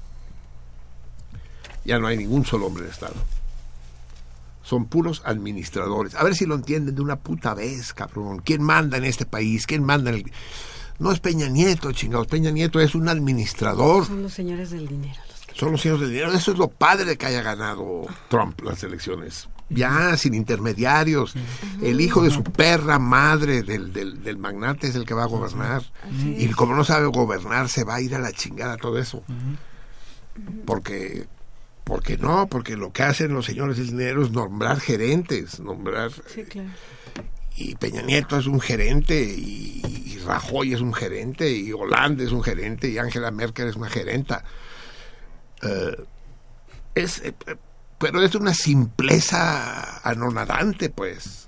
Ya no hay ningún solo hombre de Estado. Son puros administradores. A ver si lo entienden de una puta vez, cabrón. ¿Quién manda en este país? ¿Quién manda en el...? No es Peña Nieto, chingados. Peña Nieto es un administrador. Son los señores del dinero. Los que... Son los señores del dinero. Eso es lo padre de que haya ganado Trump las elecciones. Ya, sin intermediarios. Uh-huh. El hijo de su perra madre del, del, del magnate es el que va a gobernar. Uh-huh. Y como no sabe gobernar, se va a ir a la chingada todo eso. Uh-huh. Porque... Porque no, porque lo que hacen los señores del dinero es nombrar gerentes, nombrar... Sí, claro. Y Peña Nieto es un gerente, y, y Rajoy es un gerente, y Hollande es un gerente, y Angela Merkel es una gerenta. Uh, es, eh, pero es una simpleza anonadante, pues.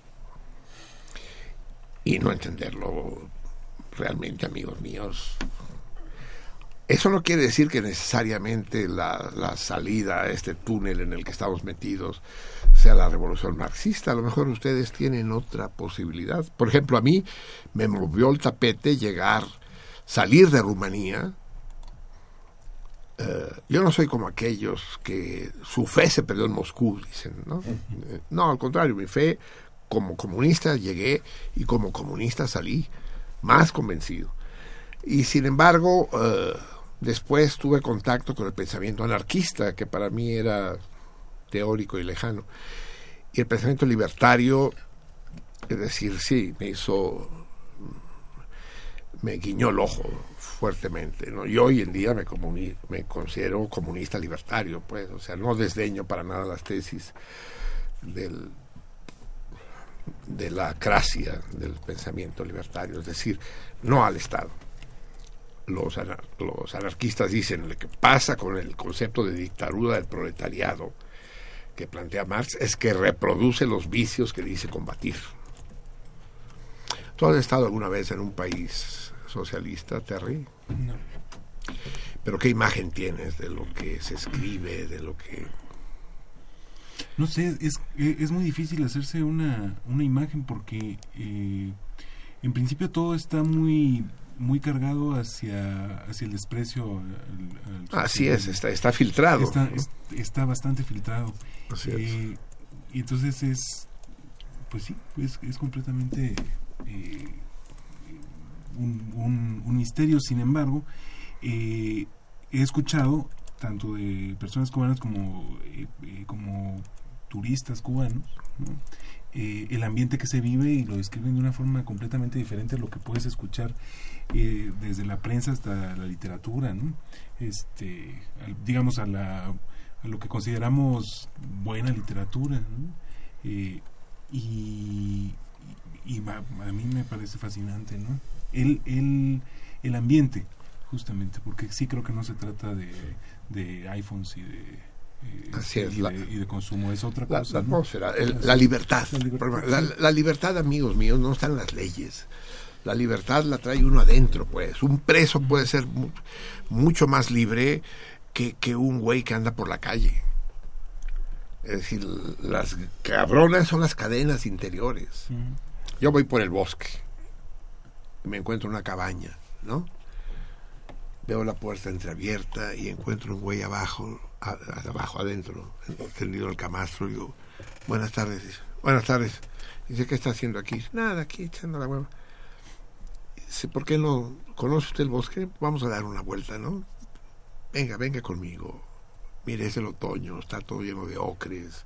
Y no entenderlo realmente, amigos míos... Eso no quiere decir que necesariamente la, la salida a este túnel en el que estamos metidos sea la revolución marxista. A lo mejor ustedes tienen otra posibilidad. Por ejemplo, a mí me movió el tapete llegar, salir de Rumanía. Uh, yo no soy como aquellos que su fe se perdió en Moscú, dicen, ¿no? Uh-huh. No, al contrario, mi fe como comunista llegué y como comunista salí más convencido. Y sin embargo... Uh, Después tuve contacto con el pensamiento anarquista, que para mí era teórico y lejano. Y el pensamiento libertario, es decir, sí, me hizo, me guiñó el ojo fuertemente, ¿no? Yo hoy en día me, comuni- me considero comunista libertario, pues, o sea, no desdeño para nada las tesis del, de la acracia del pensamiento libertario, es decir, no al Estado. Los, anar- los anarquistas dicen lo que pasa con el concepto de dictadura del proletariado que plantea Marx es que reproduce los vicios que dice combatir. ¿Tú has estado alguna vez en un país socialista, Terry? No. ¿Pero qué imagen tienes de lo que se escribe, de lo que... No sé, es, es muy difícil hacerse una, una imagen porque eh, en principio todo está muy muy cargado hacia hacia el desprecio al, al así es, está está filtrado, está, ¿no? es, está bastante filtrado. Así eh, es. Y entonces es, pues sí, es, es completamente eh, un, un, un misterio. Sin embargo, eh, he escuchado tanto de personas cubanas como eh, eh, como turistas cubanos, ¿no? Eh, el ambiente que se vive, y lo describen de una forma completamente diferente a lo que puedes escuchar eh, desde la prensa hasta la literatura, ¿no? Este, al, digamos a la a lo que consideramos buena literatura, ¿no? Eh, y y a, a mí me parece fascinante, ¿no? El, el, el ambiente, justamente, porque sí creo que no se trata de, de iPhones y de Eh, Así es, y, la, de, y de consumo es otra la, cosa, la ¿no? atmósfera, el, la libertad, la libertad, la, sí. la libertad, amigos míos, no está en las leyes. La libertad la trae uno adentro, pues. Un preso puede ser mu mucho más libre que, que un güey que anda por la calle. Es decir, las cabronas son las cadenas interiores. Uh-huh. Yo voy por el bosque y me encuentro una cabaña, ¿no? Veo la puerta entreabierta y encuentro un güey abajo, a, a, abajo, adentro, tendido el camastro, y digo, buenas tardes, dice, buenas tardes. Dice, ¿qué está haciendo aquí? Nada, aquí echando la hueva. Dice, ¿por qué no conoce usted el bosque? Vamos a dar una vuelta, ¿no? Venga, venga conmigo. Mire, es el otoño, está todo lleno de ocres,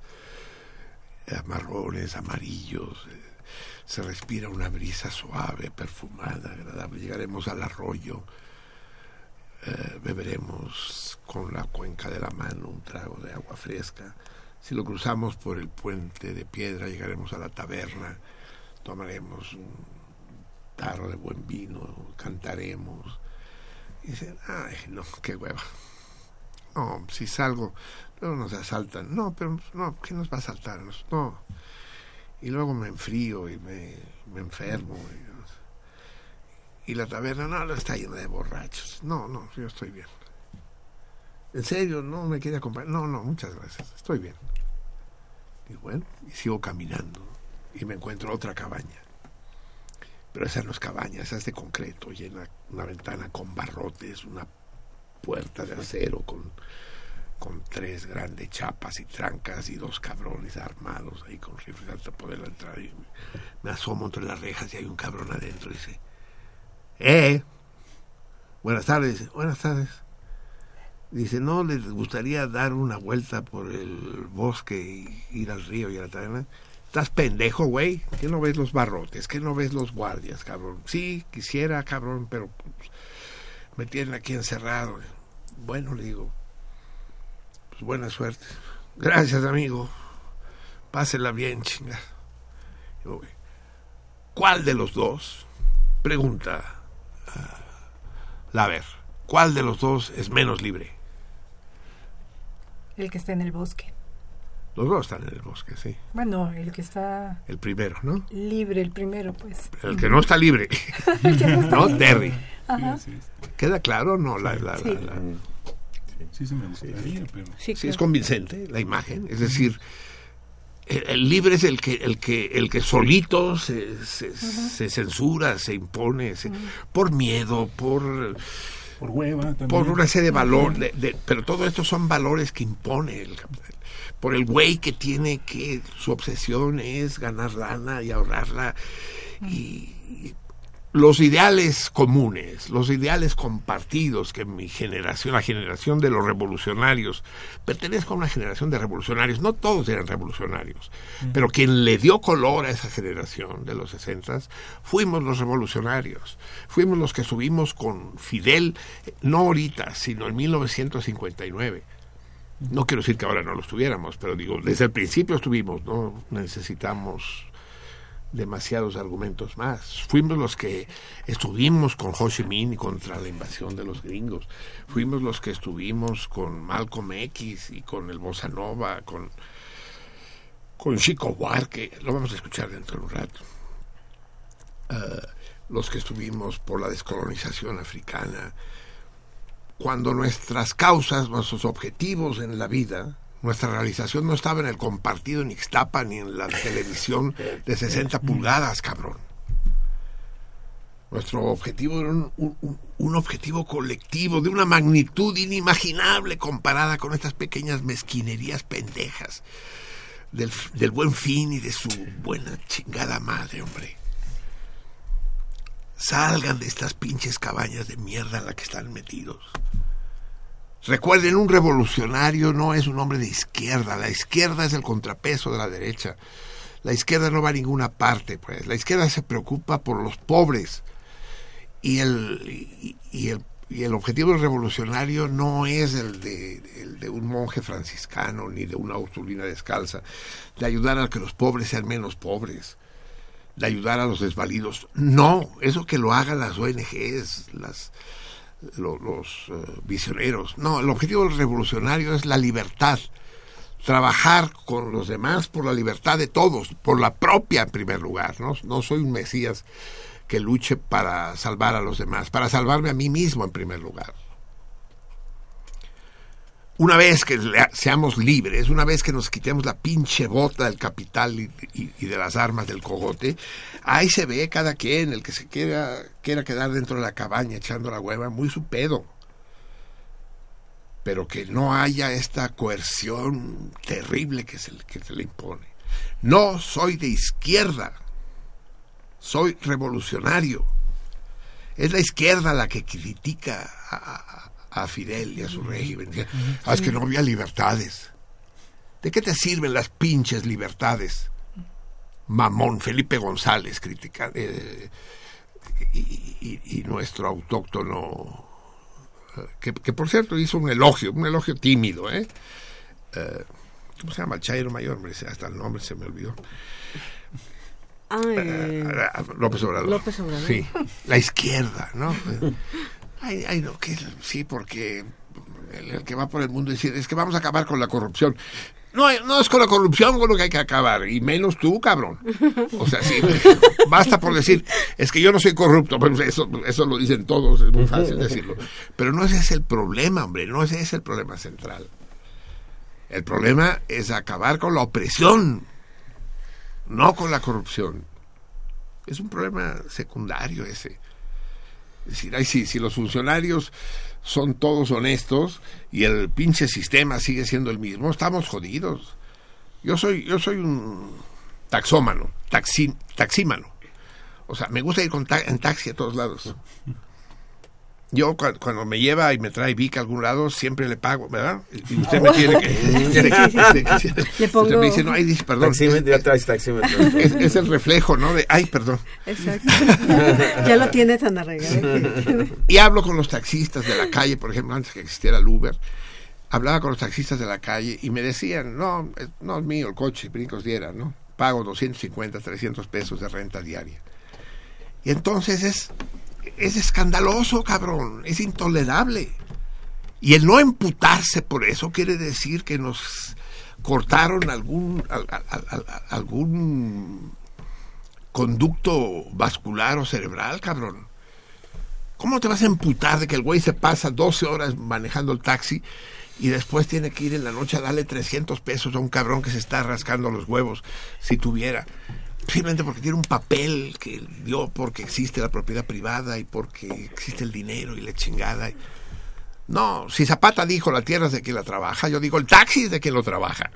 marrones, amarillos, eh, se respira una brisa suave, perfumada, agradable. Llegaremos al arroyo. Uh, beberemos con la cuenca de la mano un trago de agua fresca. Si lo cruzamos por el puente de piedra, llegaremos a la taberna, tomaremos un tarro de buen vino, cantaremos. Y dicen, ay, no, qué hueva. No, si salgo, luego nos asaltan. No, pero no, ¿qué nos va a asaltar? No. Y luego me enfrío y me, me enfermo. Y, Y la taberna, no, no está llena de borrachos. No, no, yo estoy bien. ¿En serio? ¿No me quiere acompañar? No, no, muchas gracias, estoy bien. Y bueno, y sigo caminando. Y me encuentro otra cabaña. Pero esa no es cabaña, esa es de concreto, llena una ventana con barrotes, una puerta de acero con, con tres grandes chapas y trancas y dos cabrones armados ahí con rifles hasta poder entrar. Y me, me asomo entre las rejas y hay un cabrón adentro y dice, Eh, buenas tardes, buenas tardes. Dice, ¿no les gustaría dar una vuelta por el bosque y ir al río y a la taberna? ¿Estás pendejo, güey? ¿Qué no ves los barrotes? ¿Qué no ves los guardias, cabrón? Sí, quisiera, cabrón, pero pues, me tienen aquí encerrado. Bueno, le digo, pues buena suerte. Gracias, amigo. Pásela bien, chinga. ¿Cuál de los dos? Pregunta. A ver, ¿cuál de los dos es menos libre? El que está en el bosque. Los dos están en el bosque, sí. Bueno, el que está... El primero, ¿no? Libre, el primero, pues. El que no está libre. El que no está ¿No? libre. Terry. Ajá. Sí, sí. ¿Queda claro? No, la... la, sí. la, la... Sí, sí me gustaría, pero... Sí, sí claro. Es convincente la imagen, es decir... El, el libre es el que el que el que solito se, se, uh-huh. se censura, se impone, se, uh-huh. por miedo, por por hueva, también. Por una serie de valores, de, de, pero todo esto son valores que impone el por el güey que tiene que su obsesión es ganar lana y ahorrarla uh-huh. y, y los ideales comunes, los ideales compartidos que mi generación, la generación de los revolucionarios, pertenezco a una generación de revolucionarios, no todos eran revolucionarios, uh-huh. pero quien le dio color a esa generación de los sesentas, fuimos los revolucionarios, fuimos los que subimos con Fidel, no ahorita, sino en mil novecientos cincuenta y nueve. No quiero decir que ahora no lo estuviéramos, pero digo, desde el principio estuvimos, no necesitamos demasiados argumentos más. Fuimos los que estuvimos con Ho Chi Minh contra la invasión de los gringos. Fuimos los que estuvimos con Malcolm X y con el Bossa Nova, con, con Chico Buarque. Lo vamos a escuchar dentro de un rato. Uh, los que estuvimos por la descolonización africana. Cuando nuestras causas, nuestros objetivos en la vida Nuestra realización no estaba en el compartido en Ixtapa ni en la televisión de sesenta pulgadas, cabrón. Nuestro objetivo era un, un, un objetivo colectivo de una magnitud inimaginable comparada con estas pequeñas mezquinerías pendejas del, del Buen Fin y de su buena chingada madre, hombre. Salgan de estas pinches cabañas de mierda en las que están metidos. Recuerden, un revolucionario no es un hombre de izquierda. La izquierda es el contrapeso de la derecha. La izquierda no va a ninguna parte, pues. La izquierda se preocupa por los pobres. Y el, y, y el, y el objetivo del revolucionario no es el de, el de un monje franciscano ni de una Ursulina descalza, de ayudar a que los pobres sean menos pobres, de ayudar a los desvalidos. No, eso que lo hagan las O N Ges, las, lo, los uh, visioneros. No, el objetivo del revolucionario es la libertad. Trabajar con los demás por la libertad de todos, por la propia en primer lugar. No, no soy un mesías que luche para salvar a los demás, para salvarme a mí mismo en primer lugar. Una vez que seamos libres, una vez que nos quitemos la pinche bota del capital y, y, y de las armas del cogote, ahí se ve cada quien, el que se quiera, quiera quedar dentro de la cabaña echando la hueva, muy su pedo. Pero que no haya esta coerción terrible que se, que se le impone. No soy de izquierda. Soy revolucionario. Es la izquierda la que critica a, a, a Fidel y a su régimen. Ah, es que no había libertades. ¿De qué te sirven las pinches libertades? Mamón, Felipe González critica, eh, y, y, y nuestro autóctono, que, que por cierto hizo un elogio, un elogio tímido, ¿eh? eh ¿Cómo se llama? Chairo Mayor, hombre, hasta el nombre se me olvidó. Ah, eh, uh, López Obrador. López Obrador. Sí, la izquierda, ¿no? Ay, ay, no, que sí, porque el, el que va por el mundo decir es que vamos a acabar con la corrupción. No, no es con la corrupción con lo que hay que acabar, y menos tú, cabrón. O sea, sí, basta por decir, es que yo no soy corrupto, pero eso, eso lo dicen todos, es muy fácil decirlo. Pero no ese es el problema, hombre, no ese es el problema central. El problema es acabar con la opresión, no con la corrupción. Es un problema secundario ese. Es decir, ay, sí, si los funcionarios son todos honestos y el pinche sistema sigue siendo el mismo, estamos jodidos. Yo soy, yo soy un taxómano, taxi, taxímano. O sea, me gusta ir con ta- en taxi a todos lados. Yo cu- cuando me lleva y me trae Vic a algún lado, siempre le pago, ¿verdad? Y usted me tiene que... Tiene que, tiene que le pongo... Usted me dice, no, ay, dice, perdón. Taxímetro, ya traes taxímetro. Es, es el reflejo, ¿no? De, ay, perdón. Exacto. Ya lo tiene tan arreglado. Y hablo con los taxistas de la calle, por ejemplo, antes que existiera el Uber. Hablaba con los taxistas de la calle y me decían, no, no es mío el coche, brincos diera, ¿no? Pago doscientos cincuenta, trescientos pesos de renta diaria. Y entonces es... es escandaloso, cabrón, es intolerable. Y el no emputarse por eso quiere decir que nos cortaron algún al, al, al, algún conducto vascular o cerebral, cabrón. ¿Cómo te vas a emputar de que el güey se pasa doce horas manejando el taxi y después tiene que ir en la noche a darle trescientos pesos a un cabrón que se está rascando los huevos, si tuviera? Simplemente porque tiene un papel que dio porque existe la propiedad privada y porque existe el dinero y la chingada. No, si Zapata dijo la tierra es de quien la trabaja, yo digo el taxi es de quien lo trabaja.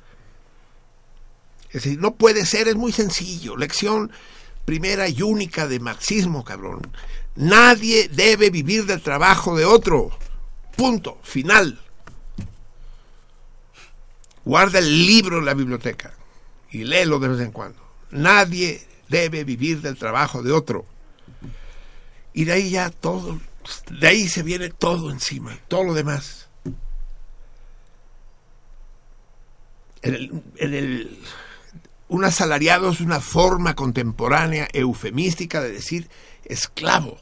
Es decir, no puede ser, es muy sencillo. Lección primera y única de marxismo, cabrón. Nadie debe vivir del trabajo de otro. Punto, final. Guarda el libro en la biblioteca y léelo de vez en cuando. Nadie debe vivir del trabajo de otro. Y de ahí ya todo, de ahí se viene todo encima, todo lo demás. En el, en el, un asalariado es una forma contemporánea eufemística de decir esclavo.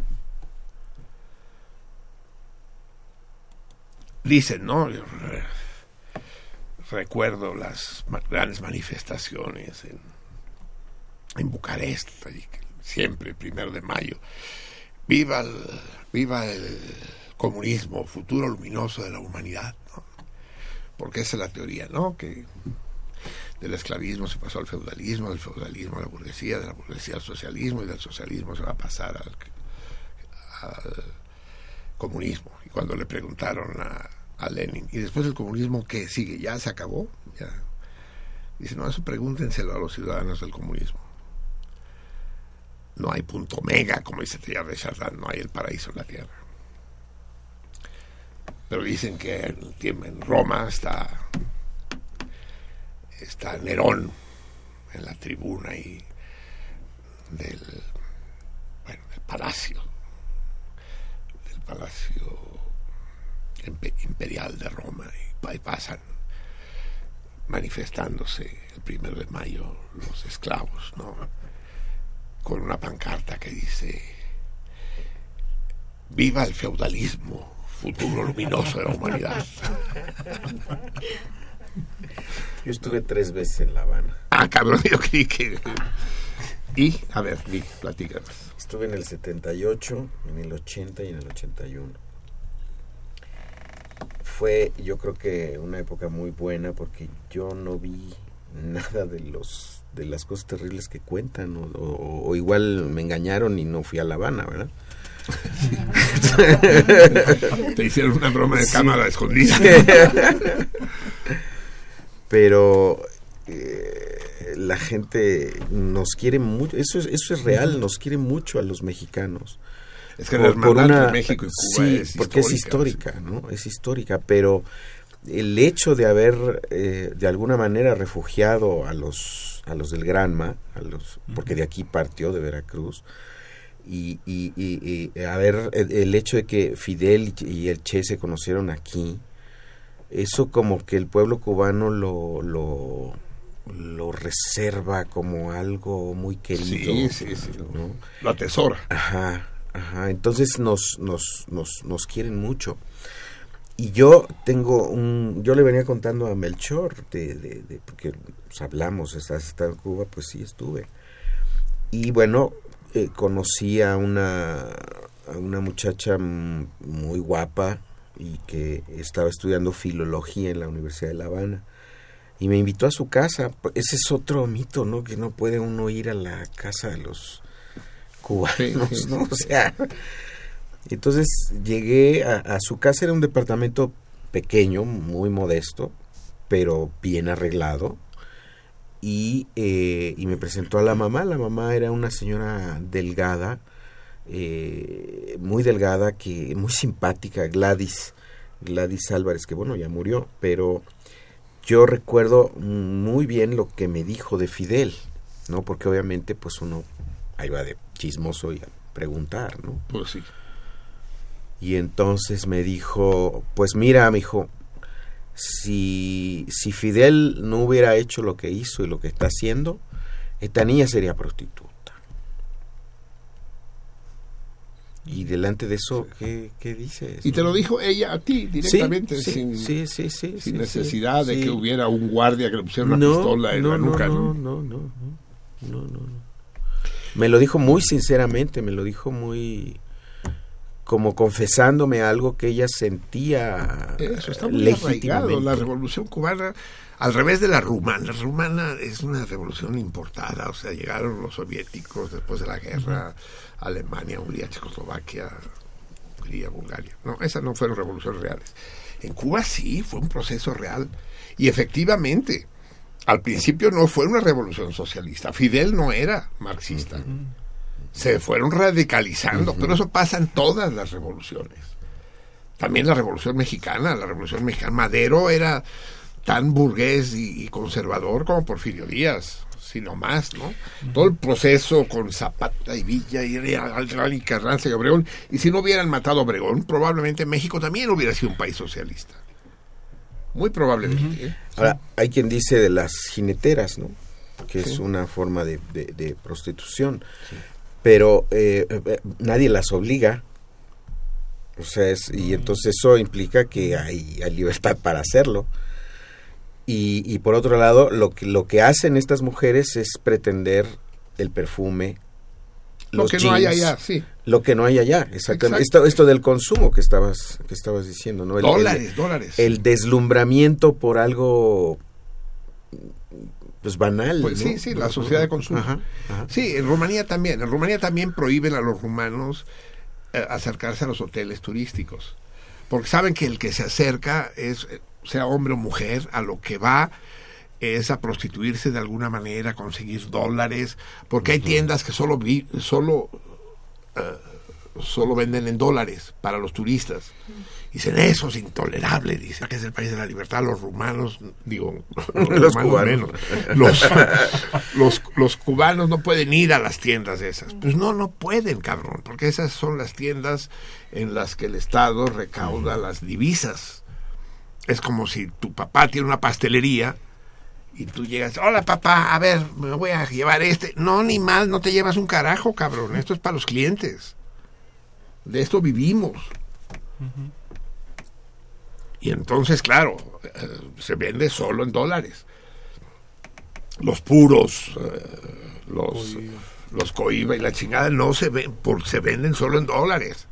Dicen, ¿no? Yo re, recuerdo las grandes manifestaciones en en Bucarest, siempre, primero de mayo. Viva el, viva el comunismo, futuro luminoso de la humanidad, ¿no? porque esa es la teoría, ¿no? Que del esclavismo se pasó al feudalismo, del feudalismo a la burguesía, de la burguesía al socialismo, y del socialismo se va a pasar al, al comunismo. Y cuando le preguntaron a, a Lenin, ¿y después del comunismo qué sigue? ¿Ya se acabó? Ya. Dice, no, eso pregúntenselo a los ciudadanos del comunismo. No hay punto mega, como dice Teilhard de Chardin, no hay el paraíso en la tierra. Pero dicen que en, en Roma está está Nerón en la tribuna y del bueno del palacio del palacio imperial de Roma, y ahí pasan manifestándose el primero de mayo los esclavos, ¿no? Con una pancarta que dice: viva el feudalismo, futuro luminoso de la humanidad. Yo estuve tres veces en La Habana. Ah, cabrón, yo creí que... Y, a ver, Vic, platícanos. Estuve en el setenta y ocho, en el ochenta y en el ochenta y uno. Fue, yo creo que una época muy buena, porque yo no vi nada de los de las cosas terribles que cuentan, o, o, o igual me engañaron y no fui a La Habana, ¿verdad? Te hicieron una broma de sí. Cámara escondida. Pero eh, la gente nos quiere mucho, eso es, eso es real, nos quiere mucho a los mexicanos. Es que la hermandad de México y Cuba sí, es porque histórica, es histórica, ¿no? Es histórica, pero el hecho de haber eh, de alguna manera refugiado a los a los del Granma, a los porque de aquí partió, de Veracruz, y, y, y, y a ver, el, el hecho de que Fidel y el Che se conocieron aquí, eso como que el pueblo cubano lo lo lo reserva como algo muy querido. Sí, sí, sí. ¿no? Lo atesora. Ajá, ajá. Entonces nos nos nos nos quieren mucho. Y yo tengo un, yo le venía contando a Melchor de, de, de porque pues, hablamos, ¿estás estado en Cuba? Pues sí, estuve. Y bueno, eh, conocí a una a una muchacha muy guapa y que estaba estudiando filología en la Universidad de La Habana, y me invitó a su casa. Ese es otro mito, ¿no? Que no puede uno ir a la casa de los cubanos, sí, ¿no? O sea, entonces llegué a, a su casa. Era un departamento pequeño, muy modesto, pero bien arreglado, y, eh, y me presentó a la mamá. La mamá era una señora delgada, eh, muy delgada, que muy simpática, Gladys, Gladys Álvarez, que bueno, ya murió, pero yo recuerdo muy bien lo que me dijo de Fidel, ¿no? Porque obviamente pues uno ahí va de chismoso y a preguntar, ¿no? Pues sí. Y entonces me dijo, pues mira, mijo, si, si Fidel no hubiera hecho lo que hizo y lo que está haciendo, esta niña sería prostituta. Y delante de eso, ¿qué, qué dices? Y te lo dijo ella a ti directamente, sí, sí, sin, sí, sí, sí, sin sí, necesidad sí, de sí. que hubiera un guardia que le pusiera una no, pistola en no, la nuca, no, ¿no? No, no, no, no, no, no. Me lo dijo muy sinceramente, me lo dijo muy como confesándome algo que ella sentía. Eso está muy arraigado. La Revolución Cubana, al revés de la rumana, la rumana es una revolución importada, o sea, llegaron los soviéticos después de la guerra, Alemania, Hungría, Checoslovaquia, Hungría, Bulgaria. No, esas no fueron revoluciones reales. En Cuba sí, fue un proceso real, y efectivamente, al principio no fue una revolución socialista. Fidel no era marxista. Uh-huh. Se fueron radicalizando, uh-huh. pero eso pasa en todas las revoluciones. También la Revolución Mexicana, la Revolución Mexicana, Madero era tan burgués y, y conservador como Porfirio Díaz, sino más, ¿no? Uh-huh. Todo el proceso con Zapata y Villa y Real y Carranza y Obregón, y si no hubieran matado a Obregón, probablemente México también hubiera sido un país socialista. Muy probablemente. Uh-huh. ¿eh? Ahora, hay quien dice de las jineteras, ¿no? Que sí. es una forma de, de, de prostitución. Sí. Pero eh, eh, nadie las obliga. O sea, es, y entonces eso implica que hay, hay libertad para hacerlo. Y, y por otro lado, lo que, lo que hacen estas mujeres es pretender el perfume, Lo los que jeans, no hay allá, sí. Lo que no hay allá, exactamente. Exacto. Esto, esto del consumo que estabas, que estabas diciendo, ¿no? El, dólares, el, dólares. El deslumbramiento por algo pues banal. Pues ¿no? sí, sí, la sociedad de consumo. Ajá, ajá. Sí, en Rumanía también. En Rumanía también prohíben a los rumanos eh, acercarse a los hoteles turísticos. Porque saben que el que se acerca, es sea hombre o mujer, a lo que va es a prostituirse de alguna manera, a conseguir dólares, porque hay tiendas que solo vi, solo uh, solo venden en dólares para los turistas. Dicen, eso es intolerable, dicen que es el país de la libertad. Los rumanos, digo, los, los rumanos cubanos. menos, los, los, los cubanos no pueden ir a las tiendas esas. Pues no, no pueden, cabrón, porque esas son las tiendas en las que el Estado recauda las divisas. Es como si tu papá tiene una pastelería y tú llegas, hola papá, a ver, me voy a llevar este. No, ni más, no te llevas un carajo, cabrón. Esto es para los clientes. De esto vivimos. Uh-huh. Y entonces, claro, eh, se vende solo en dólares. Los puros, eh, los, Coiba. los Coiba y la chingada no se ven, por, se venden solo en dólares.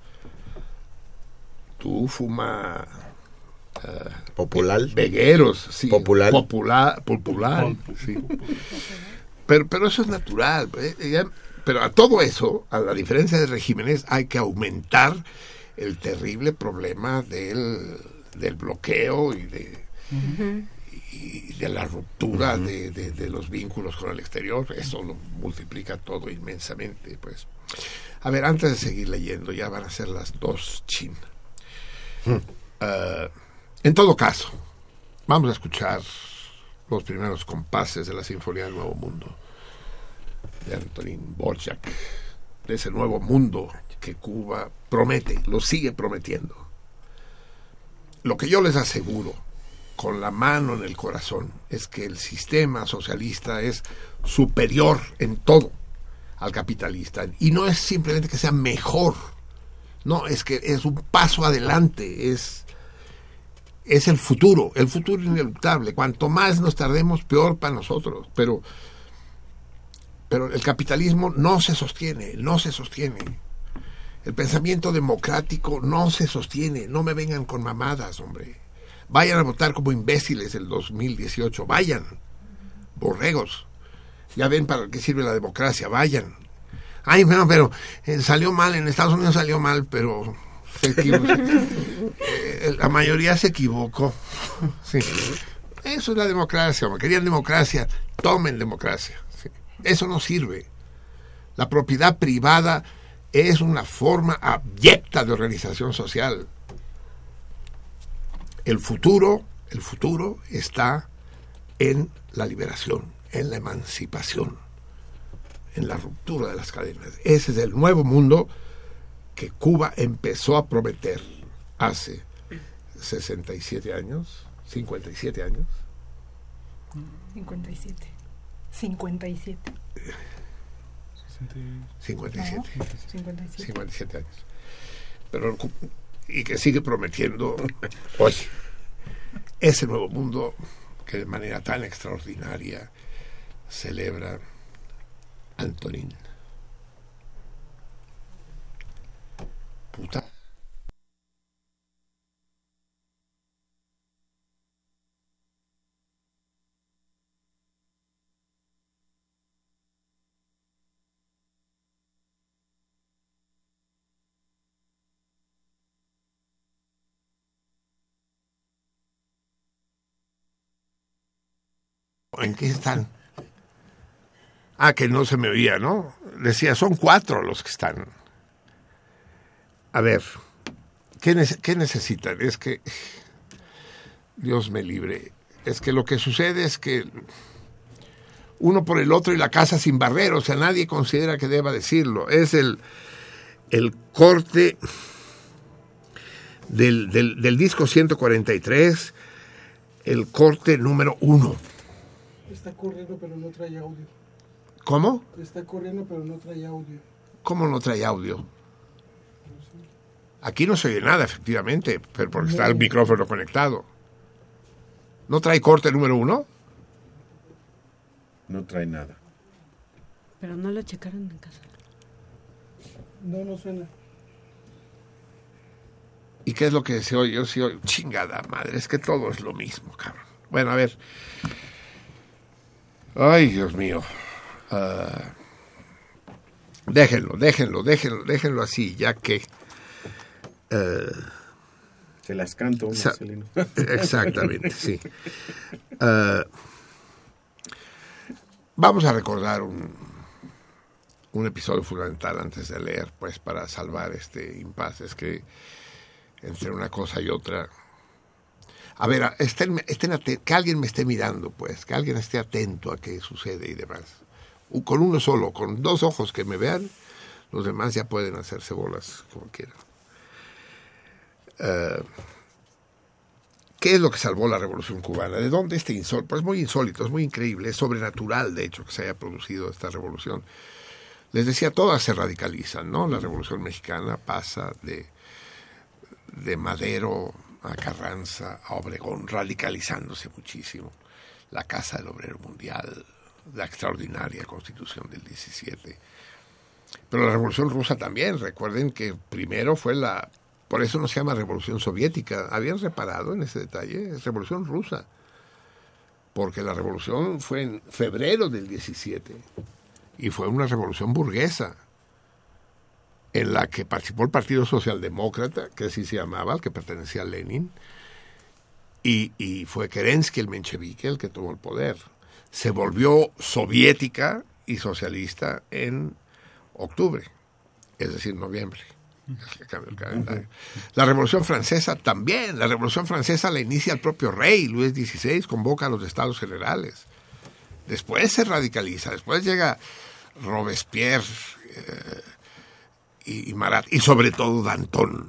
Tú fuma... Uh, popular, vegueros, sí, popular, popular, popular, sí. Pero, pero eso es natural. ¿eh? Pero a todo eso, a la diferencia de regímenes, hay que aumentar el terrible problema del, del bloqueo y de, uh-huh. y de la ruptura uh-huh. de, de, de los vínculos con el exterior. Eso lo multiplica todo inmensamente. Pues, a ver, antes de seguir leyendo, ya van a ser las dos chin. Uh-huh. Uh, En todo caso, vamos a escuchar los primeros compases de la Sinfonía del Nuevo Mundo de Antonín Dvořák, de ese nuevo mundo que Cuba promete, lo sigue prometiendo. Lo que yo les aseguro, con la mano en el corazón, es que el sistema socialista es superior en todo al capitalista. Y no es simplemente que sea mejor, no, es que es un paso adelante, es... es el futuro, el futuro ineluctable. Cuanto más nos tardemos, peor para nosotros. Pero, pero el capitalismo no se sostiene, no se sostiene. El pensamiento democrático no se sostiene. No me vengan con mamadas, hombre. Vayan a votar como imbéciles el dos mil dieciocho. Vayan, borregos. Ya ven para qué sirve la democracia. Vayan. Ay, bueno, pero eh, salió mal. En Estados Unidos salió mal, pero... Se eh, la mayoría se equivocó. Sí. Eso es la democracia. Querían democracia, tomen democracia. Sí. Eso no sirve. La propiedad privada es una forma abyecta de organización social. El futuro, el futuro está en la liberación, en la emancipación, en la ruptura de las cadenas. Ese es el nuevo mundo que Cuba empezó a prometer hace sesenta y siete años, cincuenta y siete años. cincuenta y siete. cincuenta y siete. cincuenta y siete. No, cincuenta y siete. cincuenta y siete años. Pero, y que sigue prometiendo hoy ese nuevo mundo que de manera tan extraordinaria celebra Antonín. Puta. ¿En qué están? Ah, que no se me oía, ¿no? Decía, son cuatro los que están. A ver, ¿qué, ne- qué necesitan? Es que, Dios me libre, es que lo que sucede es que uno por el otro y la casa sin barrer, o sea, nadie considera que deba decirlo. Es el, el corte del, del, del disco ciento cuarenta y tres, el corte número uno. Está corriendo, pero no trae audio. ¿Cómo? Está corriendo, pero no trae audio. ¿Cómo no trae audio? Aquí no se oye nada, efectivamente, pero porque está el micrófono conectado. ¿No trae corte número uno? No trae nada. Pero no lo checaron en casa. No, no suena. ¿Y qué es lo que se oye? Yo sí oigo, chingada madre, es que todo es lo mismo, cabrón. Bueno, a ver. Ay, Dios mío. Uh, déjenlo, déjenlo, déjenlo, déjenlo así, ya que... Uh, Se las canto, Marcelino. Exactamente, sí. Uh, vamos a recordar un, un episodio fundamental antes de leer, pues, para salvar este impasse. Es que entre una cosa y otra... A ver, estén, estén aten- que alguien me esté mirando, pues, que alguien esté atento a qué sucede y demás. Con uno solo, con dos ojos que me vean, los demás ya pueden hacerse bolas como quieran. Uh, ¿Qué es lo que salvó la Revolución Cubana? ¿De dónde este insólito? Pues es muy insólito, es muy increíble, es sobrenatural, de hecho, que se haya producido esta revolución. Les decía, todas se radicalizan, ¿no? La Revolución Mexicana pasa de, de Madero a Carranza, a Obregón, radicalizándose muchísimo. La Casa del Obrero Mundial, la extraordinaria Constitución del diecisiete. Pero la Revolución Rusa también, recuerden que primero fue la... Por eso no se llama Revolución Soviética. ¿Habían reparado en ese detalle? Es Revolución Rusa. Porque la revolución fue en febrero del diecisiete. Y fue una revolución burguesa, en la que participó el Partido Socialdemócrata, que así se llamaba, al que pertenecía a Lenin, y, y fue Kerensky, el menchevique, el que tomó el poder. Se volvió soviética y socialista en octubre, es decir, noviembre. El cambio del calendario. La Revolución Francesa también. La Revolución Francesa la inicia el propio rey, Luis dieciséis, convoca a los Estados Generales. Después se radicaliza, después llega Robespierre eh, y, y Marat, y sobre todo Danton,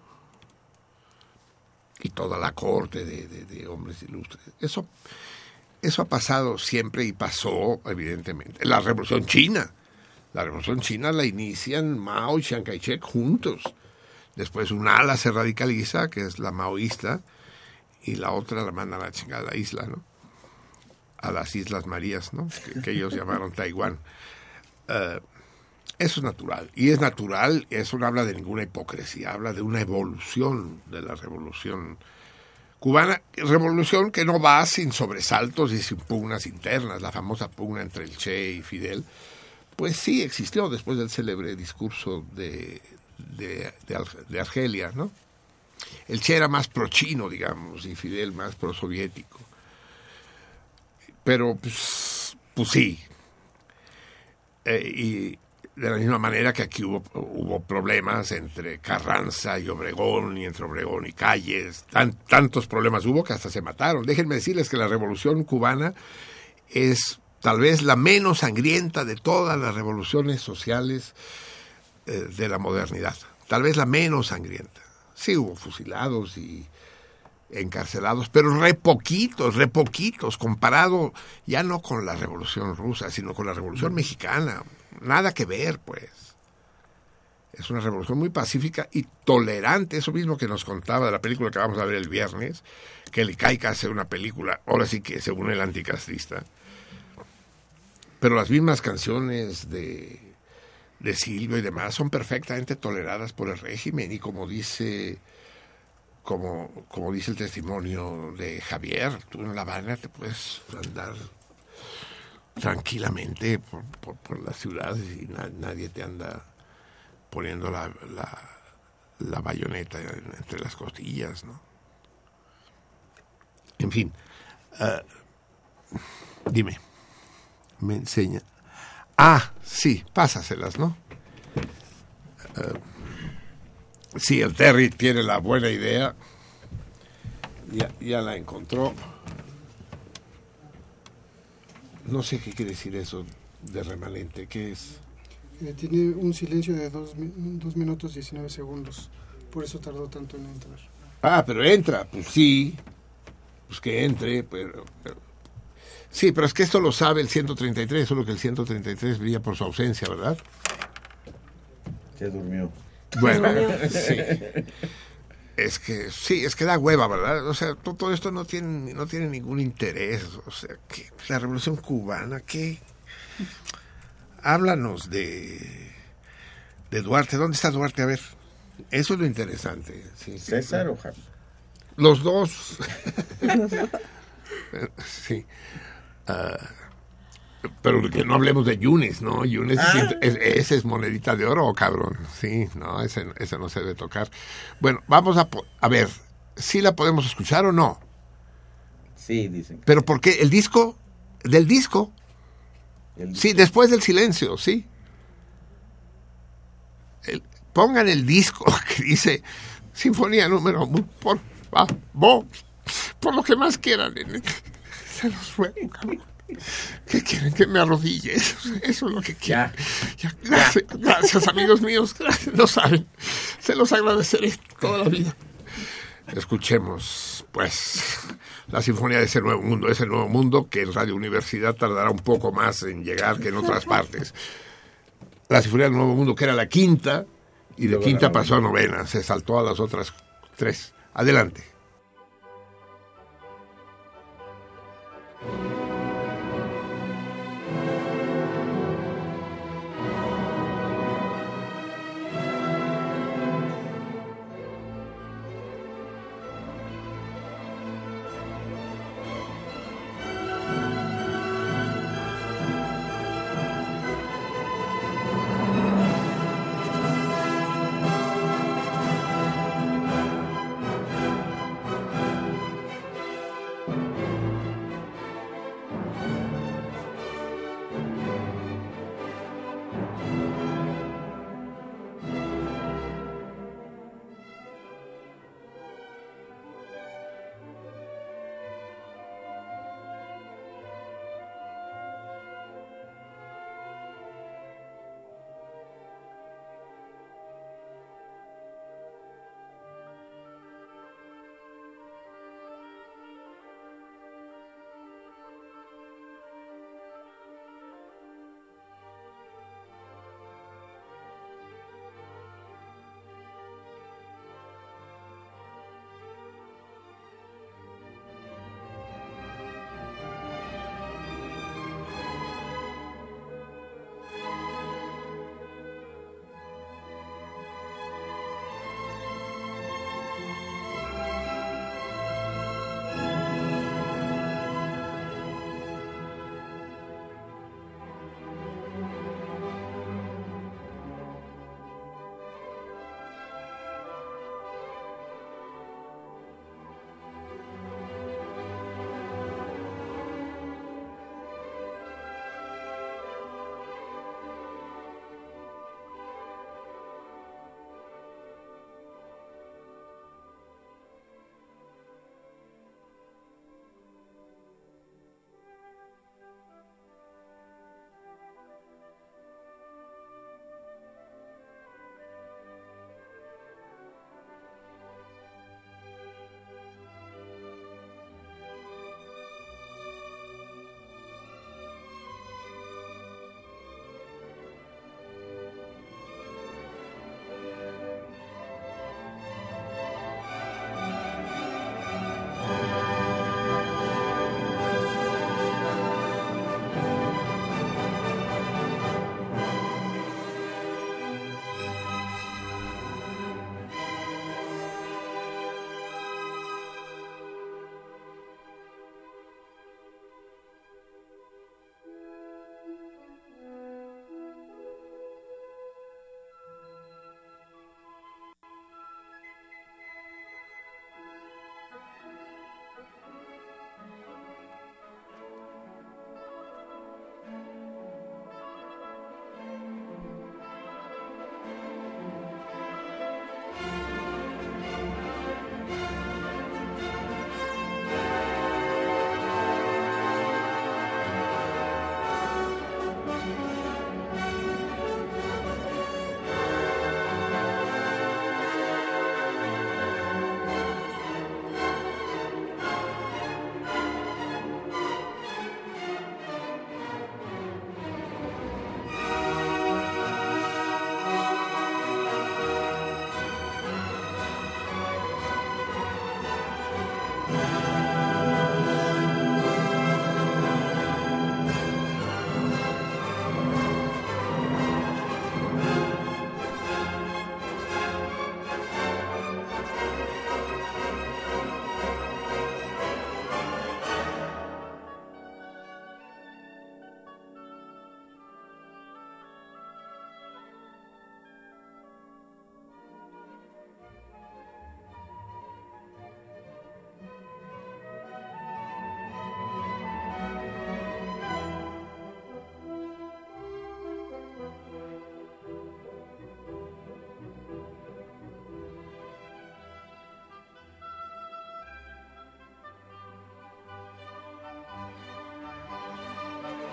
y toda la corte de, de, de hombres ilustres. Eso, eso ha pasado siempre y pasó, evidentemente. La Revolución China. La Revolución China la inician Mao y Chiang Kai-shek juntos. Después un ala se radicaliza, que es la maoísta, y la otra la mandan a la chingada a la isla, ¿no? A las Islas Marías, ¿no? Que, que ellos llamaron Taiwán. Uh, eso es natural. Y es natural, eso no habla de ninguna hipocresía, habla de una evolución de la Revolución Cubana. Revolución que no va sin sobresaltos y sin pugnas internas. La famosa pugna entre el Che y Fidel, pues sí existió después del célebre discurso de, de, de, de Argelia, ¿no? El Che era más pro-chino, digamos, y Fidel más pro-soviético. Pero, pues, pues sí. Eh, y de la misma manera que aquí hubo, hubo problemas entre Carranza y Obregón, y entre Obregón y Calles. Tan, tantos problemas hubo que hasta se mataron. Déjenme decirles que la Revolución Cubana es tal vez la menos sangrienta de todas las revoluciones sociales eh, de la modernidad. Tal vez la menos sangrienta. Sí hubo fusilados y encarcelados, pero re poquitos, re poquitos, comparado ya no con la Revolución Rusa, sino con la Revolución Mexicana. Nada que ver, pues. Es una revolución muy pacífica y tolerante, eso mismo que nos contaba de la película que vamos a ver el viernes, que el Caica hace una película, ahora sí que según el anticastrista. Pero las mismas canciones de, de Silvio y demás son perfectamente toleradas por el régimen, y como dice como, como dice el testimonio de Javier, tú en La Habana te puedes andar tranquilamente por, por, por las ciudades y na, nadie te anda poniendo la, la, la bayoneta entre las costillas, ¿no? En fin, uh, dime. Me enseña. Ah, sí, pásaselas, ¿no? Uh, sí, el Terry tiene la buena idea. Ya, ya la encontró. No sé qué quiere decir eso de remanente. ¿Qué es? Eh, tiene un silencio de dos, dos minutos diecinueve segundos. Por eso tardó tanto en entrar. Ah, pero entra. Pues sí. Pues que entre, pero... pero sí, pero es que esto lo sabe el ciento treinta y tres, solo que el ciento treinta y tres brilla por su ausencia, ¿verdad? Se durmió. Bueno, sí. Es que, sí, es que da hueva, ¿verdad? O sea, todo, todo esto no tiene, no tiene ningún interés. O sea, que la Revolución Cubana, ¿qué? Háblanos de, de Duarte. ¿Dónde está Duarte? A ver, eso es lo interesante. Sí, ¿César o Javi? Los dos. Sí. Uh, pero que no hablemos de Yunes, ¿no? Yunes ah. es, es, ese es monedita de oro, cabrón. Sí, no, ese, ese no se debe tocar. Bueno, vamos a, a ver, ¿sí la podemos escuchar o no? Sí, dicen. ¿Pero por qué? ¿El disco? ¿Del disco? El disco. Sí, después del silencio, sí. El, pongan el disco que dice Sinfonía número por favor, por lo que más quieran. Se los ruego, cabrón. ¿Qué quieren? Que me arrodille. Eso, eso es lo que quieren. Ya. Ya, gracias, ya. gracias, amigos míos. Gracias. No saben. Se los agradeceré toda la vida. Escuchemos, pues, la Sinfonía de ese nuevo mundo. Ese nuevo mundo que en Radio Universidad tardará un poco más en llegar que en otras partes. La Sinfonía del Nuevo Mundo, que era la quinta, y de quinta pasó a novena. Se saltó a las otras tres. Adelante.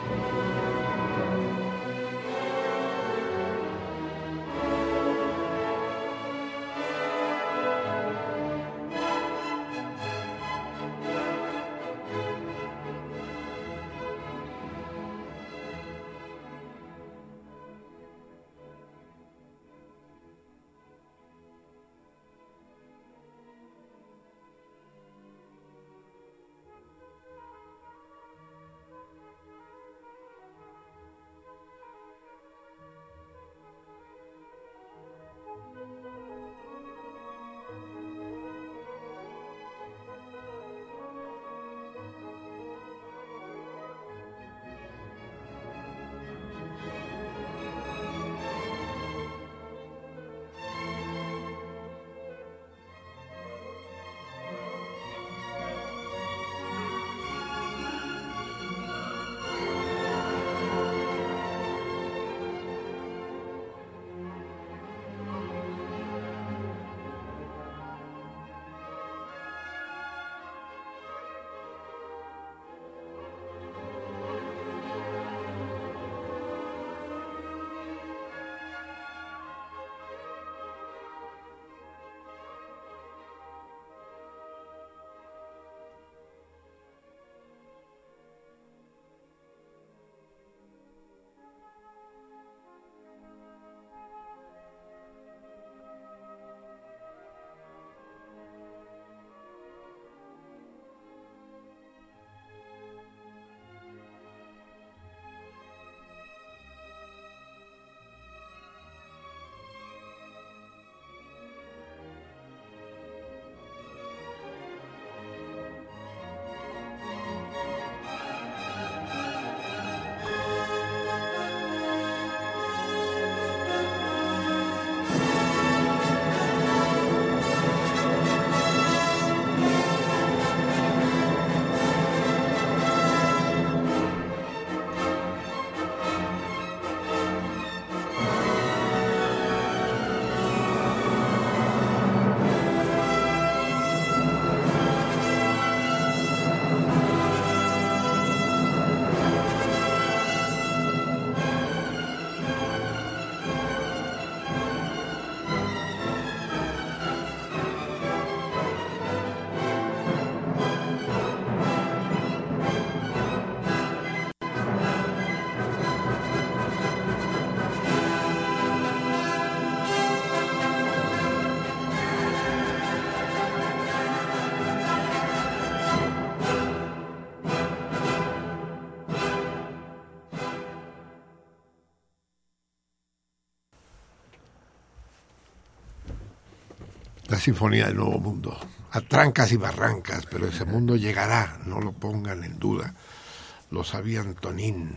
La Sinfonía del Nuevo Mundo, a trancas y barrancas, pero ese mundo llegará, no lo pongan en duda. Lo sabía Antonín,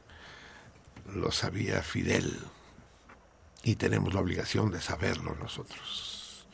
lo sabía Fidel, y tenemos la obligación de saberlo nosotros.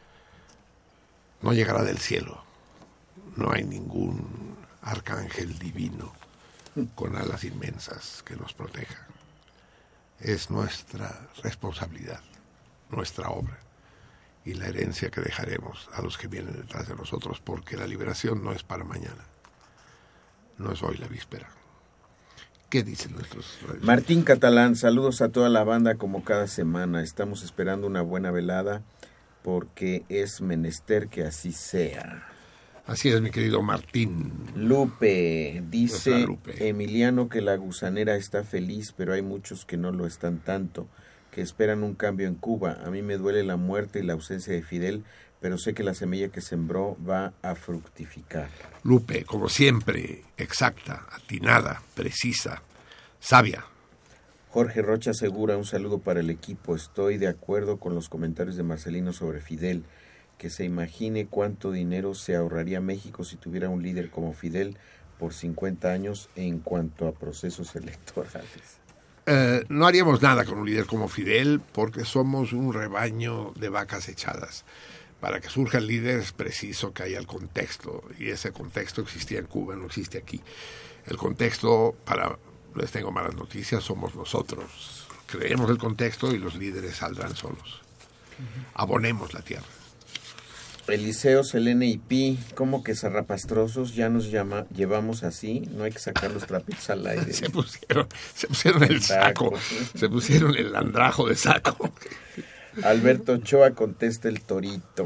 No llegará del cielo, no hay ningún arcángel divino con alas inmensas que nos proteja. Es nuestra responsabilidad, nuestra obra y la herencia que dejaremos a los que vienen detrás de nosotros, porque la liberación no es para mañana, no es hoy la víspera. ¿Qué dicen nuestros radios? Martín Catalán, saludos a toda la banda como cada semana. Estamos esperando una buena velada porque es menester que así sea. Así es, mi querido Martín. Lupe, dice Lupe. Emiliano que la gusanera está feliz, pero hay muchos que no lo están tanto, que esperan un cambio en Cuba. A mí me duele la muerte y la ausencia de Fidel, pero sé que la semilla que sembró va a fructificar. Lupe, como siempre, exacta, atinada, precisa, sabia. Jorge Rocha Segura, un saludo para el equipo. Estoy de acuerdo con los comentarios de Marcelino sobre Fidel, que se imagine cuánto dinero se ahorraría México si tuviera un líder como Fidel por cincuenta años en cuanto a procesos electorales. Eh, no haríamos nada con un líder como Fidel porque somos un rebaño de vacas echadas. Para que surja el líder es preciso que haya el contexto, y ese contexto existía en Cuba, no existe aquí. El contexto, para les tengo malas noticias, somos nosotros. Creemos el contexto y los líderes saldrán solos. Uh-huh. Abonemos la tierra. Eliseo, Selene y Pi, ¿cómo que zarrapastrosos? Ya nos llama, llevamos así, no hay que sacar los trapitos al aire. Se pusieron, se pusieron el saco, se pusieron el andrajo de saco. Alberto Ochoa contesta el torito.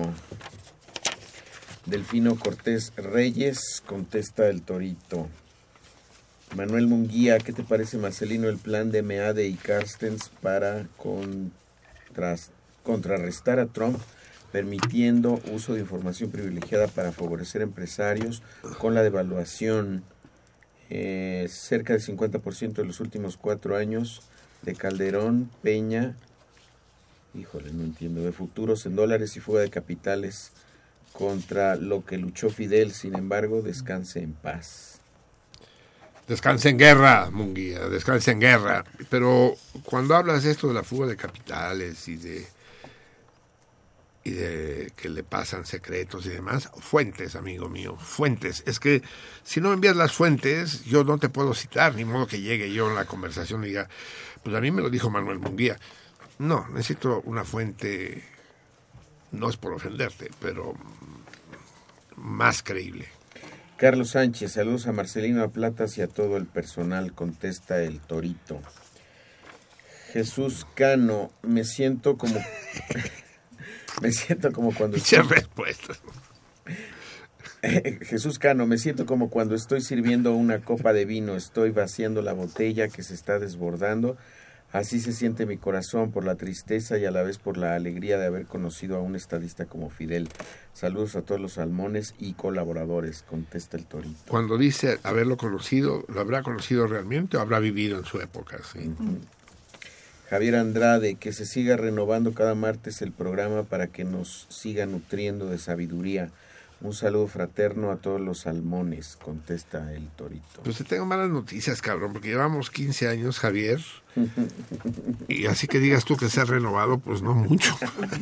Delfino Cortés Reyes contesta el torito. Manuel Munguía, ¿qué te parece, Marcelino, el plan de Meade y Carstens para contras, contrarrestar a Trump, permitiendo uso de información privilegiada para favorecer empresarios con la devaluación eh, cerca del cincuenta por ciento de los últimos cuatro años de Calderón, Peña, híjole, no entiendo, de futuros en dólares y fuga de capitales contra lo que luchó Fidel? Sin embargo, descanse en paz. Descanse en guerra, Munguía, descanse en guerra. Pero cuando hablas de esto de la fuga de capitales y de y de que le pasan secretos y demás, fuentes, amigo mío, fuentes. Es que si no envías las fuentes, yo no te puedo citar, ni modo que llegue yo en la conversación y diga, pues a mí me lo dijo Manuel Munguía. No, necesito una fuente, no es por ofenderte, pero más creíble. Carlos Sánchez, saludos a Marcelino, a Platas y a todo el personal, contesta el torito. Jesús Cano, me siento como... me siento como cuando... Estoy... respuestas. Jesús Cano, me siento como cuando estoy sirviendo una copa de vino, estoy vaciando la botella que se está desbordando. Así se siente mi corazón por la tristeza y a la vez por la alegría de haber conocido a un estadista como Fidel. Saludos a todos los salmones y colaboradores, contesta el torito. Cuando dice haberlo conocido, ¿lo habrá conocido realmente o habrá vivido en su época? Sí. Uh-huh. Javier Andrade, que se siga renovando cada martes el programa para que nos siga nutriendo de sabiduría. Un saludo fraterno a todos los salmones, contesta el torito. Pues te tengo malas noticias, cabrón, porque llevamos quince años, Javier, y así que digas tú que se ha renovado, pues no mucho.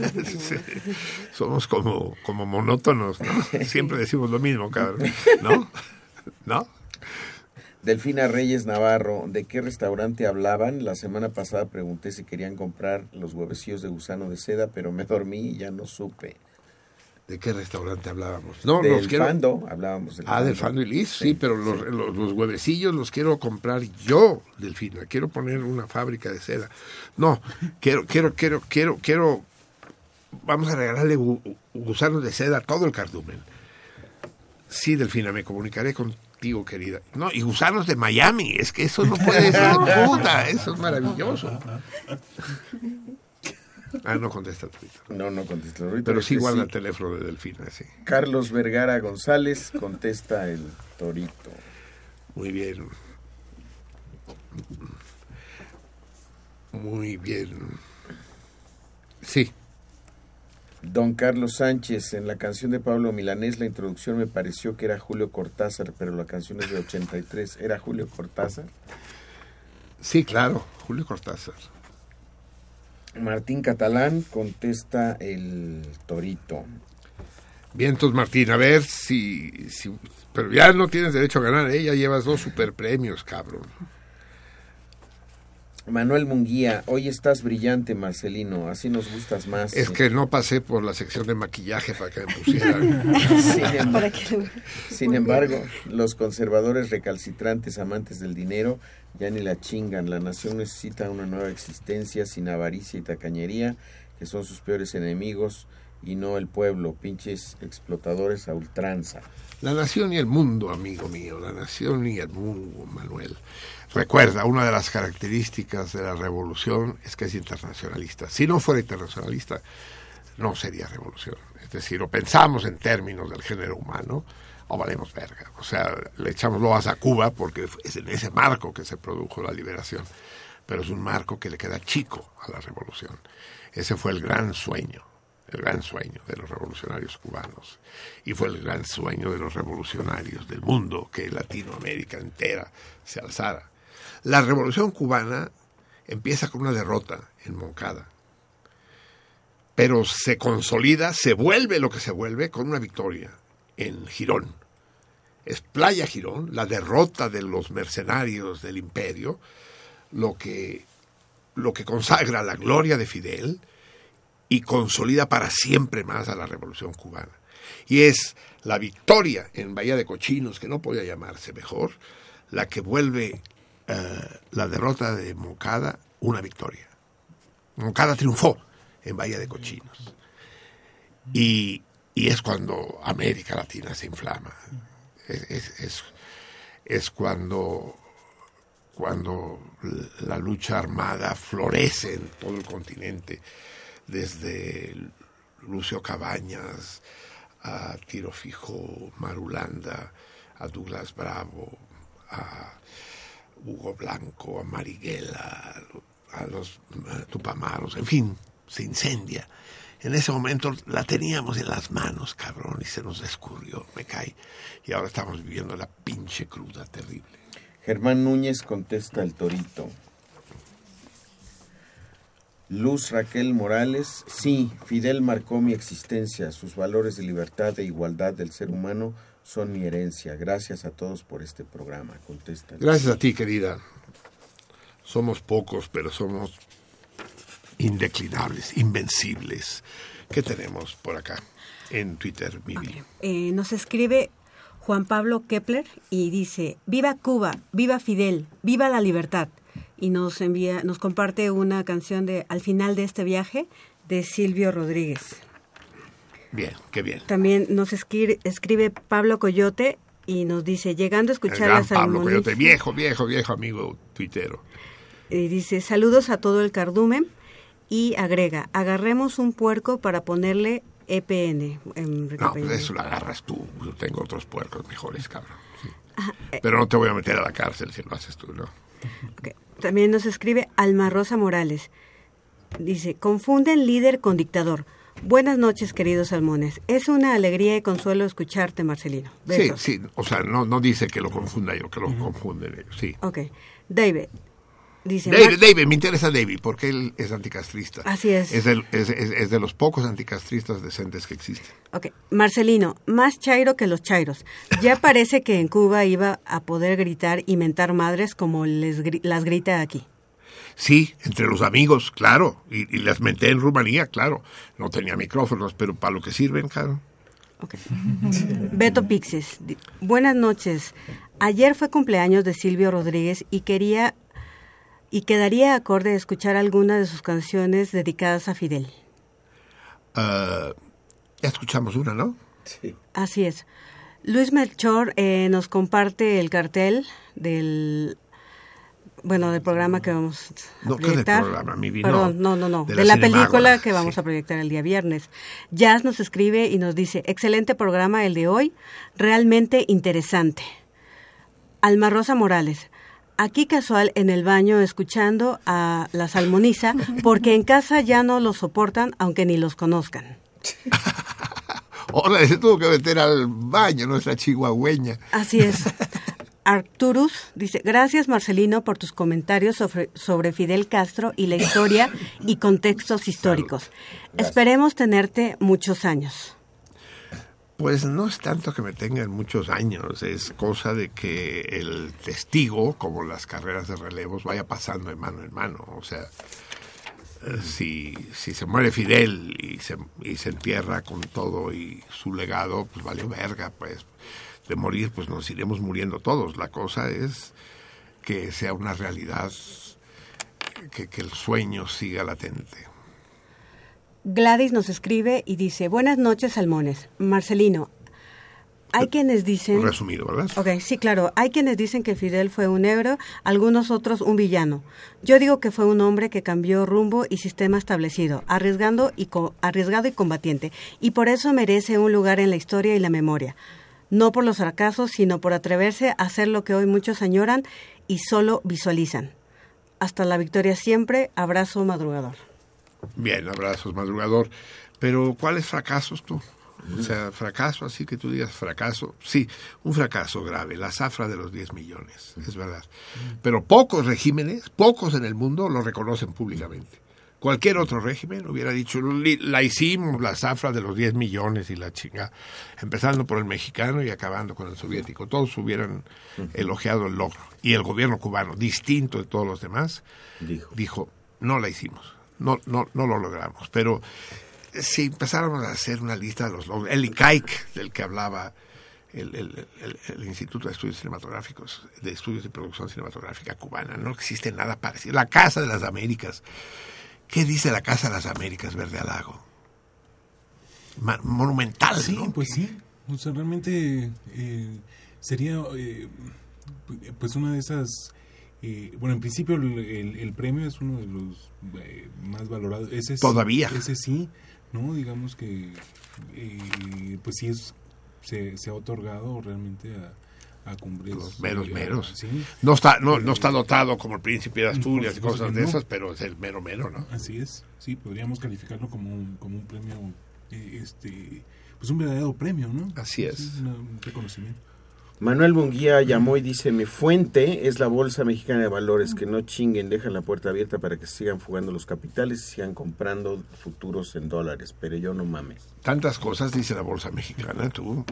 Somos como, como monótonos, ¿no? Siempre decimos lo mismo, cabrón, ¿no? ¿No? Delfina Reyes Navarro, ¿de qué restaurante hablaban? La semana pasada pregunté si querían comprar los huevecillos de gusano de seda, pero me dormí y ya no supe. ¿De qué restaurante hablábamos? No, del los quiero... Fando, hablábamos del Ah, Fando. del Fando y Liz, sí, sí pero los, sí. Los, los huevecillos los quiero comprar yo, Delfina. Quiero poner una fábrica de seda. No, quiero, quiero, quiero, quiero, quiero... Vamos a regalarle gu- gusanos de seda a todo el cardumen. Sí, Delfina, me comunicaré contigo, querida. No, y gusanos de Miami, es que eso no puede ser puta, eso es maravilloso. Ah, no contesta el Twitter. No, no contesta el Twitter. Pero sí guarda sí. el teléfono de Delfina, sí. Carlos Vergara González contesta el torito. Muy bien. Muy bien. Sí. Don Carlos Sánchez, en la canción de Pablo Milanés, la introducción me pareció que era Julio Cortázar, pero la canción es de ochenta y tres. ¿Era Julio Cortázar? Sí, claro, Julio Cortázar. Martín Catalán contesta el torito. Bien, entonces Martín, a ver si, si... Pero ya no tienes derecho a ganar, ¿eh? Ya llevas dos superpremios, cabrón. Manuel Munguía, hoy estás brillante, Marcelino, así nos gustas más. Es que no pasé por la sección de maquillaje para que me pusieran. sin, em- sin embargo, los conservadores recalcitrantes amantes del dinero ya ni la chingan. La nación necesita una nueva existencia sin avaricia y tacañería, que son sus peores enemigos, y no el pueblo, pinches explotadores a ultranza. La nación y el mundo, amigo mío, la nación y el mundo, Manuel. Recuerda, una de las características de la revolución es que es internacionalista. Si no fuera internacionalista, no sería revolución. Es decir, o pensamos en términos del género humano, o valemos verga. O sea, le echamos loas a Cuba porque es en ese marco que se produjo la liberación. Pero es un marco que le queda chico a la revolución. Ese fue el gran sueño. El gran sueño de los revolucionarios cubanos, y fue el gran sueño de los revolucionarios del mundo, que Latinoamérica entera se alzara. La revolución cubana empieza con una derrota en Moncada, pero se consolida, se vuelve lo que se vuelve con una victoria en Girón. Es Playa Girón, la derrota de los mercenarios del imperio, lo que, lo que consagra la gloria de Fidel y consolida para siempre más a la revolución cubana. Y es la victoria en Bahía de Cochinos, que no podía llamarse mejor, la que vuelve uh, la derrota de Moncada una victoria. Moncada triunfó en Bahía de Cochinos. Y, y es cuando América Latina se inflama. Es, es, es, es cuando, cuando la lucha armada florece en todo el continente, desde Lucio Cabañas a Tiro Fijo, Marulanda, a Douglas Bravo, a Hugo Blanco, a Marighella, a los Tupamaros, en fin, se incendia. En ese momento la teníamos en las manos, cabrón, y se nos escurrió, me cae. Y ahora estamos viviendo la pinche cruda terrible. Germán Núñez contesta el Torito. Luz Raquel Morales, sí, Fidel marcó mi existencia. Sus valores de libertad e igualdad del ser humano son mi herencia. Gracias a todos por este programa. Contesta. Gracias a ti, querida. Somos pocos, pero somos indeclinables, invencibles. ¿Qué tenemos por acá en Twitter, Vivi? Okay. Eh, nos escribe Juan Pablo Kepler y dice: viva Cuba, viva Fidel, viva la libertad. Y nos envía, nos comparte una canción de Al final de este viaje de Silvio Rodríguez. Bien, qué bien. También nos escribe, escribe Pablo Coyote y nos dice: llegando a escuchar a Pablo Coyote, viejo, viejo, viejo amigo tuitero. Y dice: saludos a todo el cardumen. Y agrega: agarremos un puerco para ponerle E P N. En no, pues eso lo agarras tú. Yo tengo otros puercos mejores, cabrón. Sí. Ajá, pero no te voy a meter a la cárcel si lo haces tú, ¿no? Okay. También nos escribe Alma Rosa Morales. Dice: confunden líder con dictador. Buenas noches, queridos salmones. Es una alegría y consuelo escucharte, Marcelino. Besos. Sí, sí. O sea, no, no dice que lo confunda yo, que lo uh-huh. confunden ellos. Sí. Ok. David. Dice, David, David, me interesa David, porque él es anticastrista. Así es. Es de, es, es, es de los pocos anticastristas decentes que existen. Ok. Marcelino, más chairo que los chairos. Ya parece que en Cuba iba a poder gritar y mentar madres como les, las grita aquí. Sí, entre los amigos, claro. Y, y las menté en Rumanía, claro. No tenía micrófonos, pero para lo que sirven, claro. Ok. Beto Pixes. Buenas noches. Ayer fue cumpleaños de Silvio Rodríguez y quería... y quedaría acorde escuchar alguna de sus canciones dedicadas a Fidel. Uh, ya escuchamos una, ¿no? Sí. Así es. Luis Melchor eh, nos comparte el cartel del, bueno, del programa que vamos a no, proyectar. ¿Qué del programa, mi vida? Perdón, no, no, no. De, de la, la película que sí. vamos a proyectar el día viernes. Jazz nos escribe y nos dice: excelente programa el de hoy, realmente interesante. Alma Rosa Morales: aquí casual en el baño escuchando a la salmoniza, porque en casa ya no los soportan, aunque ni los conozcan. Hola, se tuvo que meter al baño nuestra chihuahueña. Así es. Arturus dice: gracias, Marcelino, por tus comentarios sobre, sobre Fidel Castro y la historia y contextos históricos. Esperemos tenerte muchos años. Pues no es tanto que me tengan muchos años, es cosa de que el testigo, como las carreras de relevos, vaya pasando de mano en mano. O sea, eh, si, si se muere Fidel y se, y se entierra con todo y su legado, pues valió verga, pues de morir, pues nos iremos muriendo todos. La cosa es que sea una realidad, que, que el sueño siga latente. Gladys nos escribe y dice: buenas noches, salmones. Marcelino, hay quienes dicen... Resumido, ¿verdad? Ok, sí, claro. Hay quienes dicen que Fidel fue un héroe, algunos otros un villano. Yo digo que fue un hombre que cambió rumbo y sistema establecido, arriesgando y co- arriesgado y combatiente, y por eso merece un lugar en la historia y la memoria. No por los fracasos, sino por atreverse a hacer lo que hoy muchos añoran y solo visualizan. Hasta la victoria siempre, abrazo madrugador. Bien, abrazos, madrugador. Pero, ¿cuáles fracasos tú? O sea, fracaso, así que tú digas fracaso. Sí, un fracaso grave, la zafra de los diez millones, es verdad. Pero pocos regímenes, pocos en el mundo lo reconocen públicamente. Cualquier otro régimen hubiera dicho, la hicimos, la zafra de los diez millones y la chinga, empezando por el mexicano y acabando con el soviético. Todos hubieran elogiado el logro. Y el gobierno cubano, distinto de todos los demás, dijo, dijo no la hicimos. No, no, no lo logramos, pero si empezáramos a hacer una lista de los logros, el I C A I C, del que hablaba el, el, el, el Instituto de Estudios Cinematográficos, de Estudios de Producción Cinematográfica Cubana, no existe nada parecido. La Casa de las Américas. ¿Qué dice la Casa de las Américas, Verde Alago? Ma- monumental, sí, ¿no? Pues sí, o sea, realmente eh, sería eh, pues una de esas... Eh, bueno, en principio el, el, el premio es uno de los eh, más valorados. Ese Todavía. Sí, ese sí, ¿no? Digamos que eh, pues sí es se, se ha otorgado realmente a, a cumbres. Los meros eh, meros. ¿sí? No está no, no está dotado como el Príncipe de Asturias Por y cosas supuesto que de no. esas, pero es el mero mero, ¿no? Así es, sí, podríamos calificarlo como un, como un premio, eh, este pues un verdadero premio, ¿no? Así es. Sí, una, un reconocimiento. Manuel Munguía llamó y dice, mi fuente es la Bolsa Mexicana de Valores, que no chinguen, dejan la puerta abierta para que sigan fugando los capitales y sigan comprando futuros en dólares, pero yo no mames. Tantas cosas dice la Bolsa Mexicana, tú.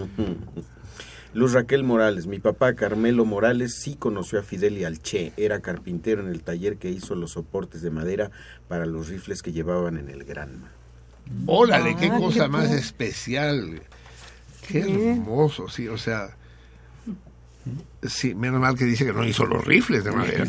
Luz Raquel Morales, mi papá Carmelo Morales sí conoció a Fidel y al Che, era carpintero en el taller que hizo los soportes de madera para los rifles que llevaban en el Granma. Órale, Ah, qué cosa qué más cool. especial. Qué hermoso, sí, o sea... Sí, menos mal que dice que no hizo los rifles de madera.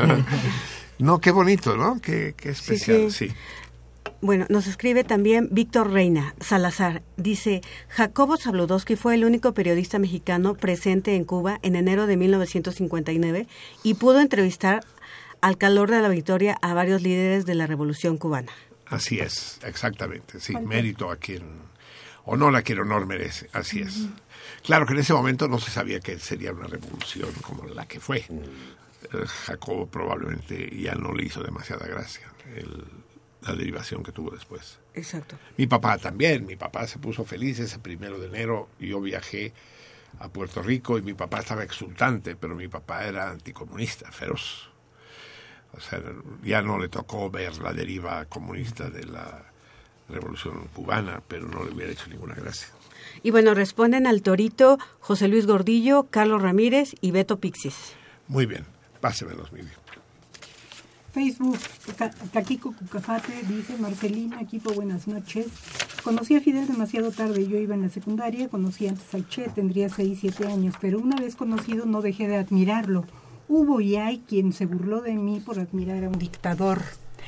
No, qué bonito, ¿no? Qué, qué especial, sí. Sí, sí. Bueno, nos escribe también Víctor Reina Salazar. Dice, Jacobo Zabludowski fue el único periodista mexicano presente en Cuba en enero de mil novecientos cincuenta y nueve y pudo entrevistar al calor de la victoria a varios líderes de la Revolución Cubana. Así es, exactamente, sí, mérito a quien honor a quien honor merece, así es. Uh-huh. Claro que en ese momento no se sabía que sería una revolución como la que fue. Uh-huh. Jacobo probablemente ya no le hizo demasiada gracia el, la derivación que tuvo después. Exacto. Mi papá también, mi papá se puso feliz ese primero de enero, yo viajé a Puerto Rico y mi papá estaba exultante, pero mi papá era anticomunista, feroz. O sea, ya no le tocó ver la deriva comunista de la Revolución Cubana, pero no le hubiera hecho ninguna gracia. Y bueno, responden al Torito, José Luis Gordillo, Carlos Ramírez y Beto Pixis. Muy bien, pásemelos, mi vida. Facebook, Caquico Cucafate dice, Marcelina, equipo, buenas noches. Conocí a Fidel demasiado tarde, yo iba en la secundaria, conocí antes al Che, tendría seis, siete años, pero una vez conocido no dejé de admirarlo. Hubo y hay quien se burló de mí por admirar a un dictador.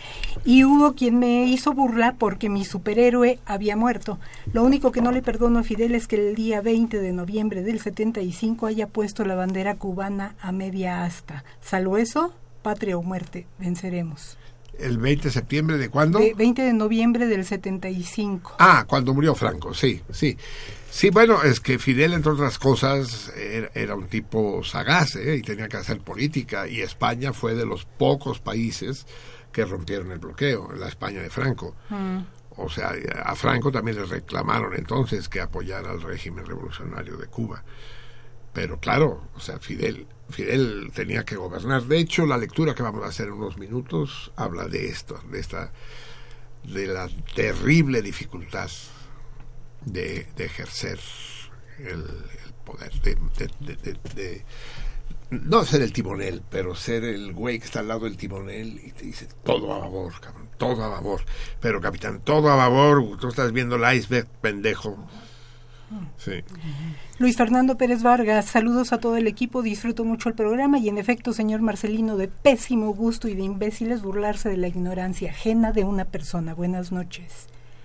Y hubo quien me hizo burla porque mi superhéroe había muerto. Lo único que no le perdono a Fidel es que el día veinte de noviembre del setenta y cinco haya puesto la bandera cubana a media asta. Salvo eso, patria o muerte, venceremos. ¿El veinte de septiembre de cuándo? De veinte de noviembre del setenta y cinco. Ah, cuando murió Franco, sí, sí. Sí, bueno, es que Fidel, entre otras cosas, era, era un tipo sagaz, ¿eh? Y tenía que hacer política, y España fue de los pocos países que rompieron el bloqueo, la España de Franco. Mm. O sea, a Franco también le reclamaron entonces que apoyara al régimen revolucionario de Cuba. Pero claro, o sea, Fidel, Fidel tenía que gobernar. De hecho, la lectura que vamos a hacer en unos minutos habla de esto, de esta, de la terrible dificultad de, de ejercer el, el poder, de, de, de, de, de no ser el timonel, pero ser el güey que está al lado del timonel y te dice todo a babor, cabrón, todo a babor. Pero capitán, todo a babor, tú estás viendo el iceberg, pendejo. Sí. Luis Fernando Pérez Vargas, saludos a todo el equipo, disfruto mucho el programa y en efecto, señor Marcelino, de pésimo gusto y de imbéciles burlarse de la ignorancia ajena de una persona. Buenas noches.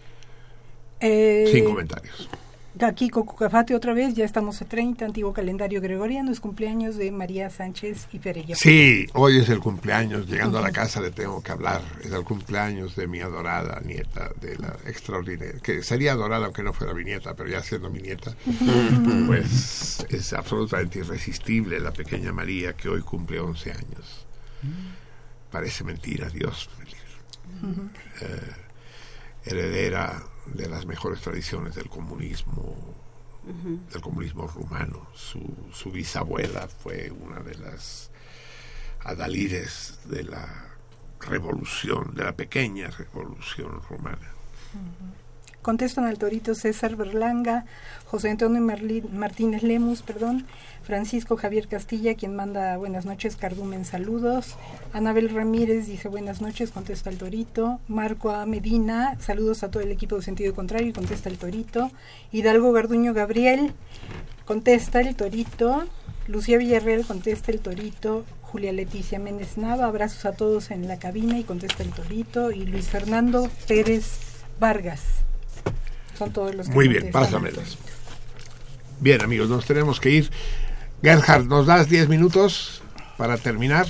Eh, Sin comentarios. Aquí Cucafate otra vez, ya estamos a treinta, antiguo calendario gregoriano, es cumpleaños de María Sánchez y Perello. Sí, hoy es el cumpleaños, llegando uh-huh. a la casa le tengo que hablar, es el cumpleaños de mi adorada nieta, de la extraordinaria, que sería adorada aunque no fuera mi nieta, pero ya siendo mi nieta, uh-huh. pues es absolutamente irresistible la pequeña María que hoy cumple once años. Uh-huh. Parece mentira, Dios me libre. Uh-huh. Eh, heredera de las mejores tradiciones del comunismo, uh-huh. del comunismo rumano. Su, su bisabuela fue una de las adalides de la revolución, de la pequeña revolución rumana. Uh-huh. Contestan al torito César Berlanga, José Antonio Marlí- Martínez Lemus, perdón, Francisco Javier Castilla, quien manda buenas noches, Cardumen, saludos. Anabel Ramírez dice buenas noches, contesta el torito. Marco A. Medina, saludos a todo el equipo de Sentido Contrario, contesta el torito. Hidalgo Garduño Gabriel, contesta el torito. Lucía Villarreal, contesta el torito. Julia Leticia Méndez Nava, abrazos a todos en la cabina y contesta el torito. Y Luis Fernando Pérez Vargas. Son todos los que Muy bien, pásamelas. Bien, amigos, nos tenemos que ir. Gerhard, ¿nos das diez minutos para terminar?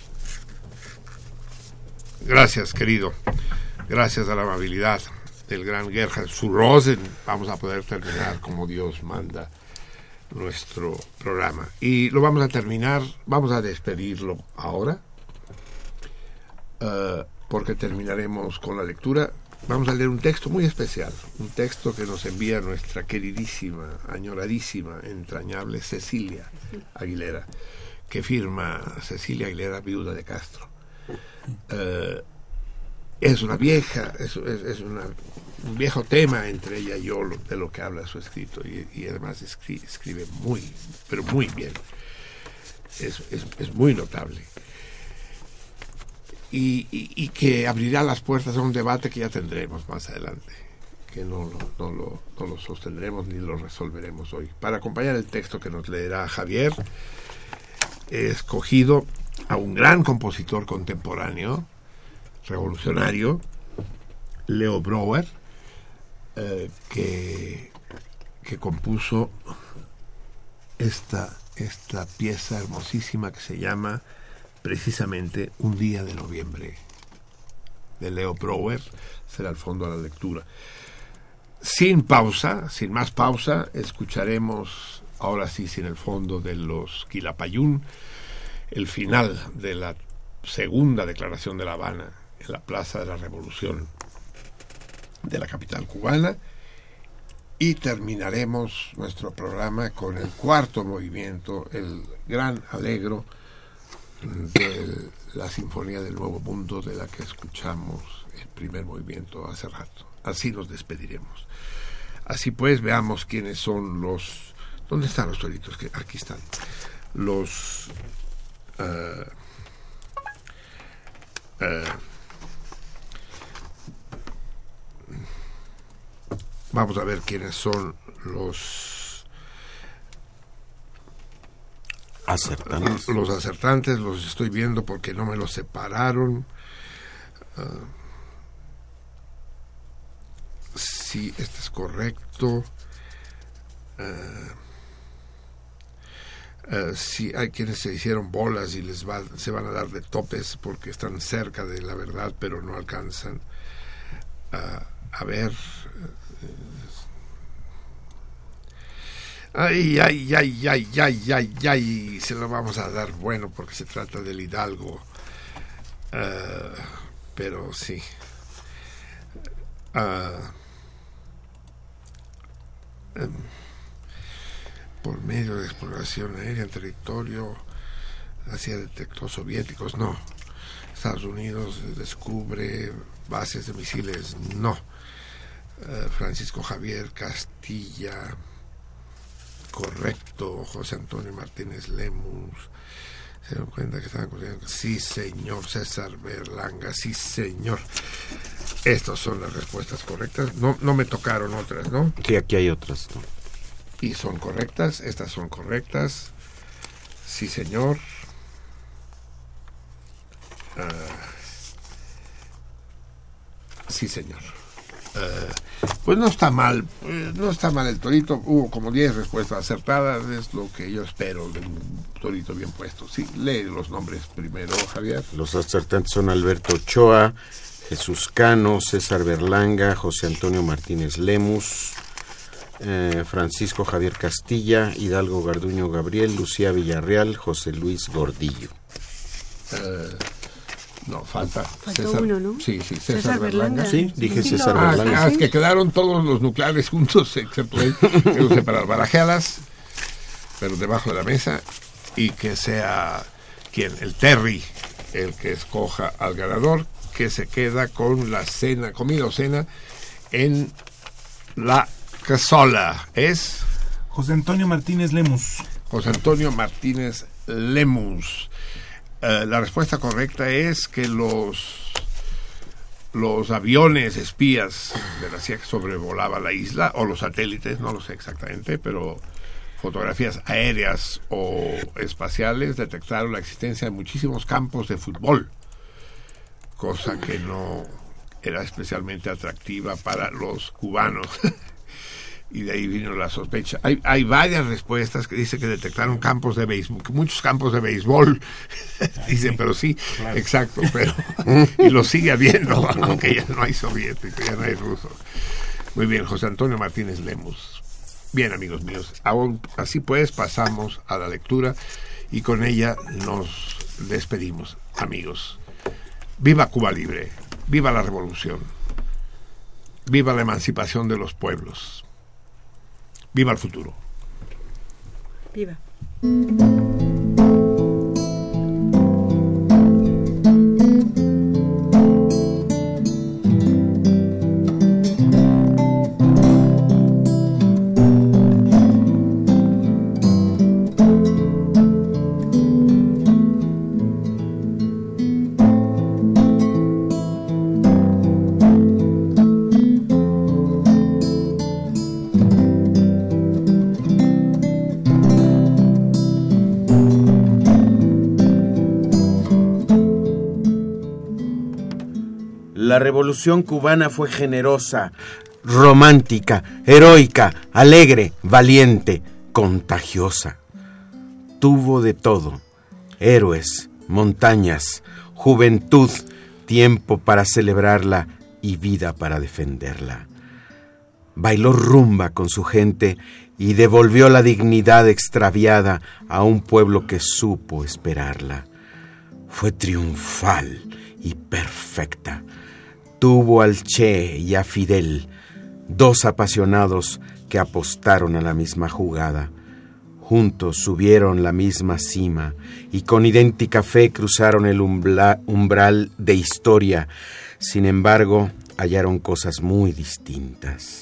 Gracias, querido. Gracias a la amabilidad del gran Gerhard Surrosen. Vamos a poder terminar como Dios manda nuestro programa. Y lo vamos a terminar, vamos a despedirlo ahora, uh, porque terminaremos con la lectura. Vamos a leer un texto muy especial, un texto que nos envía nuestra queridísima, añoradísima, entrañable Cecilia Aguilera, que firma Cecilia Aguilera, viuda de Castro. Uh, es una vieja, es, es, es una, un viejo tema entre ella y yo lo, de lo que habla su escrito, y, y además escribe, escribe muy, pero muy bien. Es, es, es muy notable. Y, y, y que abrirá las puertas a un debate que ya tendremos más adelante, que no lo, no, lo, no lo sostendremos ni lo resolveremos hoy. Para acompañar el texto que nos leerá Javier, he escogido a un gran compositor contemporáneo, revolucionario, Leo Brouwer, eh, que, que compuso esta, esta pieza hermosísima que se llama precisamente Un día de noviembre, de Leo Brouwer. Será el fondo a la lectura. Sin pausa, sin más pausa, escucharemos, ahora sí sin el fondo de los Quilapayún, el final de la segunda declaración de La Habana en la Plaza de la Revolución de la capital cubana, y terminaremos nuestro programa con el cuarto movimiento, el gran Allegro de la Sinfonía del Nuevo Mundo, de la que escuchamos el primer movimiento hace rato. Así nos despediremos. Así pues, veamos quiénes son los... ¿Dónde están los toritos? Que aquí están. Los... Uh, uh, vamos a ver quiénes son los... Acertantes. Los acertantes los estoy viendo porque no me los separaron. Uh, sí, este es correcto. Uh, uh, sí, hay quienes se hicieron bolas y les va, se van a dar de topes porque están cerca de la verdad, pero no alcanzan. Uh, a ver... Uh, Ay, ay, ay, ay, ay, ay, ay, se lo vamos a dar bueno porque se trata del Hidalgo. Uh, pero sí. Uh, um, por medio de exploración aérea en territorio hacia detectores soviéticos, no. Estados Unidos descubre bases de misiles, no. Uh, Francisco Javier Castilla... Correcto. José Antonio Martínez Lemus. Se dan cuenta que estaban construyendo. Sí, señor. César Berlanga. Sí, señor. Estas son las respuestas correctas. No, no me tocaron otras, ¿no? Sí, aquí hay otras, ¿no? Y son correctas. Estas son correctas. Sí, señor. Uh, sí, señor. Uh, pues no está mal, no está mal el torito. Hubo como diez respuestas acertadas, es lo que yo espero de un torito bien puesto. Sí, lee los nombres primero, Javier. Los acertantes son Alberto Ochoa, Jesús Cano, César Berlanga, José Antonio Martínez Lemus, eh, Francisco Javier Castilla, Hidalgo Garduño Gabriel, Lucía Villarreal, José Luis Gordillo. Uh, No, falta. Faltó César, uno, ¿no? Sí, sí, César, César Berlanga. Berlanga. Sí, dije Sí, César lo- Berlanga. Ah, es que quedaron todos los nucleares juntos, excepto él. Que los separar, barajealas, pero debajo de la mesa, y que sea quien, el Terry, el que escoja al ganador, que se queda con la cena, comida o cena, en La casola es... José Antonio Martínez Lemus. José Antonio Martínez Lemus. Uh, la respuesta correcta es que los los aviones espías de la C I A que sobrevolaban la isla, o los satélites, no lo sé exactamente, pero fotografías aéreas o espaciales detectaron la existencia de muchísimos campos de fútbol, cosa que no era especialmente atractiva para los cubanos. Y de ahí vino la sospecha. Hay, hay varias respuestas que dicen que detectaron campos de béisbol, muchos campos de béisbol. Dicen, pero sí, claro. Exacto, pero y lo sigue habiendo, aunque ya no hay soviético, ya no hay ruso. Muy bien, José Antonio Martínez Lemus. Bien, amigos míos, aún, así pues pasamos a la lectura y con ella nos despedimos, amigos. Viva Cuba libre, viva la revolución, viva la emancipación de los pueblos. ¡Viva el futuro! ¡Viva! La revolución cubana fue generosa, romántica, heroica, alegre, valiente, contagiosa. Tuvo de todo: héroes, montañas, juventud, tiempo para celebrarla y vida para defenderla. Bailó rumba con su gente y devolvió la dignidad extraviada a un pueblo que supo esperarla. Fue triunfal y perfecta. Tuvo al Che y a Fidel, dos apasionados que apostaron a la misma jugada. Juntos subieron la misma cima y con idéntica fe cruzaron el umbla, umbral de historia. Sin embargo, hallaron cosas muy distintas.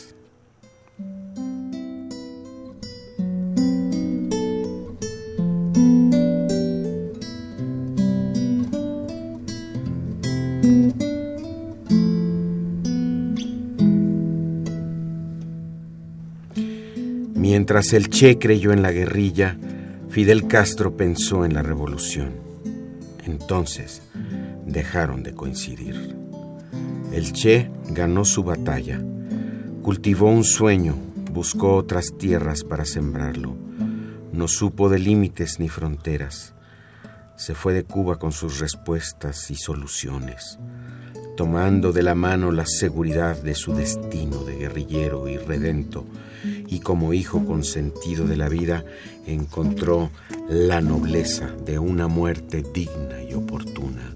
Mientras el Che creyó en la guerrilla, Fidel Castro pensó en la revolución. Entonces, dejaron de coincidir. El Che ganó su batalla, cultivó un sueño, buscó otras tierras para sembrarlo. No supo de límites ni fronteras. Se fue de Cuba con sus respuestas y soluciones, tomando de la mano la seguridad de su destino de guerrillero y redento, y como hijo consentido de la vida, encontró la nobleza de una muerte digna y oportuna.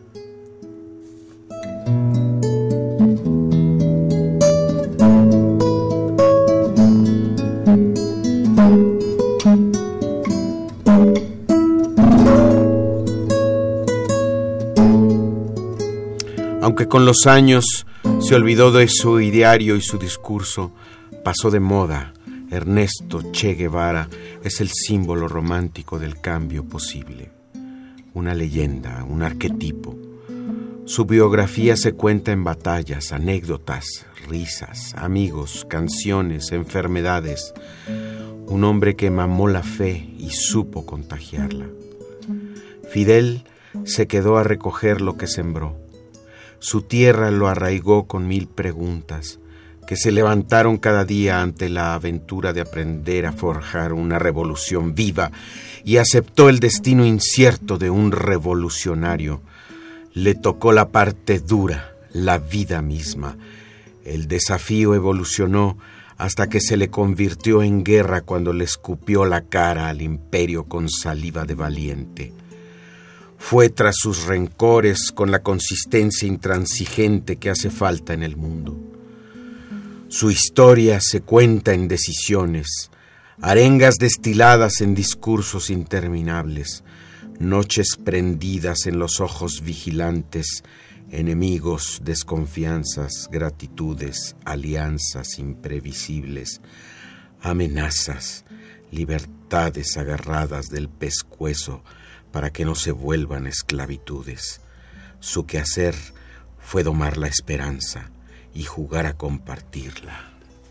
Aunque con los años se olvidó de su ideario y su discurso, pasó de moda. Ernesto Che Guevara es el símbolo romántico del cambio posible. Una leyenda, un arquetipo. Su biografía se cuenta en batallas, anécdotas, risas, amigos, canciones, enfermedades. Un hombre que mamó la fe y supo contagiarla. Fidel se quedó a recoger lo que sembró. Su tierra lo arraigó con mil preguntas que se levantaron cada día ante la aventura de aprender a forjar una revolución viva, y aceptó el destino incierto de un revolucionario. Le tocó la parte dura, la vida misma. El desafío evolucionó hasta que se le convirtió en guerra cuando le escupió la cara al imperio con saliva de valiente. Fue tras sus rencores con la consistencia intransigente que hace falta en el mundo. Su historia se cuenta en decisiones, arengas destiladas en discursos interminables, noches prendidas en los ojos vigilantes, enemigos, desconfianzas, gratitudes, alianzas imprevisibles, amenazas, libertades agarradas del pescuezo para que no se vuelvan esclavitudes. Su quehacer fue domar la esperanza y jugar a compartirla.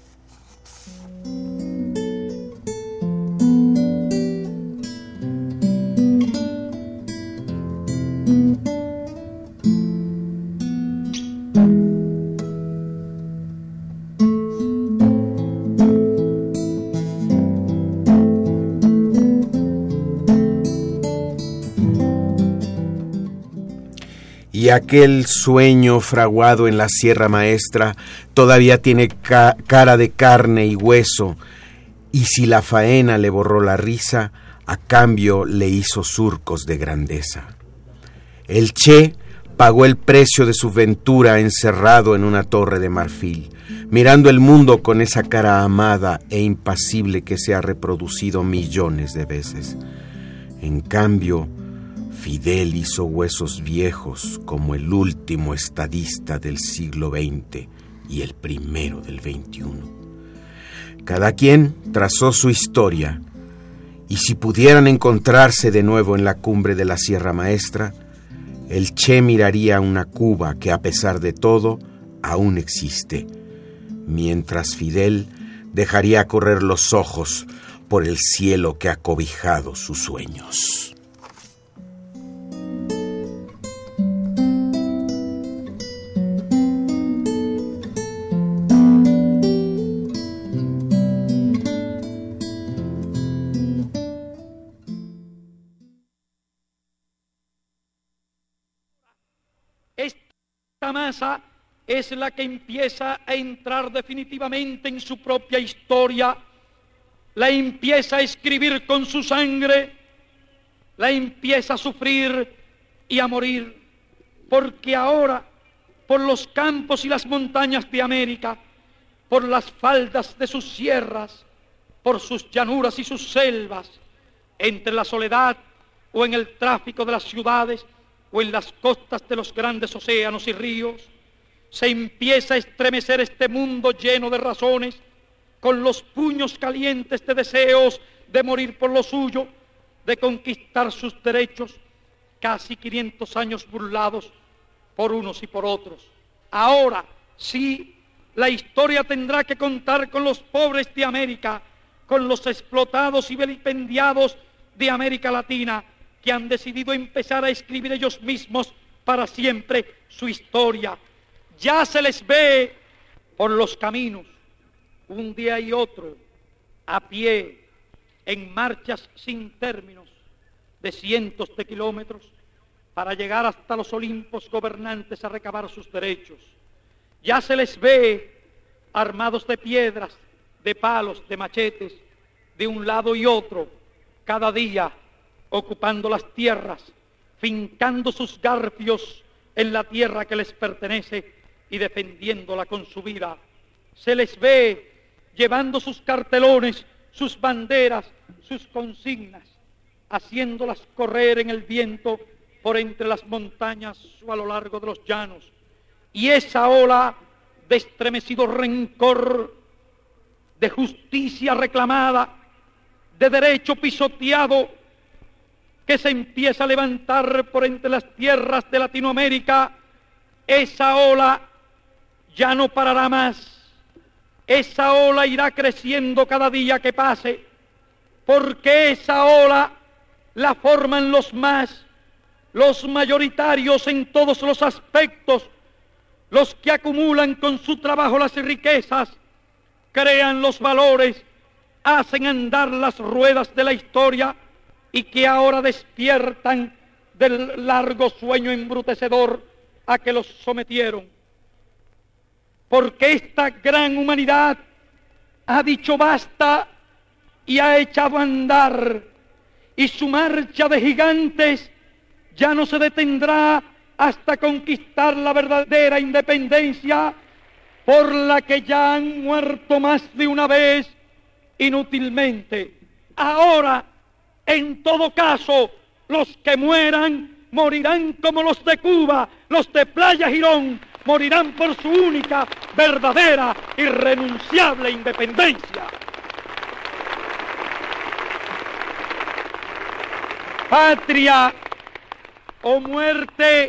Y aquel sueño fraguado en la Sierra Maestra todavía tiene ca- cara de carne y hueso, y si la faena le borró la risa, a cambio le hizo surcos de grandeza. El Che pagó el precio de su ventura encerrado en una torre de marfil, mirando el mundo con esa cara amada e impasible que se ha reproducido millones de veces. En cambio, Fidel hizo huesos viejos como el último estadista del siglo veinte y el primero del veintiuno. Cada quien trazó su historia, y si pudieran encontrarse de nuevo en la cumbre de la Sierra Maestra, el Che miraría una Cuba que, a pesar de todo, aún existe, mientras Fidel dejaría correr los ojos por el cielo que ha cobijado sus sueños. Esta masa es la que empieza a entrar definitivamente en su propia historia, la empieza a escribir con su sangre, la empieza a sufrir y a morir, porque ahora, por los campos y las montañas de América, por las faldas de sus sierras, por sus llanuras y sus selvas, entre la soledad o en el tráfico de las ciudades, o en las costas de los grandes océanos y ríos, se empieza a estremecer este mundo lleno de razones, con los puños calientes de deseos de morir por lo suyo, de conquistar sus derechos, casi quinientos años burlados por unos y por otros. Ahora sí, la historia tendrá que contar con los pobres de América, con los explotados y vilipendiados de América Latina, que han decidido empezar a escribir ellos mismos para siempre su historia. Ya se les ve por los caminos, un día y otro, a pie, en marchas sin términos de cientos de kilómetros, para llegar hasta los Olimpos gobernantes a recabar sus derechos. Ya se les ve armados de piedras, de palos, de machetes, de un lado y otro, cada día, ocupando las tierras, fincando sus garfios en la tierra que les pertenece y defendiéndola con su vida. Se les ve llevando sus cartelones, sus banderas, sus consignas, haciéndolas correr en el viento por entre las montañas o a lo largo de los llanos. Y esa ola de estremecido rencor, de justicia reclamada, de derecho pisoteado, que se empieza a levantar por entre las tierras de Latinoamérica, esa ola ya no parará más. Esa ola irá creciendo cada día que pase, porque esa ola la forman los más, los mayoritarios en todos los aspectos, los que acumulan con su trabajo las riquezas, crean los valores, hacen andar las ruedas de la historia, y que ahora despiertan del largo sueño embrutecedor a que los sometieron. Porque esta gran humanidad ha dicho basta y ha echado a andar, y su marcha de gigantes ya no se detendrá hasta conquistar la verdadera independencia, por la que ya han muerto más de una vez inútilmente. Ahora, en todo caso, Los que mueran, morirán como los de Cuba, los de Playa Girón, morirán por su única, verdadera, irrenunciable independencia. Patria o muerte,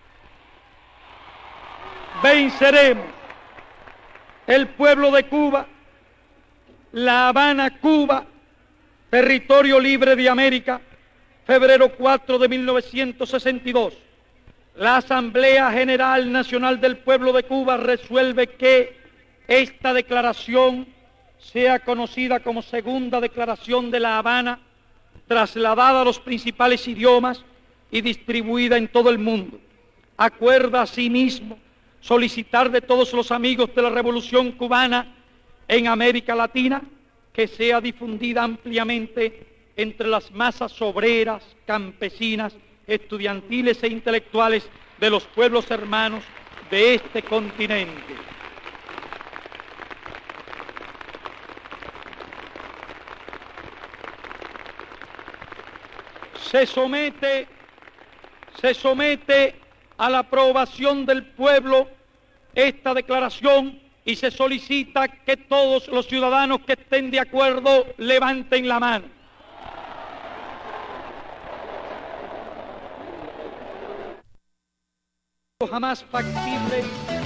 venceremos. El pueblo de Cuba, La Habana, Cuba, territorio libre de América, febrero cuatro de mil novecientos sesenta y dos. La Asamblea General Nacional del Pueblo de Cuba resuelve que esta declaración sea conocida como Segunda Declaración de La Habana, trasladada a los principales idiomas y distribuida en todo el mundo. Acuerda asimismo solicitar de todos los amigos de la Revolución Cubana en América Latina que sea difundida ampliamente entre las masas obreras, campesinas, estudiantiles e intelectuales de los pueblos hermanos de este continente. Se somete, se somete a la aprobación del pueblo esta declaración y se solicita que todos los ciudadanos que estén de acuerdo levanten la mano. Jamás factible.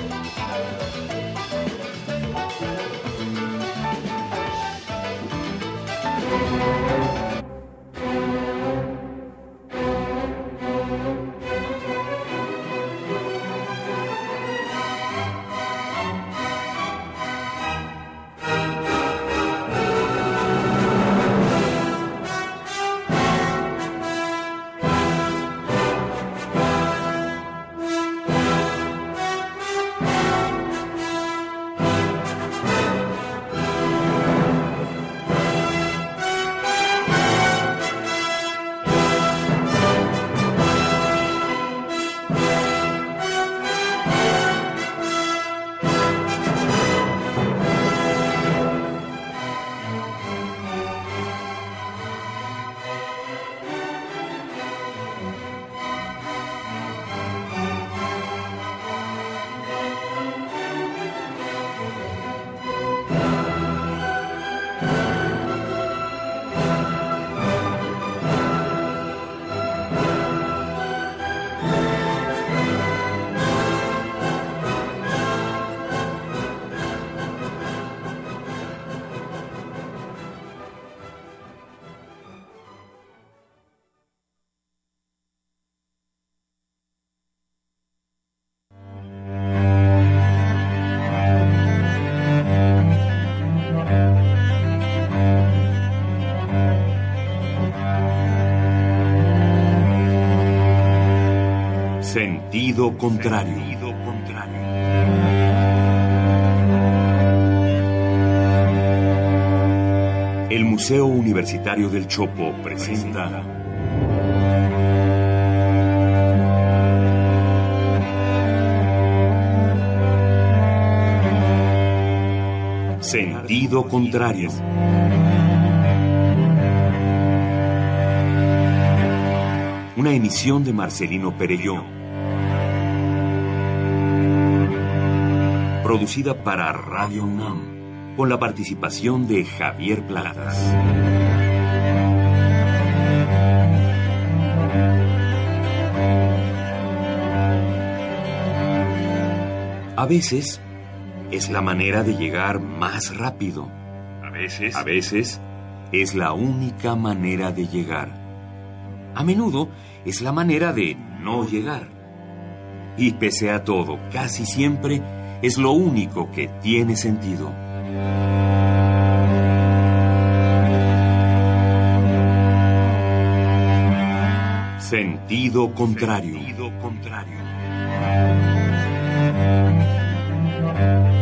Sentido contrario. Sentido contrario. El Museo Universitario del Chopo presenta Sentido contrario. Una emisión de Marcelino Perelló. Producida para Radio UNAM, con la participación de Javier Platas. A veces es la manera de llegar más rápido. A veces, a veces es la única manera de llegar. A menudo es la manera de no llegar. Y pese a todo, casi siempre es lo único que tiene sentido. Sentido contrario. Sentido contrario.